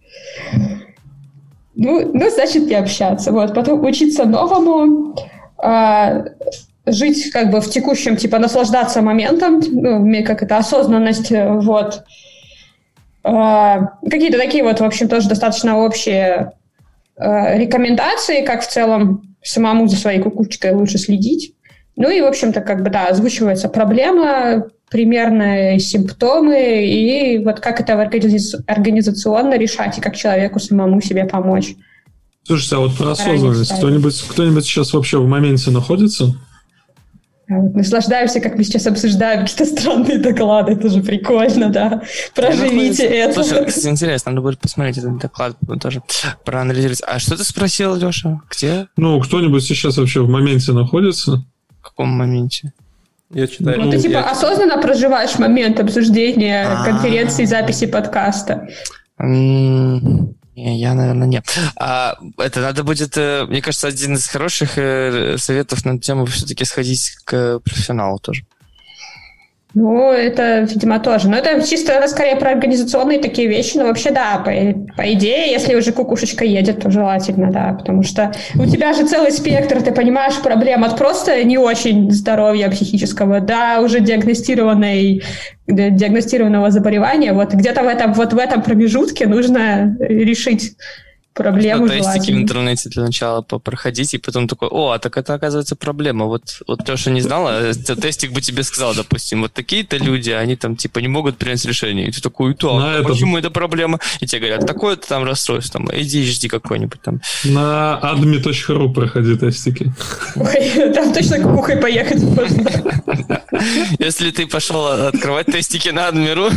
ну, ну значит, не общаться. Вот. Потом учиться новому, э, жить как бы в текущем, типа, наслаждаться моментом, ну, как это, осознанность, вот. Э, какие-то такие вот, в общем, тоже достаточно общие э, рекомендации, как в целом самому за своей кукушечкой лучше следить. Ну и, в общем-то, как бы, да, озвучивается проблема, примерные симптомы, и вот как это организационно решать, и как человеку самому себе помочь. Слушайте, а вот про осознанность. Кто-нибудь, кто-нибудь сейчас вообще в моменте находится? А вот наслаждаемся, как мы сейчас обсуждаем какие-то странные доклады. Это же прикольно, да. Проживите ну, это. Слушай, кстати, интересно, надо будет посмотреть этот доклад, тоже проанализировать. А что ты спросил, Леша? Где? Ну, кто-нибудь сейчас вообще в моменте находится? В каком моменте? Я читаю. Ну, ну, ты типа я... осознанно проживаешь момент обсуждения А-а-а. конференции, записи подкаста? Не, я, наверное, нет. А, это надо будет, мне кажется, один из хороших советов на тему все-таки сходить к профессионалу тоже. Ну, это, видимо, тоже. Но это чисто, скорее, про организационные такие вещи. Но вообще, да, по, по идее, если уже кукушечка едет, то желательно, да. Потому что у тебя же целый спектр, ты понимаешь, проблем от просто не очень здоровья психического до уже диагностированной, диагностированного заболевания. Вот где-то в этом, вот в этом промежутке нужно решить проблему. Нужно тестики в интернете для начала проходить, и потом такой, о, а так это, оказывается, проблема. Вот, вот то, что не знала, тестик бы тебе сказал, допустим, вот такие-то люди, они там, типа, не могут принять решение. И ты такой, так, а почему это проблема? И тебе говорят, такое-то там расстройство, там, иди жди какой-нибудь там. На адми точка ру проходи тестики. Ой, там точно кукухой поехать можно. Если ты пошел открывать тестики на адми точка ру,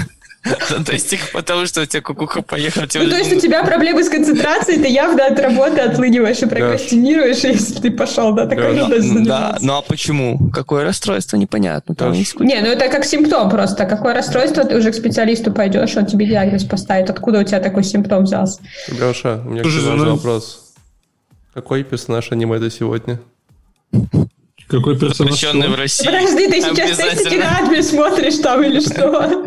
на тестиках, потому что у тебя кукуха поехала. Ну, то есть у тебя проблемы с концентрацией, ты явно от работы отлыниваешь и прокрастинируешь, если ты пошел, да, такой же тест. Да, ну а почему? Какое расстройство, непонятно. Не, ну это как симптом просто. Какое расстройство, ты уже к специалисту пойдешь, он тебе диагноз поставит. Откуда у тебя такой симптом взялся? Леша, у меня важный вопрос. Какой персонаж аниме это сегодня? Какой персонаж? Запрещенный в России. Подожди, ты сейчас тестики на адме смотришь там или что?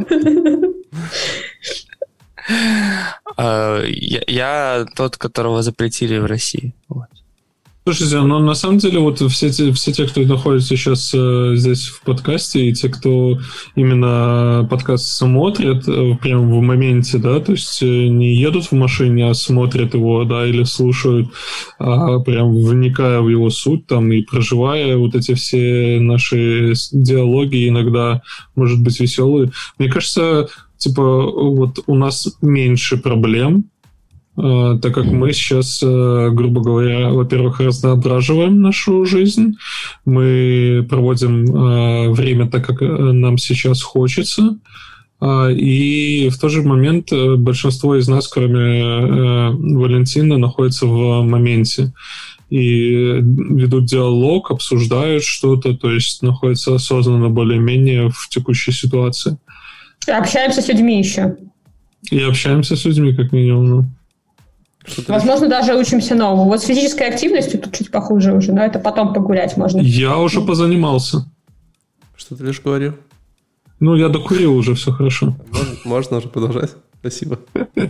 Я тот, которого запретили в России. Слушайте, ну на самом деле вот все те, все те, кто находится сейчас э, здесь в подкасте, и те, кто именно подкаст смотрят э, прям в моменте, да, то есть э, не едут в машине, а смотрят его, да, или слушают, а прям вникая в его суть там и проживая вот эти все наши диалоги, иногда, может быть, веселые. Мне кажется, типа, вот у нас меньше проблем, так как мы сейчас, грубо говоря, во-первых, разноображиваем нашу жизнь, мы проводим время так, как нам сейчас хочется, и в тот же момент большинство из нас, кроме Валентина, находится в моменте и ведут диалог, обсуждают что-то, то есть находятся осознанно более-менее в текущей ситуации. Общаемся с людьми еще. И общаемся с людьми, как минимум. Возможно, даже учимся новому. Вот с физической активностью тут чуть похуже уже, но это потом погулять можно. Я уже позанимался. Что ты лишь говорил? Ну, я докурил уже, все хорошо. Можно, можно уже продолжать? Спасибо.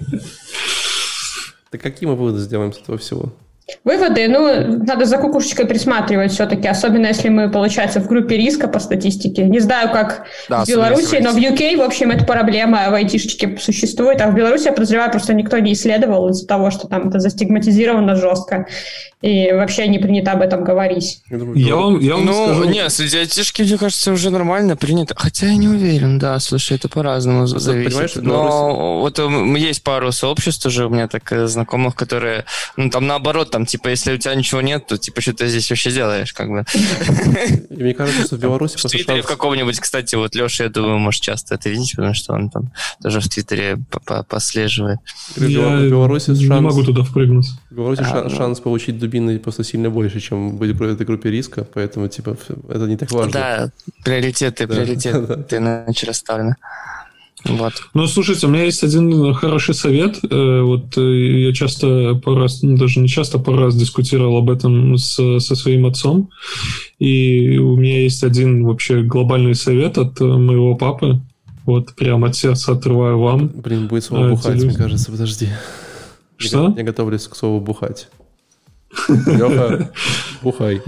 Так какие мы выводы сделаем с этого всего? Выводы, ну, надо за кукушечкой присматривать все-таки, особенно если мы, получается, в группе риска по статистике. Не знаю, как да, в Беларуси, но в ю кей, в общем, это проблема в айтишечке существует, а в Беларуси, я подозреваю, просто никто не исследовал из-за того, что там это застигматизировано жестко, и вообще не принято об этом говорить. Я вам, я вам ну, скажу... не, среди айтишки, мне кажется, уже нормально принято, хотя я не уверен, да, слушай, это по-разному зависит. Но вот есть пару сообществ уже у меня так знакомых, которые, ну, там наоборот, там, типа, если у тебя ничего нет, то, типа, что ты здесь вообще делаешь, как бы. Мне кажется, что в Беларуси... В Твиттере в каком-нибудь, кстати, вот Леша, я думаю, может часто это видеть, потому что он там тоже в Твиттере послеживает. Я в Беларуси не шанс... могу туда впрыгнуть. В Беларуси а, шанс, ну... шанс получить дубины просто сильно больше, чем быть в этой группе риска, поэтому, типа, это не так важно. Да, приоритеты, да. приоритеты иначе расставлены. Вот. Ну, слушайте, у меня есть один хороший совет. Вот я часто, пару раз, ну, даже не часто, пару раз дискутировал об этом с, со своим отцом. И у меня есть один вообще глобальный совет от моего папы. Вот прям от сердца отрываю вам. Блин, будет слово бухать, мне кажется, подожди. Что? Я готовлюсь к слову бухать. Леха, бухай.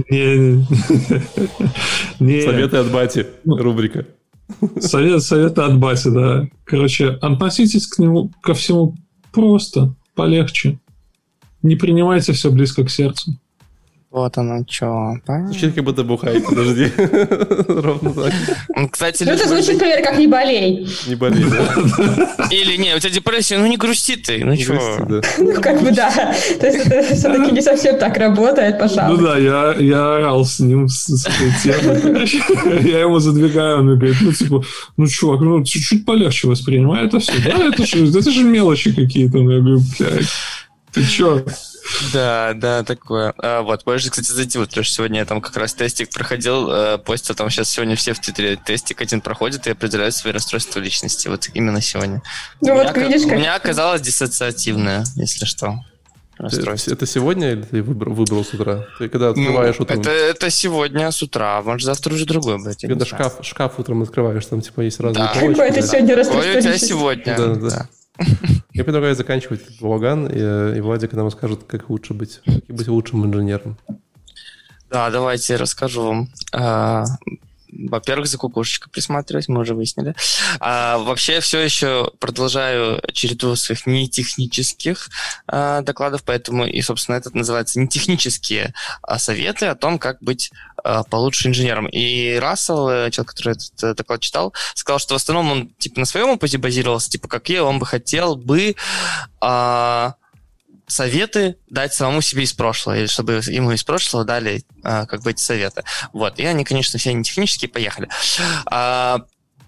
Советы от бати, рубрика. Совет, советы от бати, да. Короче, относитесь к нему, ко всему просто, полегче. Не принимайте все близко к сердцу. Вот оно, что. Звучит, как будто бухай, подожди. Ровно так. Кстати, ну, это звучит, например, как «не болей». Не болей, да. Или не, у тебя депрессия, ну не грусти ты, ну что. Ну, как бы да. То есть это все-таки не совсем так работает, пожалуйста. Ну да, я, я орал с ним с, с этой темой. Я ему задвигаю, он говорит, ну типа, ну чувак, ну чуть-чуть полегче воспринимай это все. Да, это же, это же мелочи какие-то. Я говорю, блядь, ты чё? Да, да, такое. А, вот, можешь, кстати, зайти. Вот, Леша, сегодня я там как раз тестик проходил, э, постил, там сейчас сегодня все в Твиттере тестик один проходит и определяют свои расстройства личности. Вот именно сегодня. Ну у вот, меня, видишь, у как... меня оказалось диссоциативное, если что. Расстройство. Это сегодня или ты выбрал, выбрал с утра? Ты когда открываешь ну, утром? Это, это сегодня с утра, может завтра уже другой будет. Когда шкаф, шкаф утром открываешь, там типа есть разные да. полочки. Какое это сегодня расстройство личности? Ой, у тебя сегодня. Да, да. да. Я предлагаю заканчивать балаган, и, и Владик нам скажет, как лучше быть, как быть лучшим инженером. Да, давайте я расскажу вам. А, во-первых, за кукушечкой присматривать, мы уже выяснили. А, вообще, все еще продолжаю череду своих нетехнических а, докладов, поэтому и, собственно, этот называется нетехнические а, советы о том, как быть а, получше инженером. И Рассел, человек, который этот доклад читал, сказал, что в основном он типа на своем опыте базировался, типа какие он бы хотел бы а, советы дать самому себе из прошлого, или чтобы ему из прошлого дали а, как бы эти советы. Вот. И они, конечно, все не технические, поехали. А,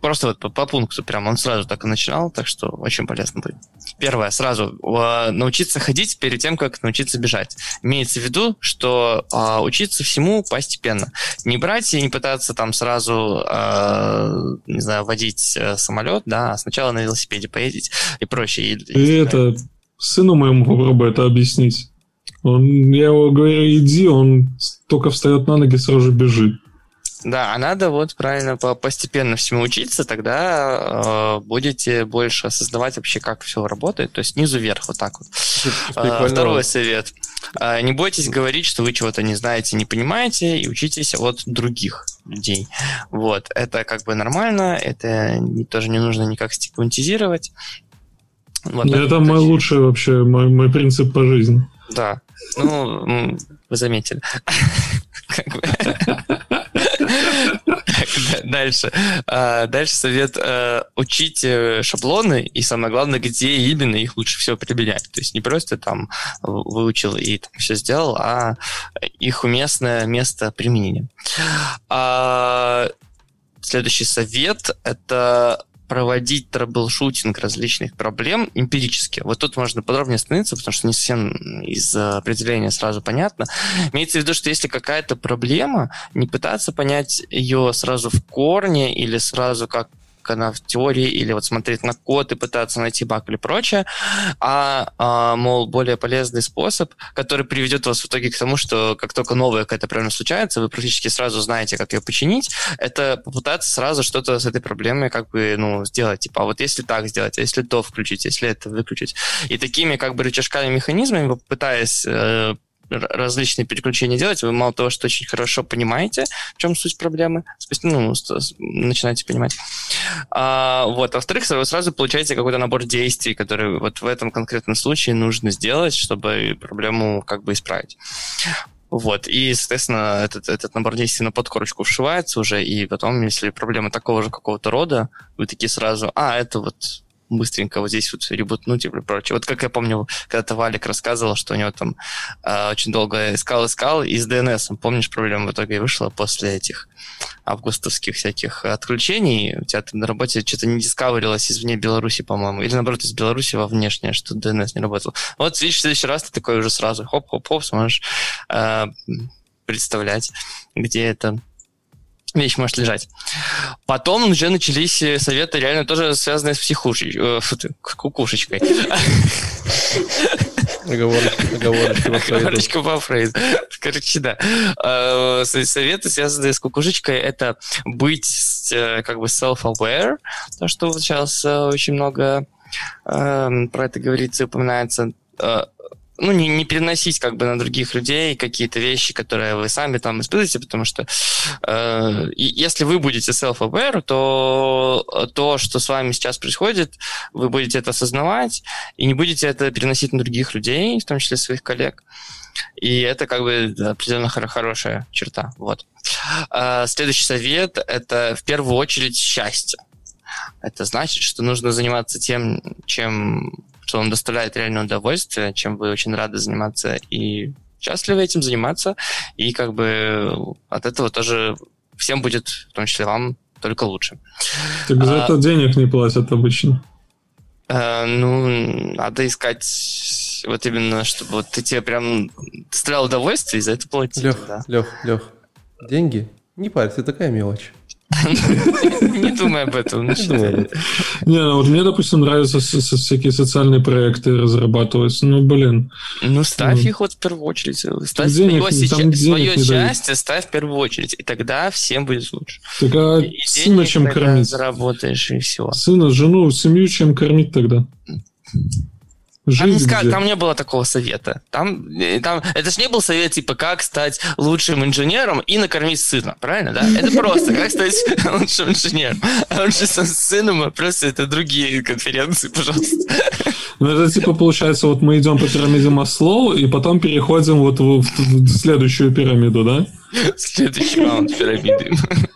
просто вот по, по пункту прям он сразу так и начинал, так что очень полезно будет. Первое, сразу э, научиться ходить перед тем, как научиться бежать. Имеется в виду, что э, учиться всему постепенно. Не брать и не пытаться там сразу, э, не знаю, водить э, самолет, да, а сначала на велосипеде поездить и прочее. И, и это, сыну моему попробуй это объяснить. Он, я его говорю, иди, он только встает на ноги, сразу же бежит. Да, а надо вот правильно постепенно всему учиться, тогда э, будете больше осознавать вообще, как все работает, то есть снизу вверх, вот так вот. Э, второй совет. Э, не бойтесь говорить, что вы чего-то не знаете, не понимаете, и учитесь от других людей. Вот, это как бы нормально, это не, тоже не нужно никак стигматизировать. Вот, это это мой лучший вообще, мой, мой принцип по жизни. Да, ну, вы заметили. Дальше. Дальше совет. Учите шаблоны, и самое главное, где именно их лучше всего применять. То есть не просто там выучил и там все сделал, а их уместное место применения. Следующий совет – это проводить трэблшутинг различных проблем эмпирически. Вот тут можно подробнее остановиться, потому что не совсем из определения сразу понятно. Имеется в виду, что если какая-то проблема, не пытаться понять ее сразу в корне или сразу как она в теории, или вот смотреть на код и пытаться найти баг или прочее, а, а мол, более полезный способ, который приведет вас в итоге к тому, что как только новая какая-то проблема случается, вы практически сразу знаете, как ее починить, это попытаться сразу что-то с этой проблемой как бы, ну, сделать. Типа, а вот если так сделать, а если то включить, если это выключить. И такими как бы рычажками, механизмами, попытаясь э, различные переключения делать, вы мало того, что очень хорошо понимаете, в чем суть проблемы, ну, начинаете понимать. А, вот, а во-вторых, вы сразу получаете какой-то набор действий, которые вот в этом конкретном случае нужно сделать, чтобы проблему как бы исправить. Вот, и, соответственно, этот, этот набор действий на подкорочку вшивается уже, и потом, если проблема такого же какого-то рода, вы такие сразу, а, это вот быстренько вот здесь вот ребутнуть и прочее. Вот как я помню, когда-то Валик рассказывал, что у него там э, очень долго искал-искал, и с ди эн эс, помнишь, проблема в итоге вышла после этих августовских всяких отключений. У тебя на работе что-то не дискаверилось извне Беларуси, по-моему, или наоборот из Беларуси во внешнее, что ди эн эс не работал. Вот видишь, в следующий раз ты такой уже сразу хоп-хоп-хоп сможешь э, представлять, где это вещь может лежать. Потом уже начались советы, реально тоже связанные с психушечкой, э, кукушечкой. Оговорочка по Фрейду. Короче, да. Советы, связанные с кукушечкой, это быть как бы self-aware, то, что сейчас очень много про это говорится и упоминается. Ну, не, не переносить как бы на других людей какие-то вещи, которые вы сами там испытываете, потому что э, если вы будете self-aware, то то, что с вами сейчас происходит, вы будете это осознавать и не будете это переносить на других людей, в том числе своих коллег. И это как бы определенно хорошая черта. Вот. Э, следующий совет – это в первую очередь счастье. Это значит, что нужно заниматься тем, чем... что он доставляет реальное удовольствие, чем вы очень рады заниматься и счастливы этим заниматься, и как бы от этого тоже всем будет, в том числе вам, только лучше. Так за а, это денег не платят обычно. А, ну, надо искать вот именно, чтобы вот ты тебе прям доставлял удовольствие, и за это платить. Лех, да. Лех, Лех, деньги? Не парься, такая мелочь. Не думай об этом. Не, ну вот мне, допустим, нравятся всякие социальные проекты разрабатывать. Ну, блин. Ну, ставь их вот в первую очередь. Ставь свое счастье, ставь в первую очередь. И тогда всем будет лучше. Так а сына чем кормить? Заработаешь, и все. Сына, жену, семью чем кормить тогда? Там не, ска- там не было такого совета. Там, там, это же не был совет, типа, как стать лучшим инженером и накормить сына, правильно, да? Это просто, как стать лучшим инженером. А лучше с сыном, просто это другие конференции, пожалуйста. Ну, это, типа, получается, вот мы идем по пирамиде Маслоу, и потом переходим вот в, в следующую пирамиду, да? Следующий раунд пирамиды.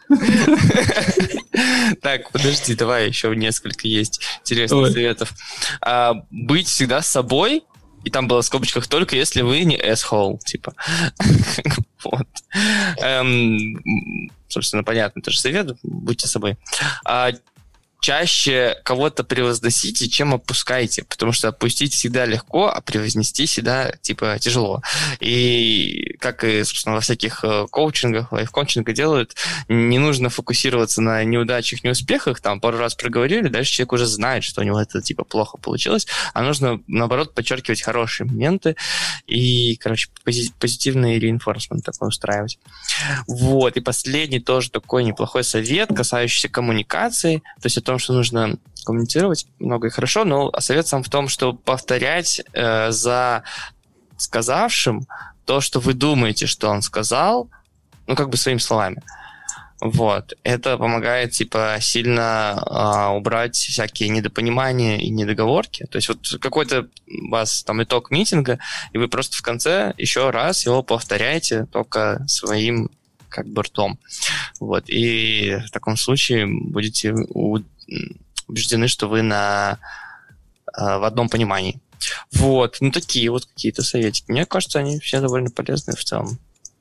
Так, подожди, давай еще несколько есть интересных Ой. советов. А, быть всегда с собой, и там было в скобочках только если вы не asshole, типа. Вот. Эм, собственно, понятно, это же совет, будьте собой. А, чаще кого-то превозносите, чем опускаете, потому что опустить всегда легко, а превознести всегда, типа, тяжело. И как и, собственно, во всяких коучингах, лайф-коучинга делают, не нужно фокусироваться на неудачах, неуспехах, там, пару раз проговорили, дальше человек уже знает, что у него это, типа, плохо получилось, а нужно, наоборот, подчеркивать хорошие моменты и, короче, позитивный реинфорсмент такой устраивать. Вот, и последний тоже такой неплохой совет, касающийся коммуникации, то есть о том, что нужно коммуницировать много и хорошо, но совет сам в том, что повторять э, за сказавшим то, что вы думаете, что он сказал, ну, как бы своими словами. Вот. Это помогает, типа, сильно э, убрать всякие недопонимания и недоговорки. То есть вот какой-то у вас там итог митинга, и вы просто в конце еще раз его повторяете только своим как бы ртом. Вот. И в таком случае будете убеждены, что вы на, в одном понимании. Вот. Ну, такие вот какие-то советики. Мне кажется, они все довольно полезные в целом.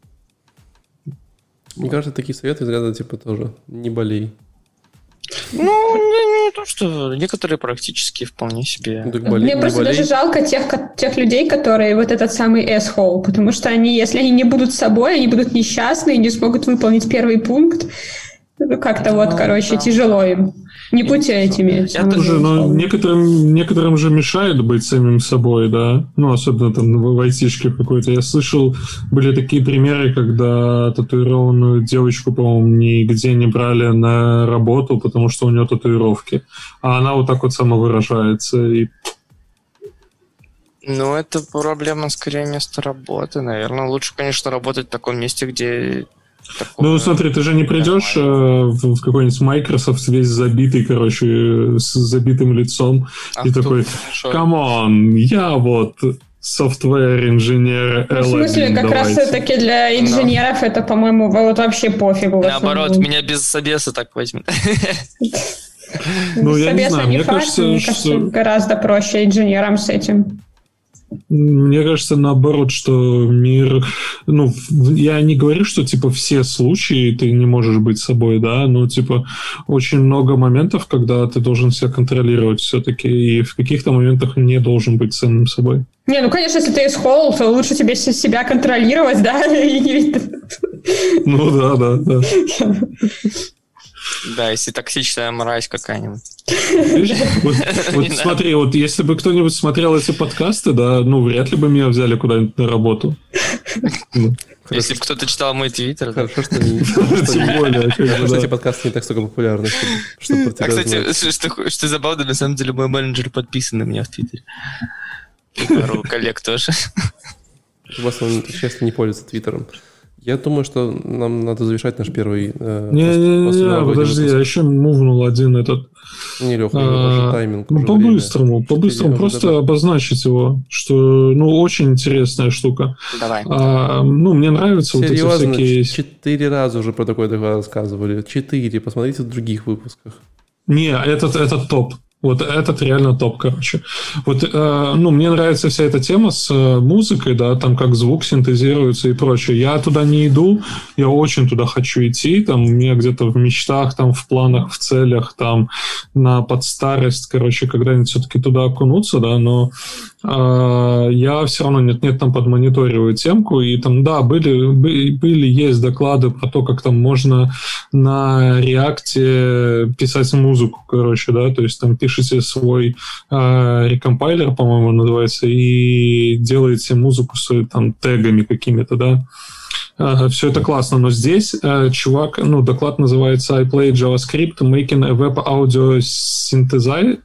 Мне кажется, такие советы из ряда типа тоже не болей. Ну, не, не то, что некоторые практически вполне себе. Ну, болей, Мне просто болей. даже жалко тех, тех людей, которые вот этот самый эс-хоу, потому что они, если они не будут собой, они будут несчастны и не смогут выполнить первый пункт. Ну, как-то да, вот, короче, да. Тяжело им. Не будьте этими. Уже, но некоторым, некоторым же мешает быть самим собой, да? Ну, особенно там в айтишке какой-то. Я слышал, были такие примеры, когда татуированную девочку, по-моему, нигде не брали на работу, потому что у нее татуировки. А она вот так вот самовыражается. И... Ну, это проблема скорее места работы, наверное. Лучше, конечно, работать в таком месте, где... Такое... Ну, смотри, ты же не придешь э, в, в какой-нибудь Microsoft весь забитый, короче, с забитым лицом, а и такой, камон, я вот софтвер-инженер эл один, в смысле, как давайте. раз таки для инженеров no. это, по-моему, вот вообще пофигу. Наоборот, меня без собеса так возьмет. Ну, я не знаю, мне кажется, что... гораздо проще инженерам с этим. Мне кажется, наоборот, что мир... Ну, я не говорю, что, типа, все случаи ты не можешь быть собой, да, но, типа, очень много моментов, когда ты должен себя контролировать все-таки, и в каких-то моментах не должен быть самим собой. Не, ну, конечно, если ты из холл, то лучше тебе себя контролировать, да? Ну, да, да, да. Да, если токсичная мразь какая-нибудь. Вот, вот смотри, вот если бы кто-нибудь смотрел эти подкасты, да, ну, вряд ли бы меня взяли куда-нибудь на работу. Если бы кто-то читал мой твиттер. Хорошо, что не... Тем более. Хорошо, что эти подкасты не так столько популярны, чтобы про тебя знать. А, кстати, что забавно, на самом деле, мой менеджер подписан на меня в твиттере. И пару коллег тоже. У вас он, к счастью, не пользуется твиттером. Я думаю, что нам надо завершать наш первый... Э, Не-не-не, подожди, выпуск. Я еще мувнул один этот... Не, Леха, а, тайминг. Ну, по-быстрому, по-быстрому, просто даже... обозначить его, что, ну, очень интересная штука. Давай. А, ну, мне нравятся Серьезно, вот эти всякие... четыре раза уже про такое рассказывали. Четыре, посмотрите в других выпусках. Не, этот, этот топ. Вот этот реально топ, короче. Вот, э, ну, мне нравится вся эта тема с э, музыкой, да, там как звук синтезируется и прочее. Я туда не иду, я очень туда хочу идти, там, у меня где-то в мечтах, там, в планах, в целях, там, на подстарость, короче, когда-нибудь все-таки туда окунуться, да, но э, я все равно нет-нет там подмониториваю темку, и там, да, были, были, есть доклады про то, как там можно на реакте писать музыку, короче, да, то есть там пишешь пишете свой э, рекомпайлер, по-моему, называется, и делаете музыку с там тегами какими-то, да. Э, все это классно, но здесь э, чувак, ну, доклад называется I play JavaScript making a web audio synthesizer,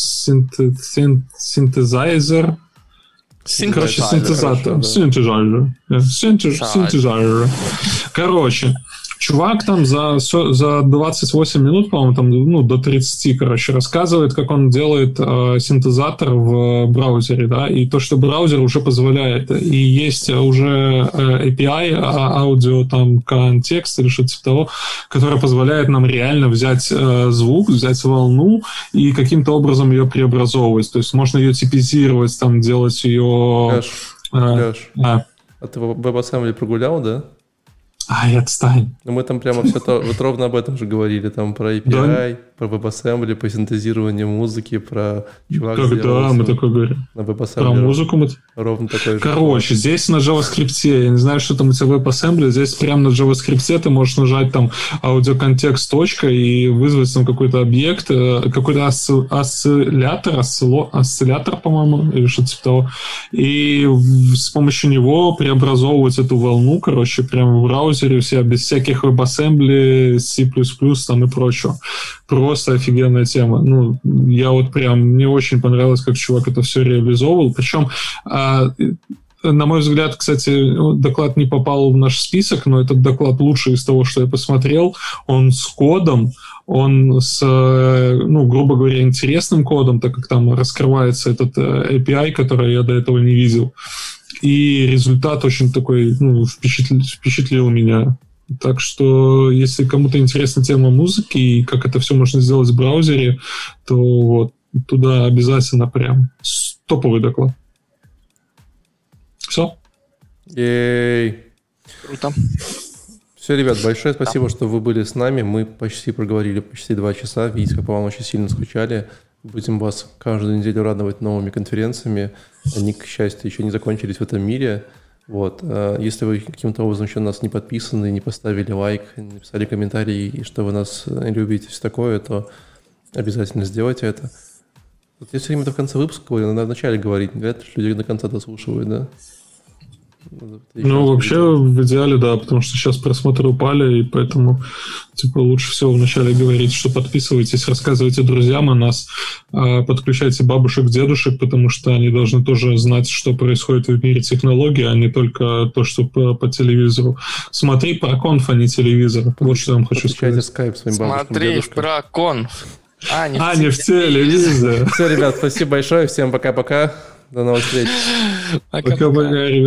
synthesizer. Короче, синтезатор. Синтезатор. Синтезатор. Короче, чувак там за, за двадцать восемь минут, по-моему, там, ну, до тридцати, короче, рассказывает, как он делает э, синтезатор в браузере, да, и то, что браузер уже позволяет. И есть уже э, эй пи ай, аудио, там, контекст или что-то типа того, которое позволяет нам реально взять э, звук, взять волну и каким-то образом ее преобразовывать. То есть можно ее типизировать, там, делать ее... Леш, э, Леш, а. а ты WebAssembly прогулял, да? Ай, отстань. Ну, мы там прямо все то, вот ровно об этом же говорили, там про эй пи ай, да? про WebAssembly, по синтезированию музыки, про чувак Когда мы такое говорим? На WebAssembly. Про музыку мы... Ровно такой же. Короче, здесь на JavaScript, я не знаю, что там у тебя WebAssembly, здесь прямо на JavaScript ты можешь нажать там аудиоконтекст точка и вызвать там какой-то объект, какой-то осци... осциллятор, осцилло... осциллятор, по-моему, или что-то типа того, и с помощью него преобразовывать эту волну, короче, прямо в браузере у себя без всяких WebAssembly, C++, там и прочего. Просто офигенная тема. Ну, я вот прям, мне очень понравилось, как чувак это все реализовывал. Причем, а, на мой взгляд, кстати, доклад не попал в наш список, но этот доклад лучший из того, что я посмотрел. Он с кодом, он с, ну, грубо говоря, интересным кодом, так как там раскрывается этот эй пи ай, который я до этого не видел. И результат очень такой, ну, впечатлил, впечатлил меня. Так что, если кому-то интересна тема музыки и как это все можно сделать в браузере, то вот туда обязательно прям топовый доклад. Все? Ей. Круто. Все, ребят, большое спасибо, что вы были с нами. Мы почти проговорили почти два часа. Видите, как по вам очень сильно скучали. Будем вас каждую неделю радовать новыми конференциями. Они, к счастью, еще не закончились в этом мире. Вот. Если вы каким-то образом еще на нас не подписаны, не поставили лайк, не написали комментарий, и что вы нас любите, все такое, то обязательно сделайте это. Вот я все время это в конце выпуска говорю, надо вначале говорить, не говорят, что люди до конца дослушивают, да? Ну, вообще, в идеале, да, потому что сейчас просмотры упали, и поэтому, типа, лучше всего вначале говорить, что подписывайтесь, рассказывайте друзьям о нас, подключайте бабушек, дедушек, потому что они должны тоже знать, что происходит в мире технологий, а не только то, что по, по телевизору. Смотри про конф, а не телевизор. Вот что я вам хочу сказать. Скайп своим бабушкам, Смотри дедушкам. про конф. А, не, а, не в телевизор. Все, ребят, спасибо большое, всем пока-пока, до новых встреч. Пока-пока, ребят.